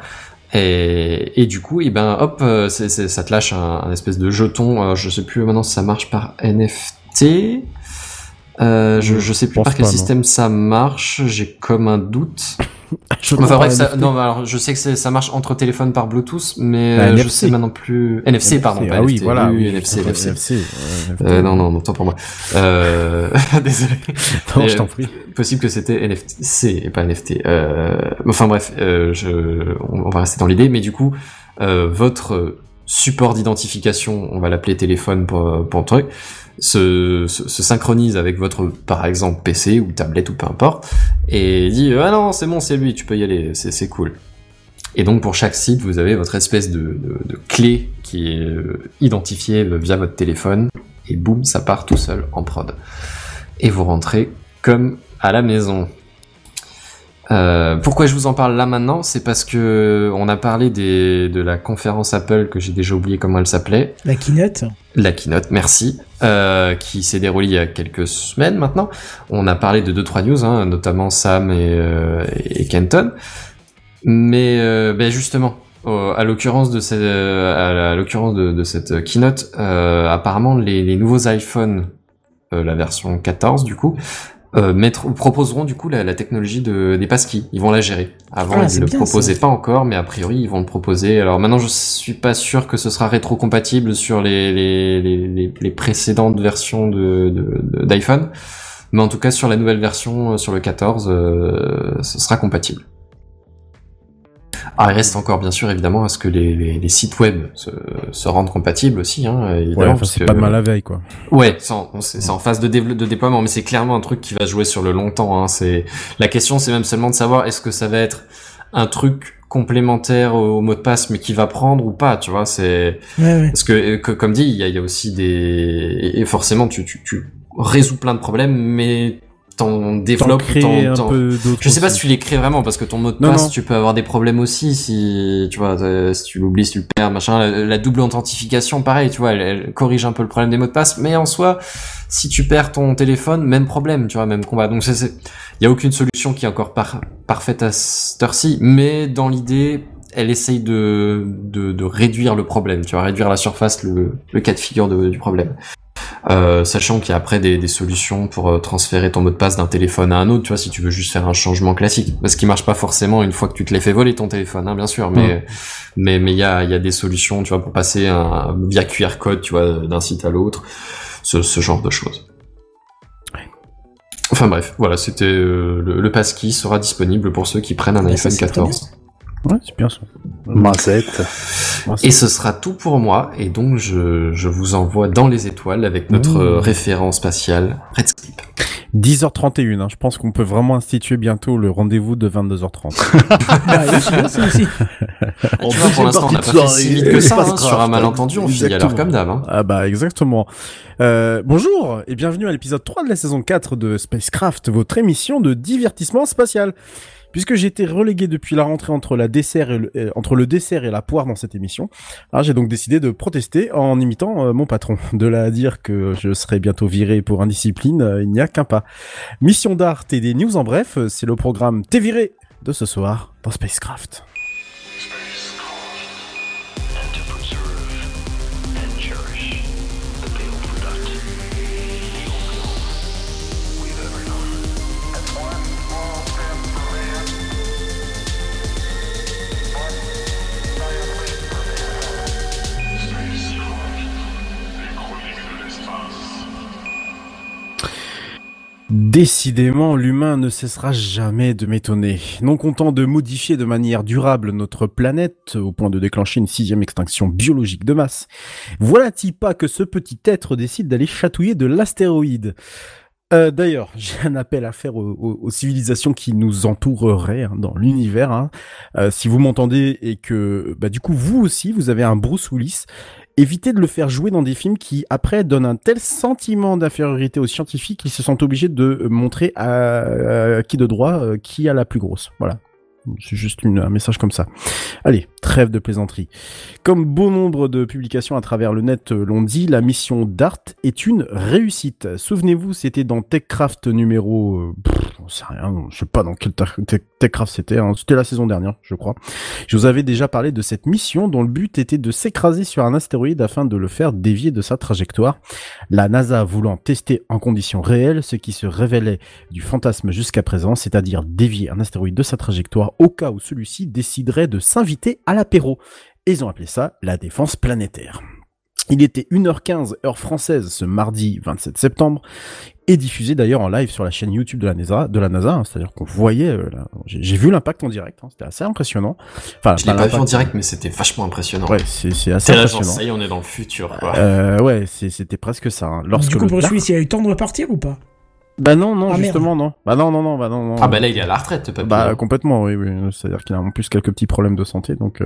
Et du coup, hop, ça te lâche un espèce de jeton, je sais plus maintenant si ça marche par NFT. Je sais plus par quel système ça marche, j'ai comme un doute. Enfin bref, non, alors je sais que ça marche entre téléphones par Bluetooth, mais je sais maintenant plus. NFC, pardon. Pas oui, NFT, voilà. Oui, NFC. Non, tant pour moi. Désolé. Non, je t'en prie. Possible que c'était NFC et pas NFT. Enfin bref, on va rester dans l'idée, mais du coup, votre support d'identification, on va l'appeler téléphone pour le truc, se synchronise avec votre, par exemple, PC ou tablette ou peu importe, et dit ah non c'est bon, c'est lui, tu peux y aller, c'est cool. Et donc pour chaque site vous avez votre espèce de clé qui est identifiée via votre téléphone, et boum, ça part tout seul en prod et vous rentrez comme à la maison. Pourquoi je vous en parle là maintenant, c'est parce que on a parlé de la conférence Apple, que j'ai déjà oublié comment elle s'appelait. La keynote, merci, qui s'est déroulée il y a quelques semaines maintenant. On a parlé de 2-3 news, hein, notamment Sam et Kenton. Mais justement, à l'occurrence de cette keynote, apparemment les nouveaux iPhones, la version 14 du coup, proposeront du coup la technologie des passkeys. Ils vont la gérer. Avant, ils ne le proposaient pas encore, mais a priori, ils vont le proposer. Alors maintenant, je suis pas sûr que ce sera rétro-compatible sur les précédentes versions d'iPhone, mais en tout cas, sur la nouvelle version, sur le 14, ce sera compatible. Ah, il reste encore, bien sûr, évidemment, à ce que les sites web se rendent compatibles aussi, hein, évidemment. Ouais, enfin, c'est pas de mal la veille, quoi. Ouais, c'est en phase de déploiement, mais c'est clairement un truc qui va jouer sur le long temps, hein. La question, c'est même seulement de savoir est-ce que ça va être un truc complémentaire au mot de passe, mais qui va prendre ou pas, tu vois, parce que, comme dit, il y a aussi et forcément, tu résous plein de problèmes, mais t'en développes, je sais pas si tu les crées vraiment, parce que ton mot de passe, tu peux avoir des problèmes aussi, si tu vois, si tu l'oublies, si tu le perds, machin. La double authentification, pareil, tu vois, elle corrige un peu le problème des mots de passe, mais en soi, si tu perds ton téléphone, même problème, tu vois, même combat. Donc il y a aucune solution qui est encore parfaite à cette heure-ci, mais dans l'idée, elle essaye de réduire le problème, tu vois, réduire la surface, le cas de figure du problème. Sachant qu'il y a après des solutions pour transférer ton mot de passe d'un téléphone à un autre, tu vois, si tu veux juste faire un changement classique, parce qu'il marche pas forcément une fois que tu te l'as fait voler ton téléphone, hein, bien sûr, mais il y a des solutions, tu vois, pour passer via QR code, tu vois, d'un site à l'autre, ce genre de choses. Enfin bref, voilà, c'était le passkey sera disponible pour ceux qui prennent un iPhone 14. Ouais, c'est bien ça. Mazette. Et ce sera tout pour moi, et donc je vous envoie dans les étoiles avec notre référent spatial Redscape. 10h31, hein. Je pense qu'on peut vraiment instituer bientôt le rendez-vous de 22h30. C'est aussi. Tu vois, pour l'instant, on n'a pas fait si vite que ça, hein, sur un malentendu, on finit à l'heure comme d'hab. Hein. Ah bah, exactement. Bonjour, et bienvenue à l'épisode 3 de la saison 4 de Spacecraft, votre émission de divertissement spatial. Puisque j'ai été relégué depuis la rentrée entre le dessert et la poire dans cette émission, alors j'ai donc décidé de protester en imitant mon patron. De là à dire que je serai bientôt viré pour indiscipline, il n'y a qu'un pas. Mission d'art et des news en bref, c'est le programme T'es viré de ce soir dans Spacecraft. Décidément, l'humain ne cessera jamais de m'étonner. Non content de modifier de manière durable notre planète, au point de déclencher une 6e extinction biologique de masse, voilà-t-il pas que ce petit être décide d'aller chatouiller de l'astéroïde. D'ailleurs, j'ai un appel à faire aux civilisations qui nous entoureraient dans l'univers. Si vous m'entendez et que, du coup, vous aussi, vous avez un Bruce Willis, évitez de le faire jouer dans des films qui, après, donnent un tel sentiment d'infériorité aux scientifiques qu'ils se sentent obligés de montrer à qui de droit qui a la plus grosse. Voilà. C'est juste un message comme ça. Allez, trêve de plaisanterie. Comme bon nombre de publications à travers le net l'ont dit, la mission DART est une réussite. Souvenez-vous, c'était dans TechCraft numéro... je sais rien, je sais pas dans quel TechCraft c'était, c'était la saison dernière, je crois. Je vous avais déjà parlé de cette mission dont le but était de s'écraser sur un astéroïde afin de le faire dévier de sa trajectoire. La NASA voulant tester en conditions réelles ce qui se révélait du fantasme jusqu'à présent, c'est-à-dire dévier un astéroïde de sa trajectoire au cas où celui-ci déciderait de s'inviter à l'apéro. Et ils ont appelé ça la défense planétaire. Il était 1h15 heure française ce mardi 27 septembre et diffusé d'ailleurs en live sur la chaîne YouTube de la NASA, c'est-à-dire qu'on voyait, j'ai vu l'impact en direct, c'était assez impressionnant. Enfin, je l'ai pas vu en direct, mais c'était vachement impressionnant. Ouais, c'est assez impressionnant. Ça y est, on est dans le futur, quoi. Ouais, c'était presque ça. Du coup, Bruce Willis, il a eu le temps de repartir ou pas? Non, justement, non. Non. Ah là, il est à la retraite, papy. Complètement, oui. C'est-à-dire qu'il a en plus quelques petits problèmes de santé, donc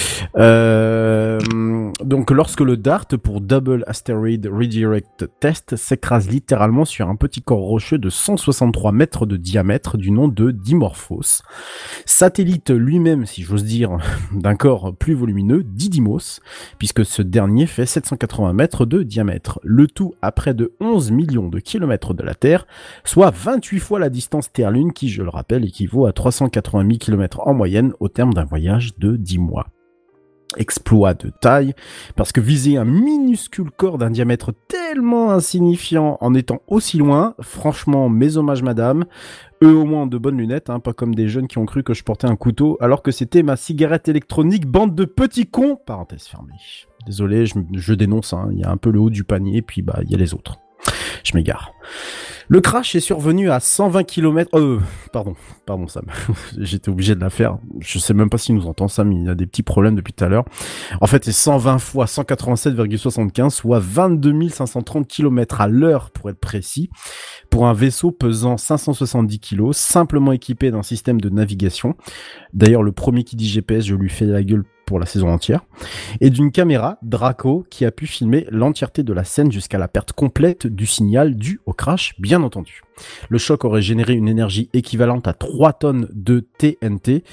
lorsque le DART pour Double Asteroid Redirect Test s'écrase littéralement sur un petit corps rocheux de 163 mètres de diamètre du nom de Dimorphos, satellite lui-même, si j'ose dire, d'un corps plus volumineux, Didymos, puisque ce dernier fait 780 mètres de diamètre, le tout à près de 11 millions de kilomètres de la Terre, soit 28 fois la distance Terre-Lune qui, je le rappelle, équivaut à 380 000 km en moyenne au terme d'un voyage de 10 mois. Exploit de taille, parce que viser un minuscule corps d'un diamètre tellement insignifiant en étant aussi loin, franchement, mes hommages madame, eux au moins ont de bonnes lunettes, pas comme des jeunes qui ont cru que je portais un couteau alors que c'était ma cigarette électronique, bande de petits cons, parenthèse fermée. Désolé, je dénonce, il y a un peu le haut du panier, puis il y a les autres. Je m'égare. Le crash est survenu à 120 km... Pardon Sam, j'étais obligé de la faire. Je sais même pas s'il nous entend Sam, il a des petits problèmes depuis tout à l'heure. En fait, c'est 120 fois 187,75, soit 22 530 km à l'heure pour être précis, pour un vaisseau pesant 570 kg, simplement équipé d'un système de navigation. D'ailleurs, le premier qui dit GPS, je lui fais la gueule pour la saison entière, et d'une caméra Draco qui a pu filmer l'entièreté de la scène jusqu'à la perte complète du signal dû au crash, bien entendu. Le choc aurait généré une énergie équivalente à 3 tonnes de TNT.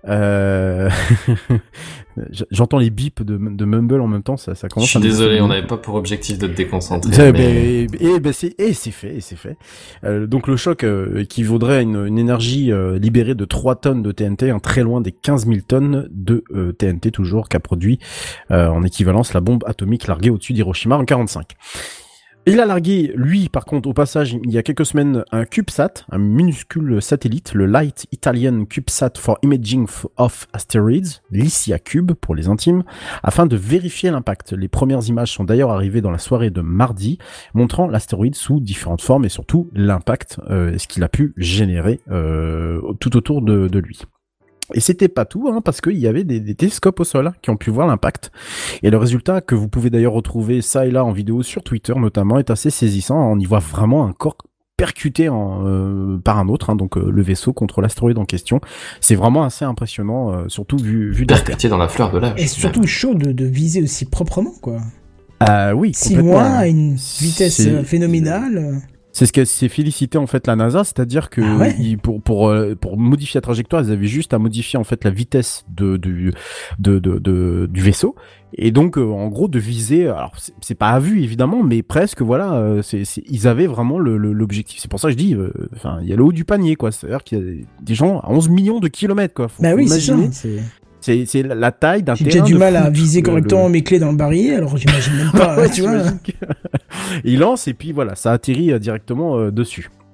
J'entends les bips de Mumble en même temps, ça commence. Je suis désolé, on n'avait pas pour objectif de te déconcentrer. C'est fait. Donc le choc équivaudrait à une énergie libérée de 3 tonnes de TNT, très loin des 15 000 tonnes de TNT toujours qu'a produit en équivalence la bombe atomique larguée au-dessus d'Hiroshima en 1945. Il a largué, lui, par contre, au passage, il y a quelques semaines, un CubeSat, un minuscule satellite, le Light Italian CubeSat for Imaging of Asteroids, Lycia Cube pour les intimes, afin de vérifier l'impact. Les premières images sont d'ailleurs arrivées dans la soirée de mardi, montrant l'astéroïde sous différentes formes et surtout l'impact, ce qu'il a pu générer tout autour de lui. Et c'était pas tout, parce qu'il y avait des télescopes au sol qui ont pu voir l'impact. Et le résultat, que vous pouvez d'ailleurs retrouver ça et là en vidéo sur Twitter notamment, est assez saisissant. On y voit vraiment un corps percuté par un autre, donc le vaisseau contre l'astéroïde en question. C'est vraiment assez impressionnant, surtout vu de la Terre. Percuté dans la fleur de l'âge. Et surtout chaud de viser aussi proprement, quoi. Oui, si loin, à une vitesse phénoménale. C'est ce qu'elle s'est félicité en fait la NASA, c'est-à-dire que pour modifier la trajectoire, ils avaient juste à modifier en fait la vitesse du vaisseau, et donc en gros de viser. Alors c'est pas à vue évidemment, mais presque voilà. Ils avaient vraiment l'objectif. C'est pour ça que je dis, il y a le haut du panier quoi. C'est-à-dire qu'il y a des gens à 11 millions de kilomètres quoi. Faut imaginer. C'est la taille d'un terrain. J'ai du mal à viser correctement mes clés dans le barillet, alors j'imagine même pas, tu vois. Il lance et puis voilà, ça atterrit directement dessus.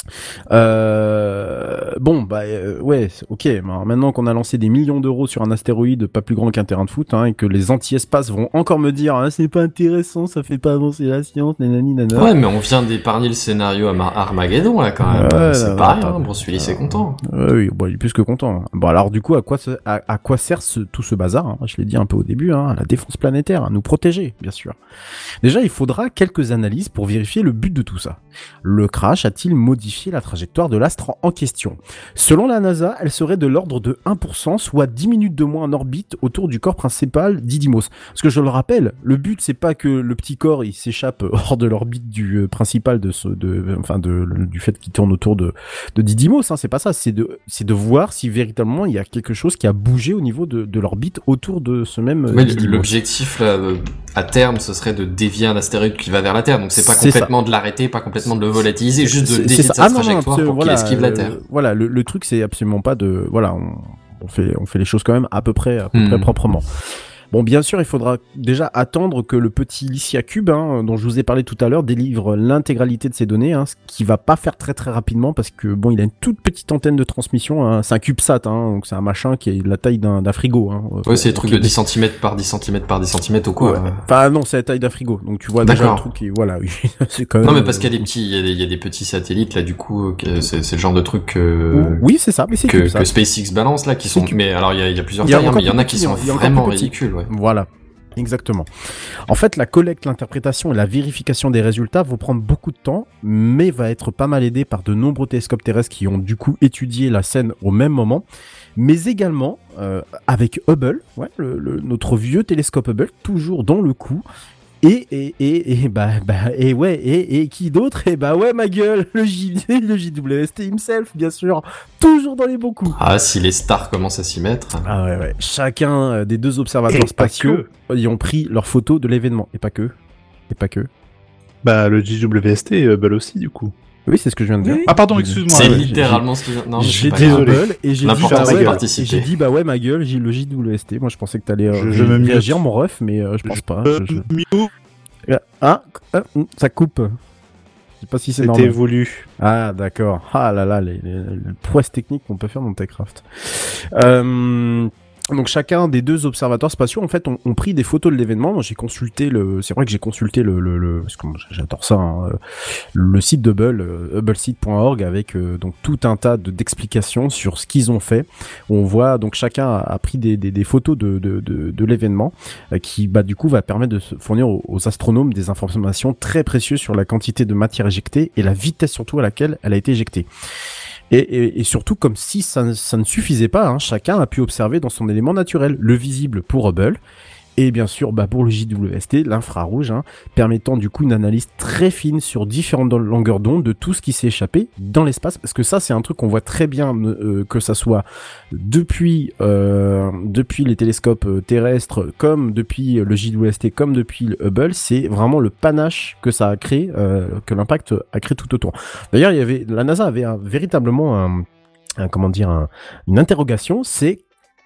Bon, ouais, ok. Alors, maintenant qu'on a lancé des millions d'euros sur un astéroïde pas plus grand qu'un terrain de foot, et que les anti-espaces vont encore me dire, c'est pas intéressant, ça fait pas avancer la science, nanani, nanana. Ouais, mais on vient d'épargner le scénario à Armageddon, là, quand même. C'est pas rien, Bruce Willis est content. Oui, bon, il est plus que content. Bon, alors, du coup, à quoi sert tout ce bazar, je l'ai dit un peu au début, à la défense planétaire, à nous protéger, bien sûr. Déjà, il faudra quelques analyses pour vérifier le but de tout ça. Le crash a-t-il modifié la trajectoire de l'astre en question? Selon la NASA, elle serait de l'ordre de 1%, soit 10 minutes de moins en orbite autour du corps principal Didymos. Parce que je le rappelle, le but c'est pas que le petit corps il s'échappe hors de l'orbite du principal du fait qu'il tourne autour de Didymos, c'est pas ça, c'est de voir si véritablement il y a quelque chose qui a bougé au niveau de l'orbite autour de ce même Didymos. L'objectif là, à terme, ce serait de dévier un astéroïde qui va vers la Terre. Donc c'est pas complètement de l'arrêter, pas complètement de le volatiliser, juste de dévier sa trajectoire pour qu'il esquive la Terre. Voilà, le truc c'est absolument pas de on fait les choses quand même à peu près proprement. Bon, bien sûr, il faudra déjà attendre que le petit Lycia Cube, dont je vous ai parlé tout à l'heure, délivre l'intégralité de ses données, ce qui va pas faire très très rapidement parce que bon, il a une toute petite antenne de transmission, c'est un CubeSat, donc c'est un machin qui est de la taille d'un frigo. Ouais, c'est des trucs de 10 cm par 10 cm par 10 cm ou quoi. Ouais. Enfin non, c'est la taille d'un frigo, donc tu vois déjà le truc qui, voilà, oui, c'est quand même. Non mais parce qu'il y a des petits, il y a des petits satellites là, du coup, c'est le genre de truc oui, c'est ça, mais c'est que SpaceX balance là, qui sont. Mais alors il y a plusieurs tailles, mais il y en a qui sont vraiment ridicules. Ouais. Voilà. Exactement. En fait, la collecte, l'interprétation et la vérification des résultats vont prendre beaucoup de temps, mais va être pas mal aidé par de nombreux télescopes terrestres qui ont du coup étudié la scène au même moment, mais également avec Hubble, notre vieux télescope Hubble, toujours dans le coup. Et qui d'autre? Ma gueule, le JWST himself, bien sûr, toujours dans les bons coups. Ah, si les stars commencent à s'y mettre. Ah ouais. Chacun des deux observateurs spatiaux y ont pris leurs photos de l'événement. Et pas que. Le JWST, Hubble aussi, du coup. Oui, c'est ce que je viens de dire. Ah pardon, excuse-moi. C'est littéralement ce que je viens de dire. J'ai dit Hubble et j'ai dit ma gueule, j'ai le JWST. Moi, je pensais que t'allais réagir, mon ref, mais je pense pas. Ça coupe. Je sais pas si c'est normal. C'était voulu. Ah, d'accord. Ah là là, les prouesses techniques qu'on peut faire dans Techcraft. Donc chacun des deux observateurs spatiaux en fait ont pris des photos de l'événement. J'ai consulté c'est vrai que j'ai consulté parce que j'adore ça, le site d'Hubble, hubblesite.org, avec donc tout un tas d'explications sur ce qu'ils ont fait. On voit donc chacun a pris des photos de l'événement qui du coup va permettre de fournir aux astronomes des informations très précieuses sur la quantité de matière éjectée et la vitesse surtout à laquelle elle a été éjectée. Et surtout, comme si ça ne suffisait pas, chacun a pu observer dans son élément naturel le visible pour Hubble, et bien sûr pour le JWST, l'infrarouge, permettant du coup une analyse très fine sur différentes longueurs d'onde de tout ce qui s'est échappé dans l'espace, parce que ça c'est un truc qu'on voit très bien, que ça soit depuis les télescopes terrestres, comme depuis le JWST, comme depuis le Hubble, c'est vraiment le panache que ça a créé, que l'impact a créé tout autour. D'ailleurs, la NASA avait véritablement une interrogation, c'est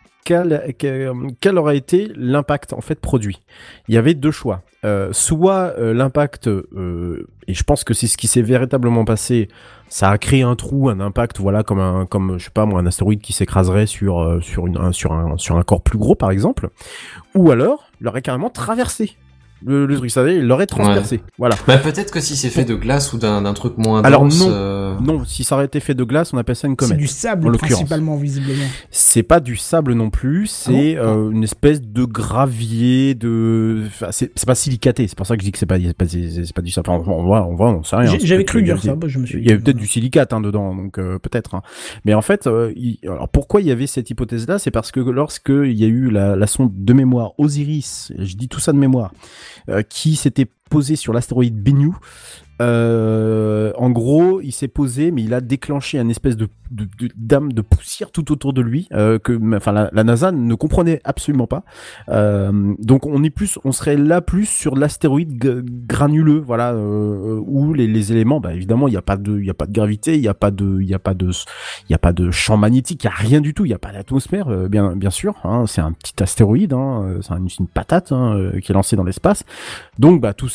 quel aurait été l'impact en fait produit. Il y avait deux choix. Soit l'impact, et je pense que c'est ce qui s'est véritablement passé, ça a créé un trou, un impact, comme je sais pas moi, un astéroïde qui s'écraserait sur un corps plus gros par exemple, ou alors il aurait carrément traversé le truc, ça il l'aurait transpercé. Ouais. Voilà. Peut-être que si c'est fait de glace ou d'un truc moins dense. Alors non, si ça aurait été fait de glace, on appelle ça une comète. C'est du sable principalement, visiblement. C'est pas du sable non plus, c'est une espèce de gravier, c'est pas silicaté, c'est pour ça que je dis que c'est pas du sable. Enfin, on sait rien. J'avais cru dire ça, je me suis. Il y avait peut-être du silicate dedans, donc peut-être. Mais en fait, alors pourquoi il y avait cette hypothèse-là, c'est parce que lorsque il y a eu la sonde de mémoire Osiris, je dis tout ça de mémoire, qui s'était posé sur l'astéroïde Bennu. En gros, il s'est posé, mais il a déclenché une espèce de dame de poussière tout autour de lui, la NASA ne comprenait absolument pas. Donc on serait là plus sur l'astéroïde granuleux, où les éléments, évidemment, il y a pas de gravité, il y a pas de champ magnétique, il y a rien du tout, il y a pas d'atmosphère, bien sûr. C'est un petit astéroïde, c'est une patate qui est lancée dans l'espace. Donc tous ces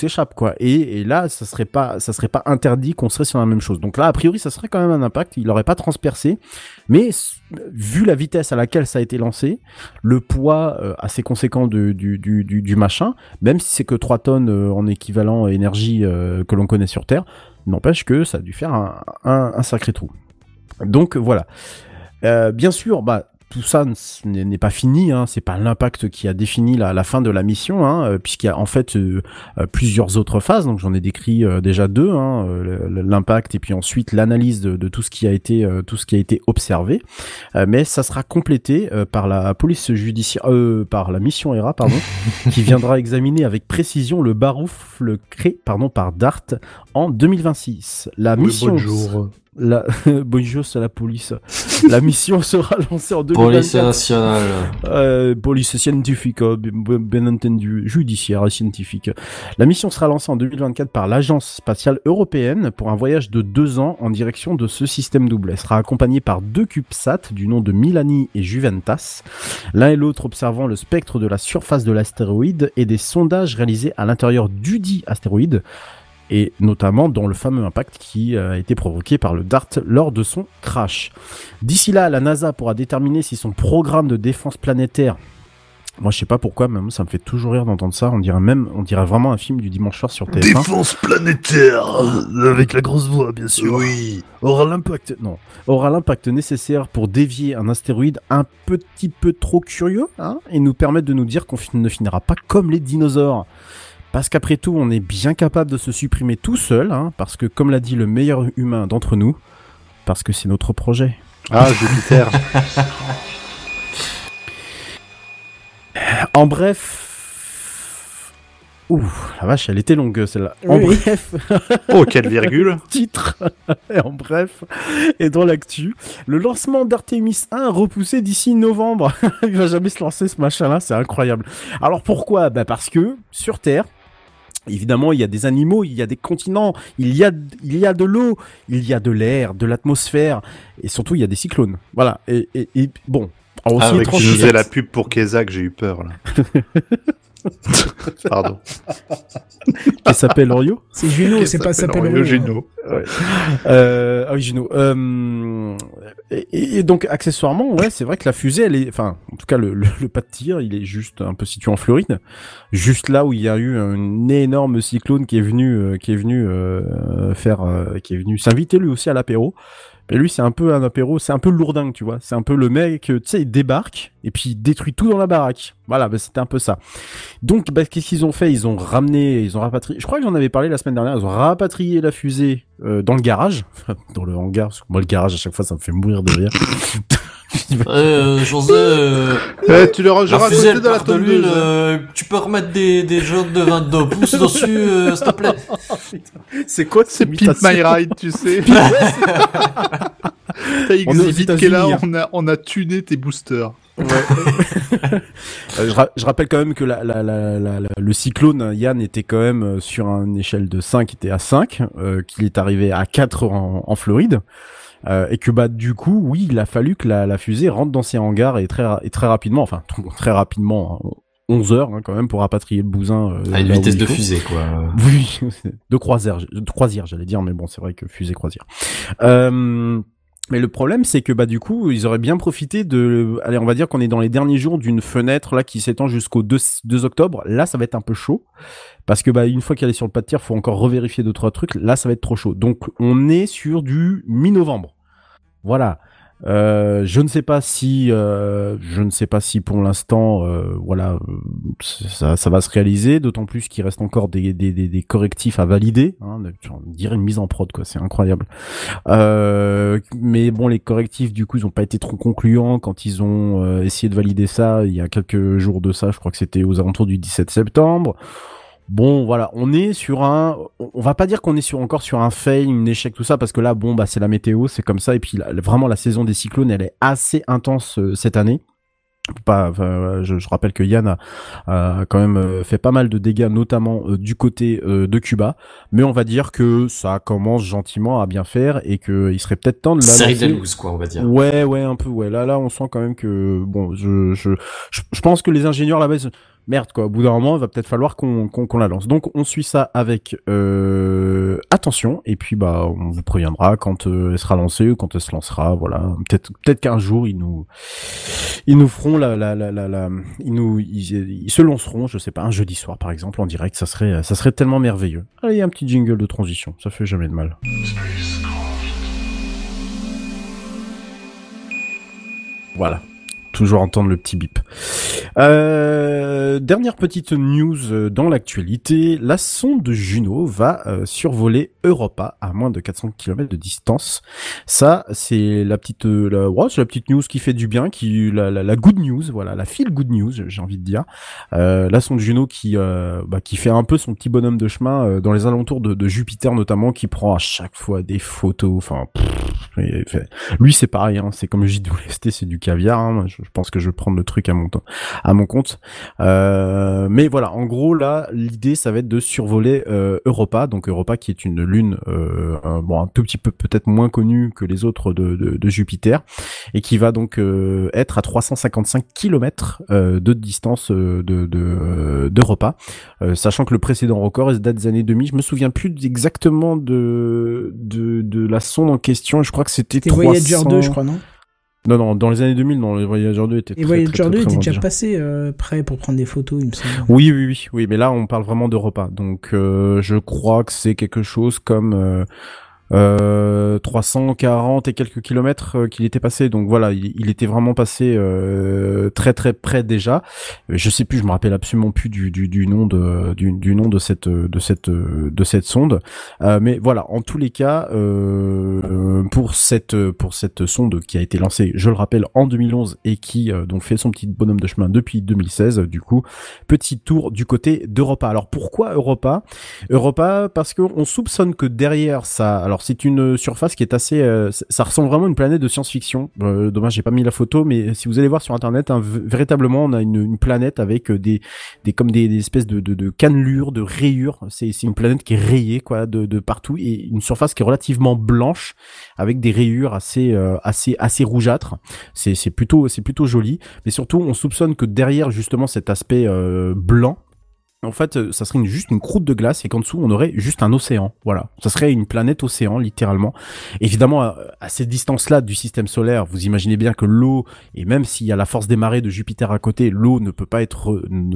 s'échappe, quoi. Et là, ça serait pas interdit qu'on serait sur la même chose. Donc là, a priori, ça serait quand même un impact. Il n'aurait pas transpercé, mais vu la vitesse à laquelle ça a été lancé, le poids assez conséquent du machin, même si c'est que 3 tonnes en équivalent énergie que l'on connaît sur Terre, n'empêche que ça a dû faire un sacré trou. Donc voilà. Bien sûr, tout ça n'est pas fini, hein. C'est pas l'impact qui a défini la fin de la mission, hein, puisqu'il y a en fait plusieurs autres phases. Donc j'en ai décrit déjà 2, hein, l'impact et puis ensuite l'analyse de tout ce qui a été observé. Mais ça sera complété par la police judiciaire, par la mission Hera, pardon, qui viendra examiner avec précision le baroufle créé par DART en 2026. La mission. Bonjour. Bonjour, c'est la police. La mission sera lancée en 2024. Police nationale. Police scientifique, bien entendu, judiciaire et scientifique. La mission sera lancée en 2024 par l'Agence spatiale européenne pour un voyage de 2 ans en direction de ce système double. Elle sera accompagnée par 2 CubeSats du nom de Milani et Juventas, l'un et l'autre observant le spectre de la surface de l'astéroïde et des sondages réalisés à l'intérieur dudit astéroïde, et notamment dans le fameux impact qui a été provoqué par le DART lors de son crash. D'ici là, la NASA pourra déterminer si son programme de défense planétaire, moi je sais pas pourquoi, mais ça me fait toujours rire d'entendre ça, on dirait vraiment un film du dimanche soir sur TF1. Défense planétaire, avec la grosse voix bien sûr. Oui. Aura l'impact nécessaire pour dévier un astéroïde un petit peu trop curieux, hein, et nous permettre de nous dire qu'on ne finira pas comme les dinosaures. Parce qu'après tout, on est bien capable de se supprimer tout seul, hein, parce que, comme l'a dit le meilleur humain d'entre nous, parce que c'est notre projet. Ah, Jupiter. En bref... Ouh, la vache, elle était longue, celle-là. Oui. En bref... Oh, quelle virgule. Titre. En bref, et dans l'actu, le lancement d'Artemis 1 repoussé d'ici novembre. Il va jamais se lancer, ce machin-là, c'est incroyable. Alors pourquoi ? Parce que, sur Terre, évidemment, il y a des animaux, il y a des continents, il y a de l'eau, il y a de l'air, de l'atmosphère, et surtout, il y a des cyclones. Voilà, et bon... Avec qui faisait la pub pour Kezak, j'ai eu peur, là. Pardon. Qui s'appelle Orio ? C'est Juno, c'est pas s'appelle Orio. Juno. Ouais. Ah oui, Juno. Et donc, accessoirement, ouais, c'est vrai que la fusée, elle est, enfin, en tout cas, le pas de tir, il est juste un peu situé en Floride. Juste là où il y a eu un énorme cyclone qui est venu s'inviter lui aussi à l'apéro. Mais lui, c'est un peu un apéro, c'est un peu lourdingue, tu vois. C'est un peu le mec, tu sais, il débarque et puis il détruit tout dans la baraque. Voilà, c'était un peu ça. Donc, qu'est-ce qu'ils ont fait ? Ils ont rapatrié. Je crois que j'en avais parlé la semaine dernière. Ils ont rapatrié la fusée dans le garage, dans le hangar. Parce que moi, le garage, à chaque fois, ça me fait mourir de rire. José, tu le rangeras à côté de la tondeuse. Tu peux remettre des jaunes de 22 pouces dessus, s'il te plaît. C'est quoi C'est Pimp My Ride, tu sais. T'as Exhibit qui est là, on a tuné tes boosters. Ouais. Je rappelle quand même que le cyclone, Yann, était quand même sur une échelle de 5, était à 5, qu'il est arrivé à 4 en Floride. Et que du coup, oui, il a fallu que la fusée rentre dans ses hangars et très rapidement, enfin très rapidement, 11 heures quand même pour rapatrier le bousin. À une vitesse de fusée, quoi. Oui, de croisière, j'allais dire, mais bon, c'est vrai que fusée croisière. Mais le problème, c'est que du coup, ils auraient bien profité allez, on va dire qu'on est dans les derniers jours d'une fenêtre là qui s'étend jusqu'au 2 octobre. Là, ça va être un peu chaud parce que une fois qu'elle est sur le pas de tir, faut encore revérifier 2-3 trucs. Là, ça va être trop chaud. Donc, on est sur du mi-novembre. Voilà. Je ne sais pas si pour l'instant, ça va se réaliser. D'autant plus qu'il reste encore des correctifs à valider. Hein, on dirait une mise en prod, quoi. C'est incroyable. Mais bon, les correctifs, du coup, ils ont pas été trop concluants quand ils ont essayé de valider ça. Il y a quelques jours de ça, je crois que c'était aux alentours du 17 septembre. Bon, voilà, on est sur on va pas dire qu'on est encore sur un fail, un échec, tout ça, parce que là, c'est la météo, c'est comme ça, et puis vraiment, la saison des cyclones, elle est assez intense cette année. Je rappelle que Yann a quand même fait pas mal de dégâts, notamment du côté de Cuba, mais on va dire que ça commence gentiment à bien faire, et que il serait peut-être temps de série de la loose, quoi, on va dire. Ouais, un peu, ouais. Là, on sent quand même que, bon, je pense que les ingénieurs là-bas, merde quoi, au bout d'un moment il va peut-être falloir qu'on la lance. Donc on suit ça avec attention, et puis bah on vous préviendra quand elle sera lancée ou quand elle se lancera, voilà. Peut-être qu'un jour ils nous feront ils se lanceront, je sais pas, un jeudi soir par exemple en direct, ça serait tellement merveilleux. Allez, un petit jingle de transition, ça fait jamais de mal. Voilà. Toujours entendre le petit bip. Dernière petite news dans l'actualité, la sonde Juno va survoler Europa à moins de 400 km de distance. Ça, c'est la petite news qui fait du bien, la good news, voilà, la feel good news, j'ai envie de dire. La sonde Juno qui fait un peu son petit bonhomme de chemin dans les alentours de Jupiter notamment, qui prend à chaque fois des photos. Enfin, lui c'est pareil, hein, c'est comme JWST, c'est du caviar. Hein, je pense que je vais prendre le truc à mon compte. Mais voilà, en gros là, l'idée ça va être de survoler Europa, donc Europa qui est une lune un tout petit peu peut-être moins connue que les autres de Jupiter, et qui va donc être à 355 km de distance d'Europa, sachant que le précédent record date des années 2000. Je me souviens plus exactement de la sonde en question. Je crois que c'était 300... Voyager 2, je crois, non? Non, dans les années 2000, non, les Voyager 2 étaient très, Voyager très, très, 2 très était loin déjà déjà. passé prêt pour prendre des photos, il me semble. Oui, mais là, on parle vraiment d'Europa. Donc, je crois que c'est quelque chose comme 340 et quelques kilomètres qu'il était passé. Donc voilà, il était vraiment passé très très près déjà. Je sais plus, je me rappelle absolument plus du nom de cette sonde. Mais voilà, en tous les cas, pour cette sonde qui a été lancée, je le rappelle, en 2011 et qui donc fait son petit bonhomme de chemin depuis 2016. Du coup, petit tour du côté d'Europa. Alors pourquoi Europa parce que on soupçonne que derrière ça, alors c'est une surface qui est assez, ça ressemble vraiment à une planète de science-fiction. Dommage, j'ai pas mis la photo, mais si vous allez voir sur internet, hein, véritablement, on a une planète avec des espèces de cannelures, de rayures. C'est une planète qui est rayée quoi, de partout, et une surface qui est relativement blanche avec des rayures assez rougeâtres. C'est plutôt joli, mais surtout on soupçonne que derrière justement cet aspect blanc, en fait, ça serait juste une croûte de glace, et qu'en dessous, on aurait juste un océan. Voilà. Ça serait une planète océan, littéralement. Évidemment, à cette distance-là du système solaire, vous imaginez bien que l'eau, et même s'il y a la force des marées de Jupiter à côté, l'eau ne peut pas être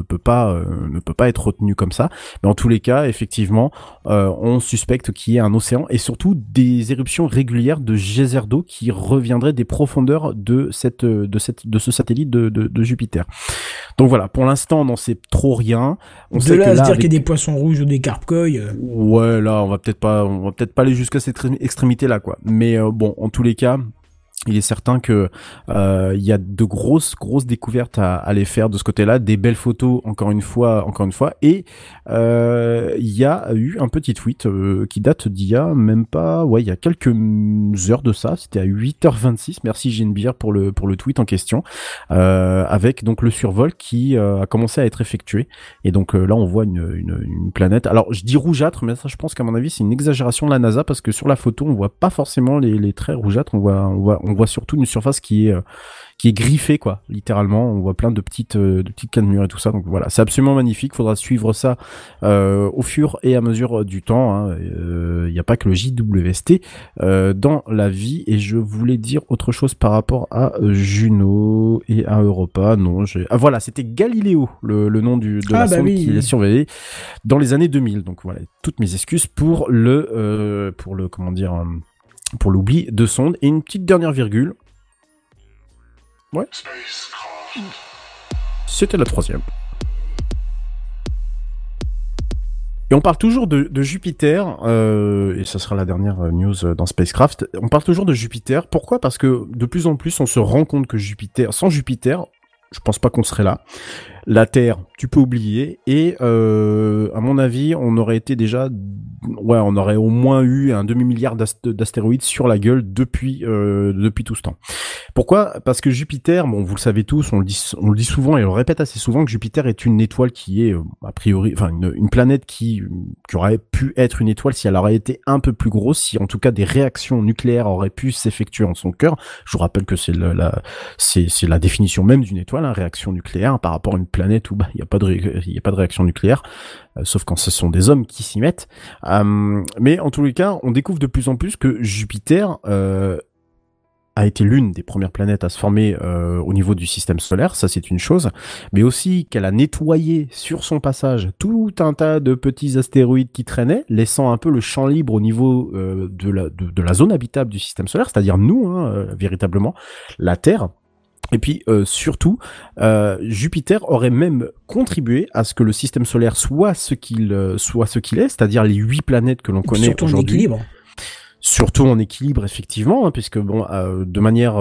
retenue comme ça. Mais en tous les cas, effectivement, on suspecte qu'il y ait un océan, et surtout des éruptions régulières de geysers d'eau qui reviendraient des profondeurs de ce satellite de Jupiter. Donc voilà. Pour l'instant, on n'en sait trop rien. On de sait là que à se dire avec... qu'il y a des poissons rouges ou des carpe-coilles. Ouais, là, on va peut-être pas aller jusqu'à cette extrémité-là, quoi. Mais bon, en tous les cas, il est certain que il y a de grosses découvertes à aller faire de ce côté-là, des belles photos encore une fois, et il y a eu un petit tweet qui date d'il y a même pas, il y a quelques heures de ça, c'était à 8h26. Merci Genebier pour le tweet en question, avec donc le survol qui a commencé à être effectué, et donc là on voit une planète. Alors je dis rougeâtre, mais ça je pense qu'à mon avis c'est une exagération de la NASA, parce que sur la photo on voit pas forcément les traits rougeâtres, on voit surtout une surface qui est griffée, quoi, littéralement. On voit plein de petites cannelures et tout ça. Donc voilà, c'est absolument magnifique. Faudra suivre ça au fur et à mesure du temps. Hein. Il n'y a pas que le JWST dans la vie. Et je voulais dire autre chose par rapport à Juno et à Europa. Non, voilà, c'était Galileo, le nom de la sonde qui est surveillée dans les années 2000. Donc voilà, toutes mes excuses pour l'oubli de sonde. Et une petite dernière virgule. Ouais. C'était la 3e. Et on parle toujours de Jupiter, et ça sera la dernière news dans Spacecraft. On parle toujours de Jupiter. Pourquoi ? Parce que de plus en plus, on se rend compte que sans Jupiter, je pense pas qu'on serait là. La Terre, tu peux oublier. Et à mon avis, on aurait au moins eu un demi-milliard d'astéroïdes sur la gueule depuis tout ce temps. Pourquoi ? Parce que Jupiter, bon, vous le savez tous, on le dit souvent et on le répète assez souvent, que Jupiter est une étoile qui est a priori, enfin une planète qui aurait pu être une étoile si elle aurait été un peu plus grosse, si en tout cas des réactions nucléaires auraient pu s'effectuer en son cœur. Je vous rappelle que c'est la définition même d'une étoile, hein, réaction nucléaire, par rapport à une planète où il y a pas de réaction nucléaire, sauf quand ce sont des hommes qui s'y mettent. Mais en tous les cas, on découvre de plus en plus que Jupiter a été l'une des premières planètes à se former au niveau du système solaire, ça c'est une chose, mais aussi qu'elle a nettoyé sur son passage tout un tas de petits astéroïdes qui traînaient, laissant un peu le champ libre au niveau de la zone habitable du système solaire, c'est-à-dire nous, véritablement, la Terre. Et puis surtout, Jupiter aurait même contribué à ce que le système solaire soit ce qu'il est, c'est-à-dire les 8 planètes que l'on connaît aujourd'hui. Surtout en équilibre, effectivement, puisque de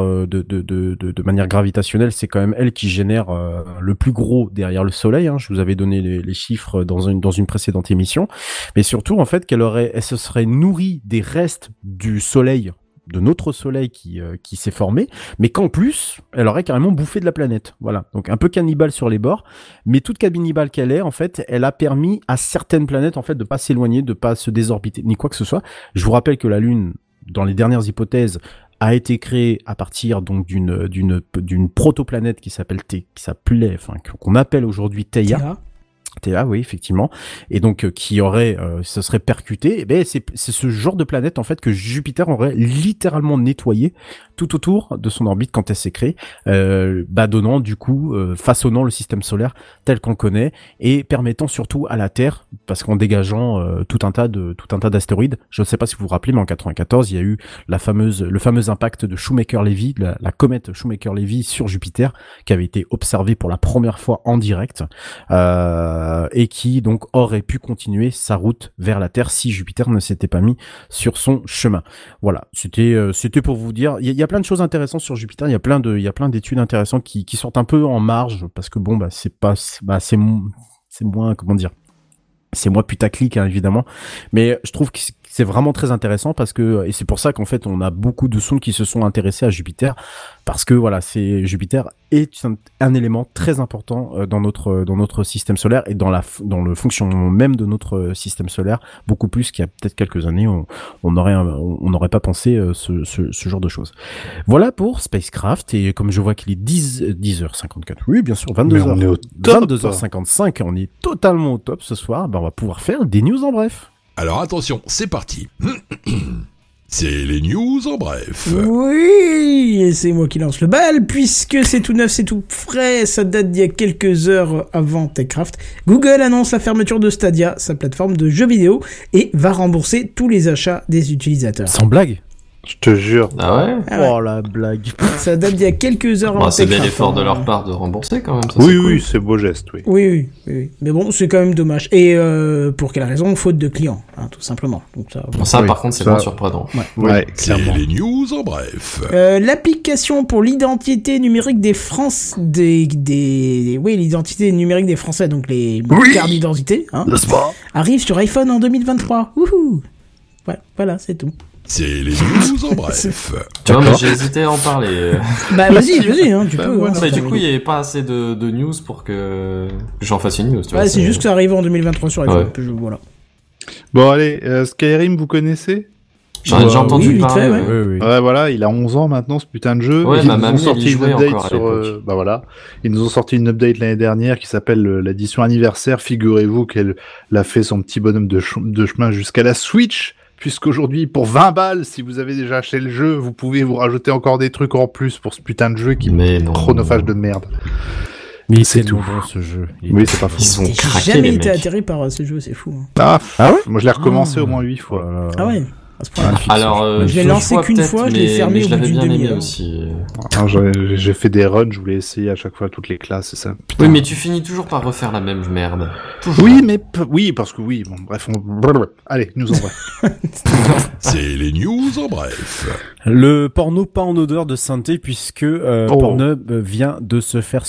manière gravitationnelle, c'est quand même elle qui génère le plus gros derrière le Soleil. Je vous avais donné les chiffres dans une précédente émission, mais surtout en fait elle se serait nourrie des restes du Soleil, de notre Soleil qui s'est formé, mais qu'en plus, elle aurait carrément bouffé de la planète. Voilà, donc un peu cannibale sur les bords, mais toute cannibale qu'elle est, en fait, elle a permis à certaines planètes, en fait, de pas s'éloigner, de pas se désorbiter, ni quoi que ce soit. Je vous rappelle que la Lune, dans les dernières hypothèses, a été créée à partir donc d'une protoplanète qui s'appelait, qu'on appelle aujourd'hui Theia. Théa, oui, effectivement, et donc qui aurait, se serait percuté. C'est ce genre de planète en fait que Jupiter aurait littéralement nettoyé tout autour de son orbite quand elle s'est créée, donnant du coup, façonnant le système solaire tel qu'on connaît et permettant surtout à la Terre, parce qu'en dégageant tout un tas d'astéroïdes. Je ne sais pas si vous vous rappelez, mais en 94, il y a eu le fameux impact de Shoemaker-Levy, la comète Shoemaker-Levy sur Jupiter, qui avait été observée pour la première fois en direct. Et qui donc aurait pu continuer sa route vers la Terre si Jupiter ne s'était pas mis sur son chemin. Voilà, c'était pour vous dire. Il y a plein de choses intéressantes sur Jupiter. Il y a plein d'études intéressantes qui sortent un peu en marge parce que c'est moins, comment dire, c'est moins putaclic, évidemment, mais je trouve que c'est vraiment très intéressant parce que, et c'est pour ça qu'en fait on a beaucoup de sondes qui se sont intéressés à Jupiter, parce que voilà, Jupiter est un élément très important dans notre système solaire et dans le fonctionnement même de notre système solaire, beaucoup plus qu'il y a peut-être quelques années on n'aurait pas pensé ce genre de choses. Voilà pour Spacecraft, et comme je vois qu'il est 10h54, oui bien sûr, 22h55, on est totalement au top ce soir, on va pouvoir faire des news en bref. Alors attention, c'est parti. C'est les news en bref. Oui, et c'est moi qui lance le bal, puisque c'est tout neuf, c'est tout frais, ça date d'il y a quelques heures avant TechCraft. Google annonce la fermeture de Stadia, sa plateforme de jeux vidéo, et va rembourser tous les achats des utilisateurs. Sans blague. Je te jure. Ah ouais? Oh la blague. Ça date d'il y a quelques heures avant c'est TechCraft. bien l'effort de leur part de rembourser quand même. Ça, oui, c'est beau geste, oui. Oui. Mais bon, c'est quand même dommage. Et pour quelle raison? Faute de clients, tout simplement. Donc ça, par contre, c'est moins surprenant. Ouais, c'est clairement. les news en bref. L'application pour l'identité numérique des l'identité numérique des Français, donc les cartes d'identité, arrive sur iPhone en 2023. Wouhou! Voilà, c'est tout. C'est les news en bref. Tu vois, mais j'ai hésité à en parler. Vas-y, tu peux. Mais du coup, il n'y avait pas assez de news pour que j'en fasse une news. Tu vois, c'est juste que ça arrive en 2023 sur iPhone. Ouais. Voilà. Bon, allez, Skyrim, vous connaissez? J'en ai déjà entendu parler. Oui. Ouais, voilà, il a 11 ans maintenant, ce putain de jeu. Ouais, Ils ma nous ont mamie, sorti elle y jouait une update encore à l'époque. voilà. Ils nous ont sorti une update l'année dernière qui s'appelle l'édition anniversaire. Figurez-vous qu'elle a fait son petit bonhomme de chemin jusqu'à la Switch. Puisqu'aujourd'hui, pour 20 balles, si vous avez déjà acheté le jeu, vous pouvez vous rajouter encore des trucs en plus pour ce putain de jeu qui est chronophage de merde. Mais c'est tout bon ce jeu. Oui, c'est pas fou. Ils ont craqué, J'ai jamais les été mecs. atterré par ce jeu, c'est fou. Ah ouais? Moi, je l'ai recommencé au moins 8 fois. Ah ouais? À ce point-là. Alors, je l'ai lancé qu'une fois, je l'ai fermé mais au je bout l'avais d'une bien aimé demi-heure. aussi. J'ai fait des runs, je voulais essayer à chaque fois toutes les classes, c'est ça. Putain. Oui, mais tu finis toujours par refaire la même merde. Toujours. Oui, parce que oui, bon, bref, allez, nous en vrai. C'est les news en bref. Le porno pas en odeur de sainteté, puisque Pornhub vient de se faire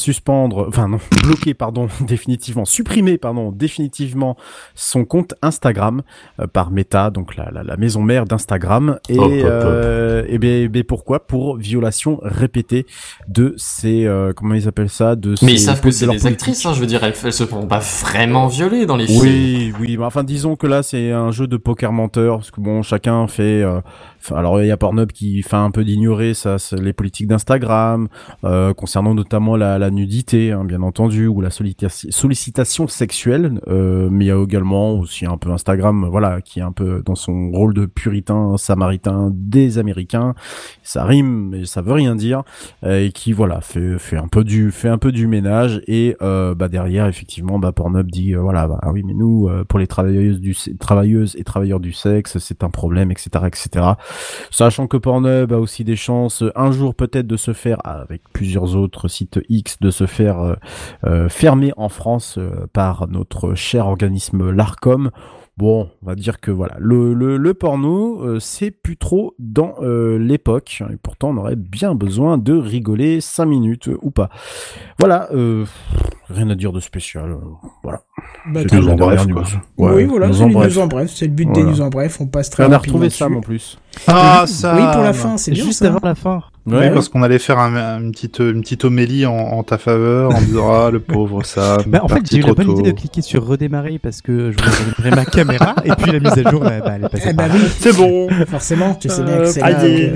supprimer définitivement son compte Instagram par Meta, donc la maison mère d'Instagram. Et bien pourquoi? Pour violation répétée de ces comment ils appellent ça, mais ils savent que c'est des actrices, je veux dire, elles se font pas vraiment violer dans les films. Oui, mais enfin disons que là c'est un jeu de poker menteur, parce que bon, chacun fait alors il y a Pornhub qui fait un peu d'ignorer ça, les politiques d'Instagram, concernant notamment la nudité, hein, bien entendu, ou la sollicitation sexuelle, mais il y a également aussi un peu Instagram, voilà, qui est un peu dans son rôle de puritain samaritain des Américains. Ça rime, mais ça veut rien dire, et qui voilà fait un peu du ménage, et derrière effectivement Pornhub dit voilà, oui, mais nous pour les travailleuses et travailleurs du sexe, c'est un problème, etc., etc. Sachant que Pornhub a aussi des chances un jour peut-être de se faire, avec plusieurs autres sites X, de se faire fermer en France par notre cher organisme l'Arcom. Bon, on va dire que voilà, le porno, c'est plus trop dans l'époque, et pourtant on aurait bien besoin de rigoler 5 minutes ou pas. Voilà, rien à dire de spécial, voilà. C'est news en bref, quoi. Oui, voilà, c'est les news en bref, c'est le but des news en bref, on passe très rapidement. On a retrouvé dessus. Sam en plus. Ah, ça. Oui, pour la fin, c'est bien juste ça. avant la fin. Oui, parce qu'on allait faire une petite homélie en ta faveur, en disant le pauvre Sam. En fait, j'ai eu la bonne idée de cliquer sur redémarrer parce que je voulais récupérer ma caméra, et puis la mise à jour, elle est passée. Oui, c'est bon. Forcément, tu sais bien que c'est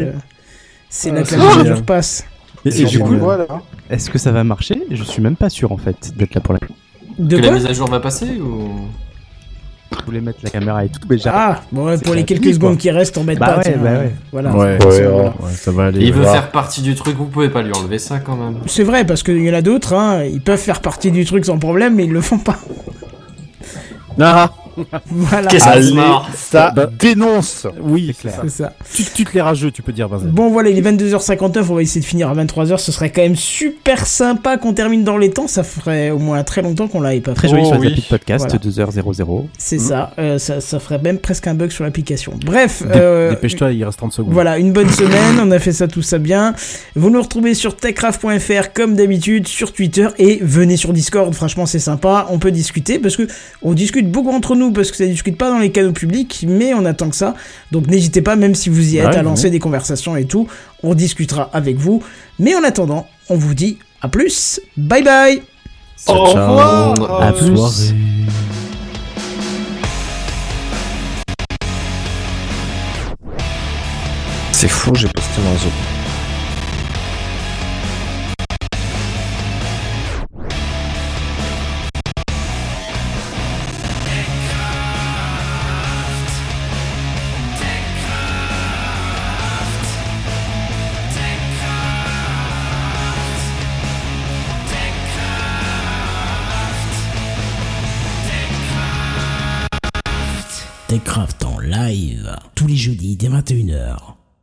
là que la mise à jour passe. Et du coup, voilà. est-ce que ça va marcher? Je suis même pas sûr en fait d'être là pour la. De que quoi la mise à jour va passer ou? Je voulais mettre la caméra et tout, mais pour les quelques secondes qui restent, on met pas. Voilà. Ouais, ça va aller. Il veut faire partie du truc, vous pouvez pas lui enlever ça quand même. C'est vrai, parce qu'il y en a d'autres, hein, ils peuvent faire partie du truc sans problème, mais ils le font pas. Ah. Voilà. Ça dénonce. Oui, c'est ça. Tu te les rageux, tu peux dire, Vincent. Bon, voilà, il est 22h59, on va essayer de finir à 23h. Ce serait quand même super sympa qu'on termine dans les temps. Ça ferait au moins très longtemps qu'on l'avait pas fait. Très joli sur l'appli de podcast, voilà. 2h00. C'est ça, ça ferait même presque un bug sur l'application. Bref. Dépêche-toi, il reste 30 secondes. Voilà, une bonne semaine, on a fait ça, tout ça bien. Vous nous retrouvez sur techcraft.fr comme d'habitude, sur Twitter, et venez sur Discord, franchement c'est sympa, on peut discuter, parce que on discute beaucoup entre nous, parce que ça discute pas dans les canaux publics, mais on attend que ça. Donc n'hésitez pas, même si vous y êtes, à lancer des conversations et tout, on discutera avec vous. Mais en attendant, on vous dit à plus, bye bye. Au revoir. À plus. C'est fou, j'ai posté dans Zoom. Techcraft en live tous les jeudis dès 21h.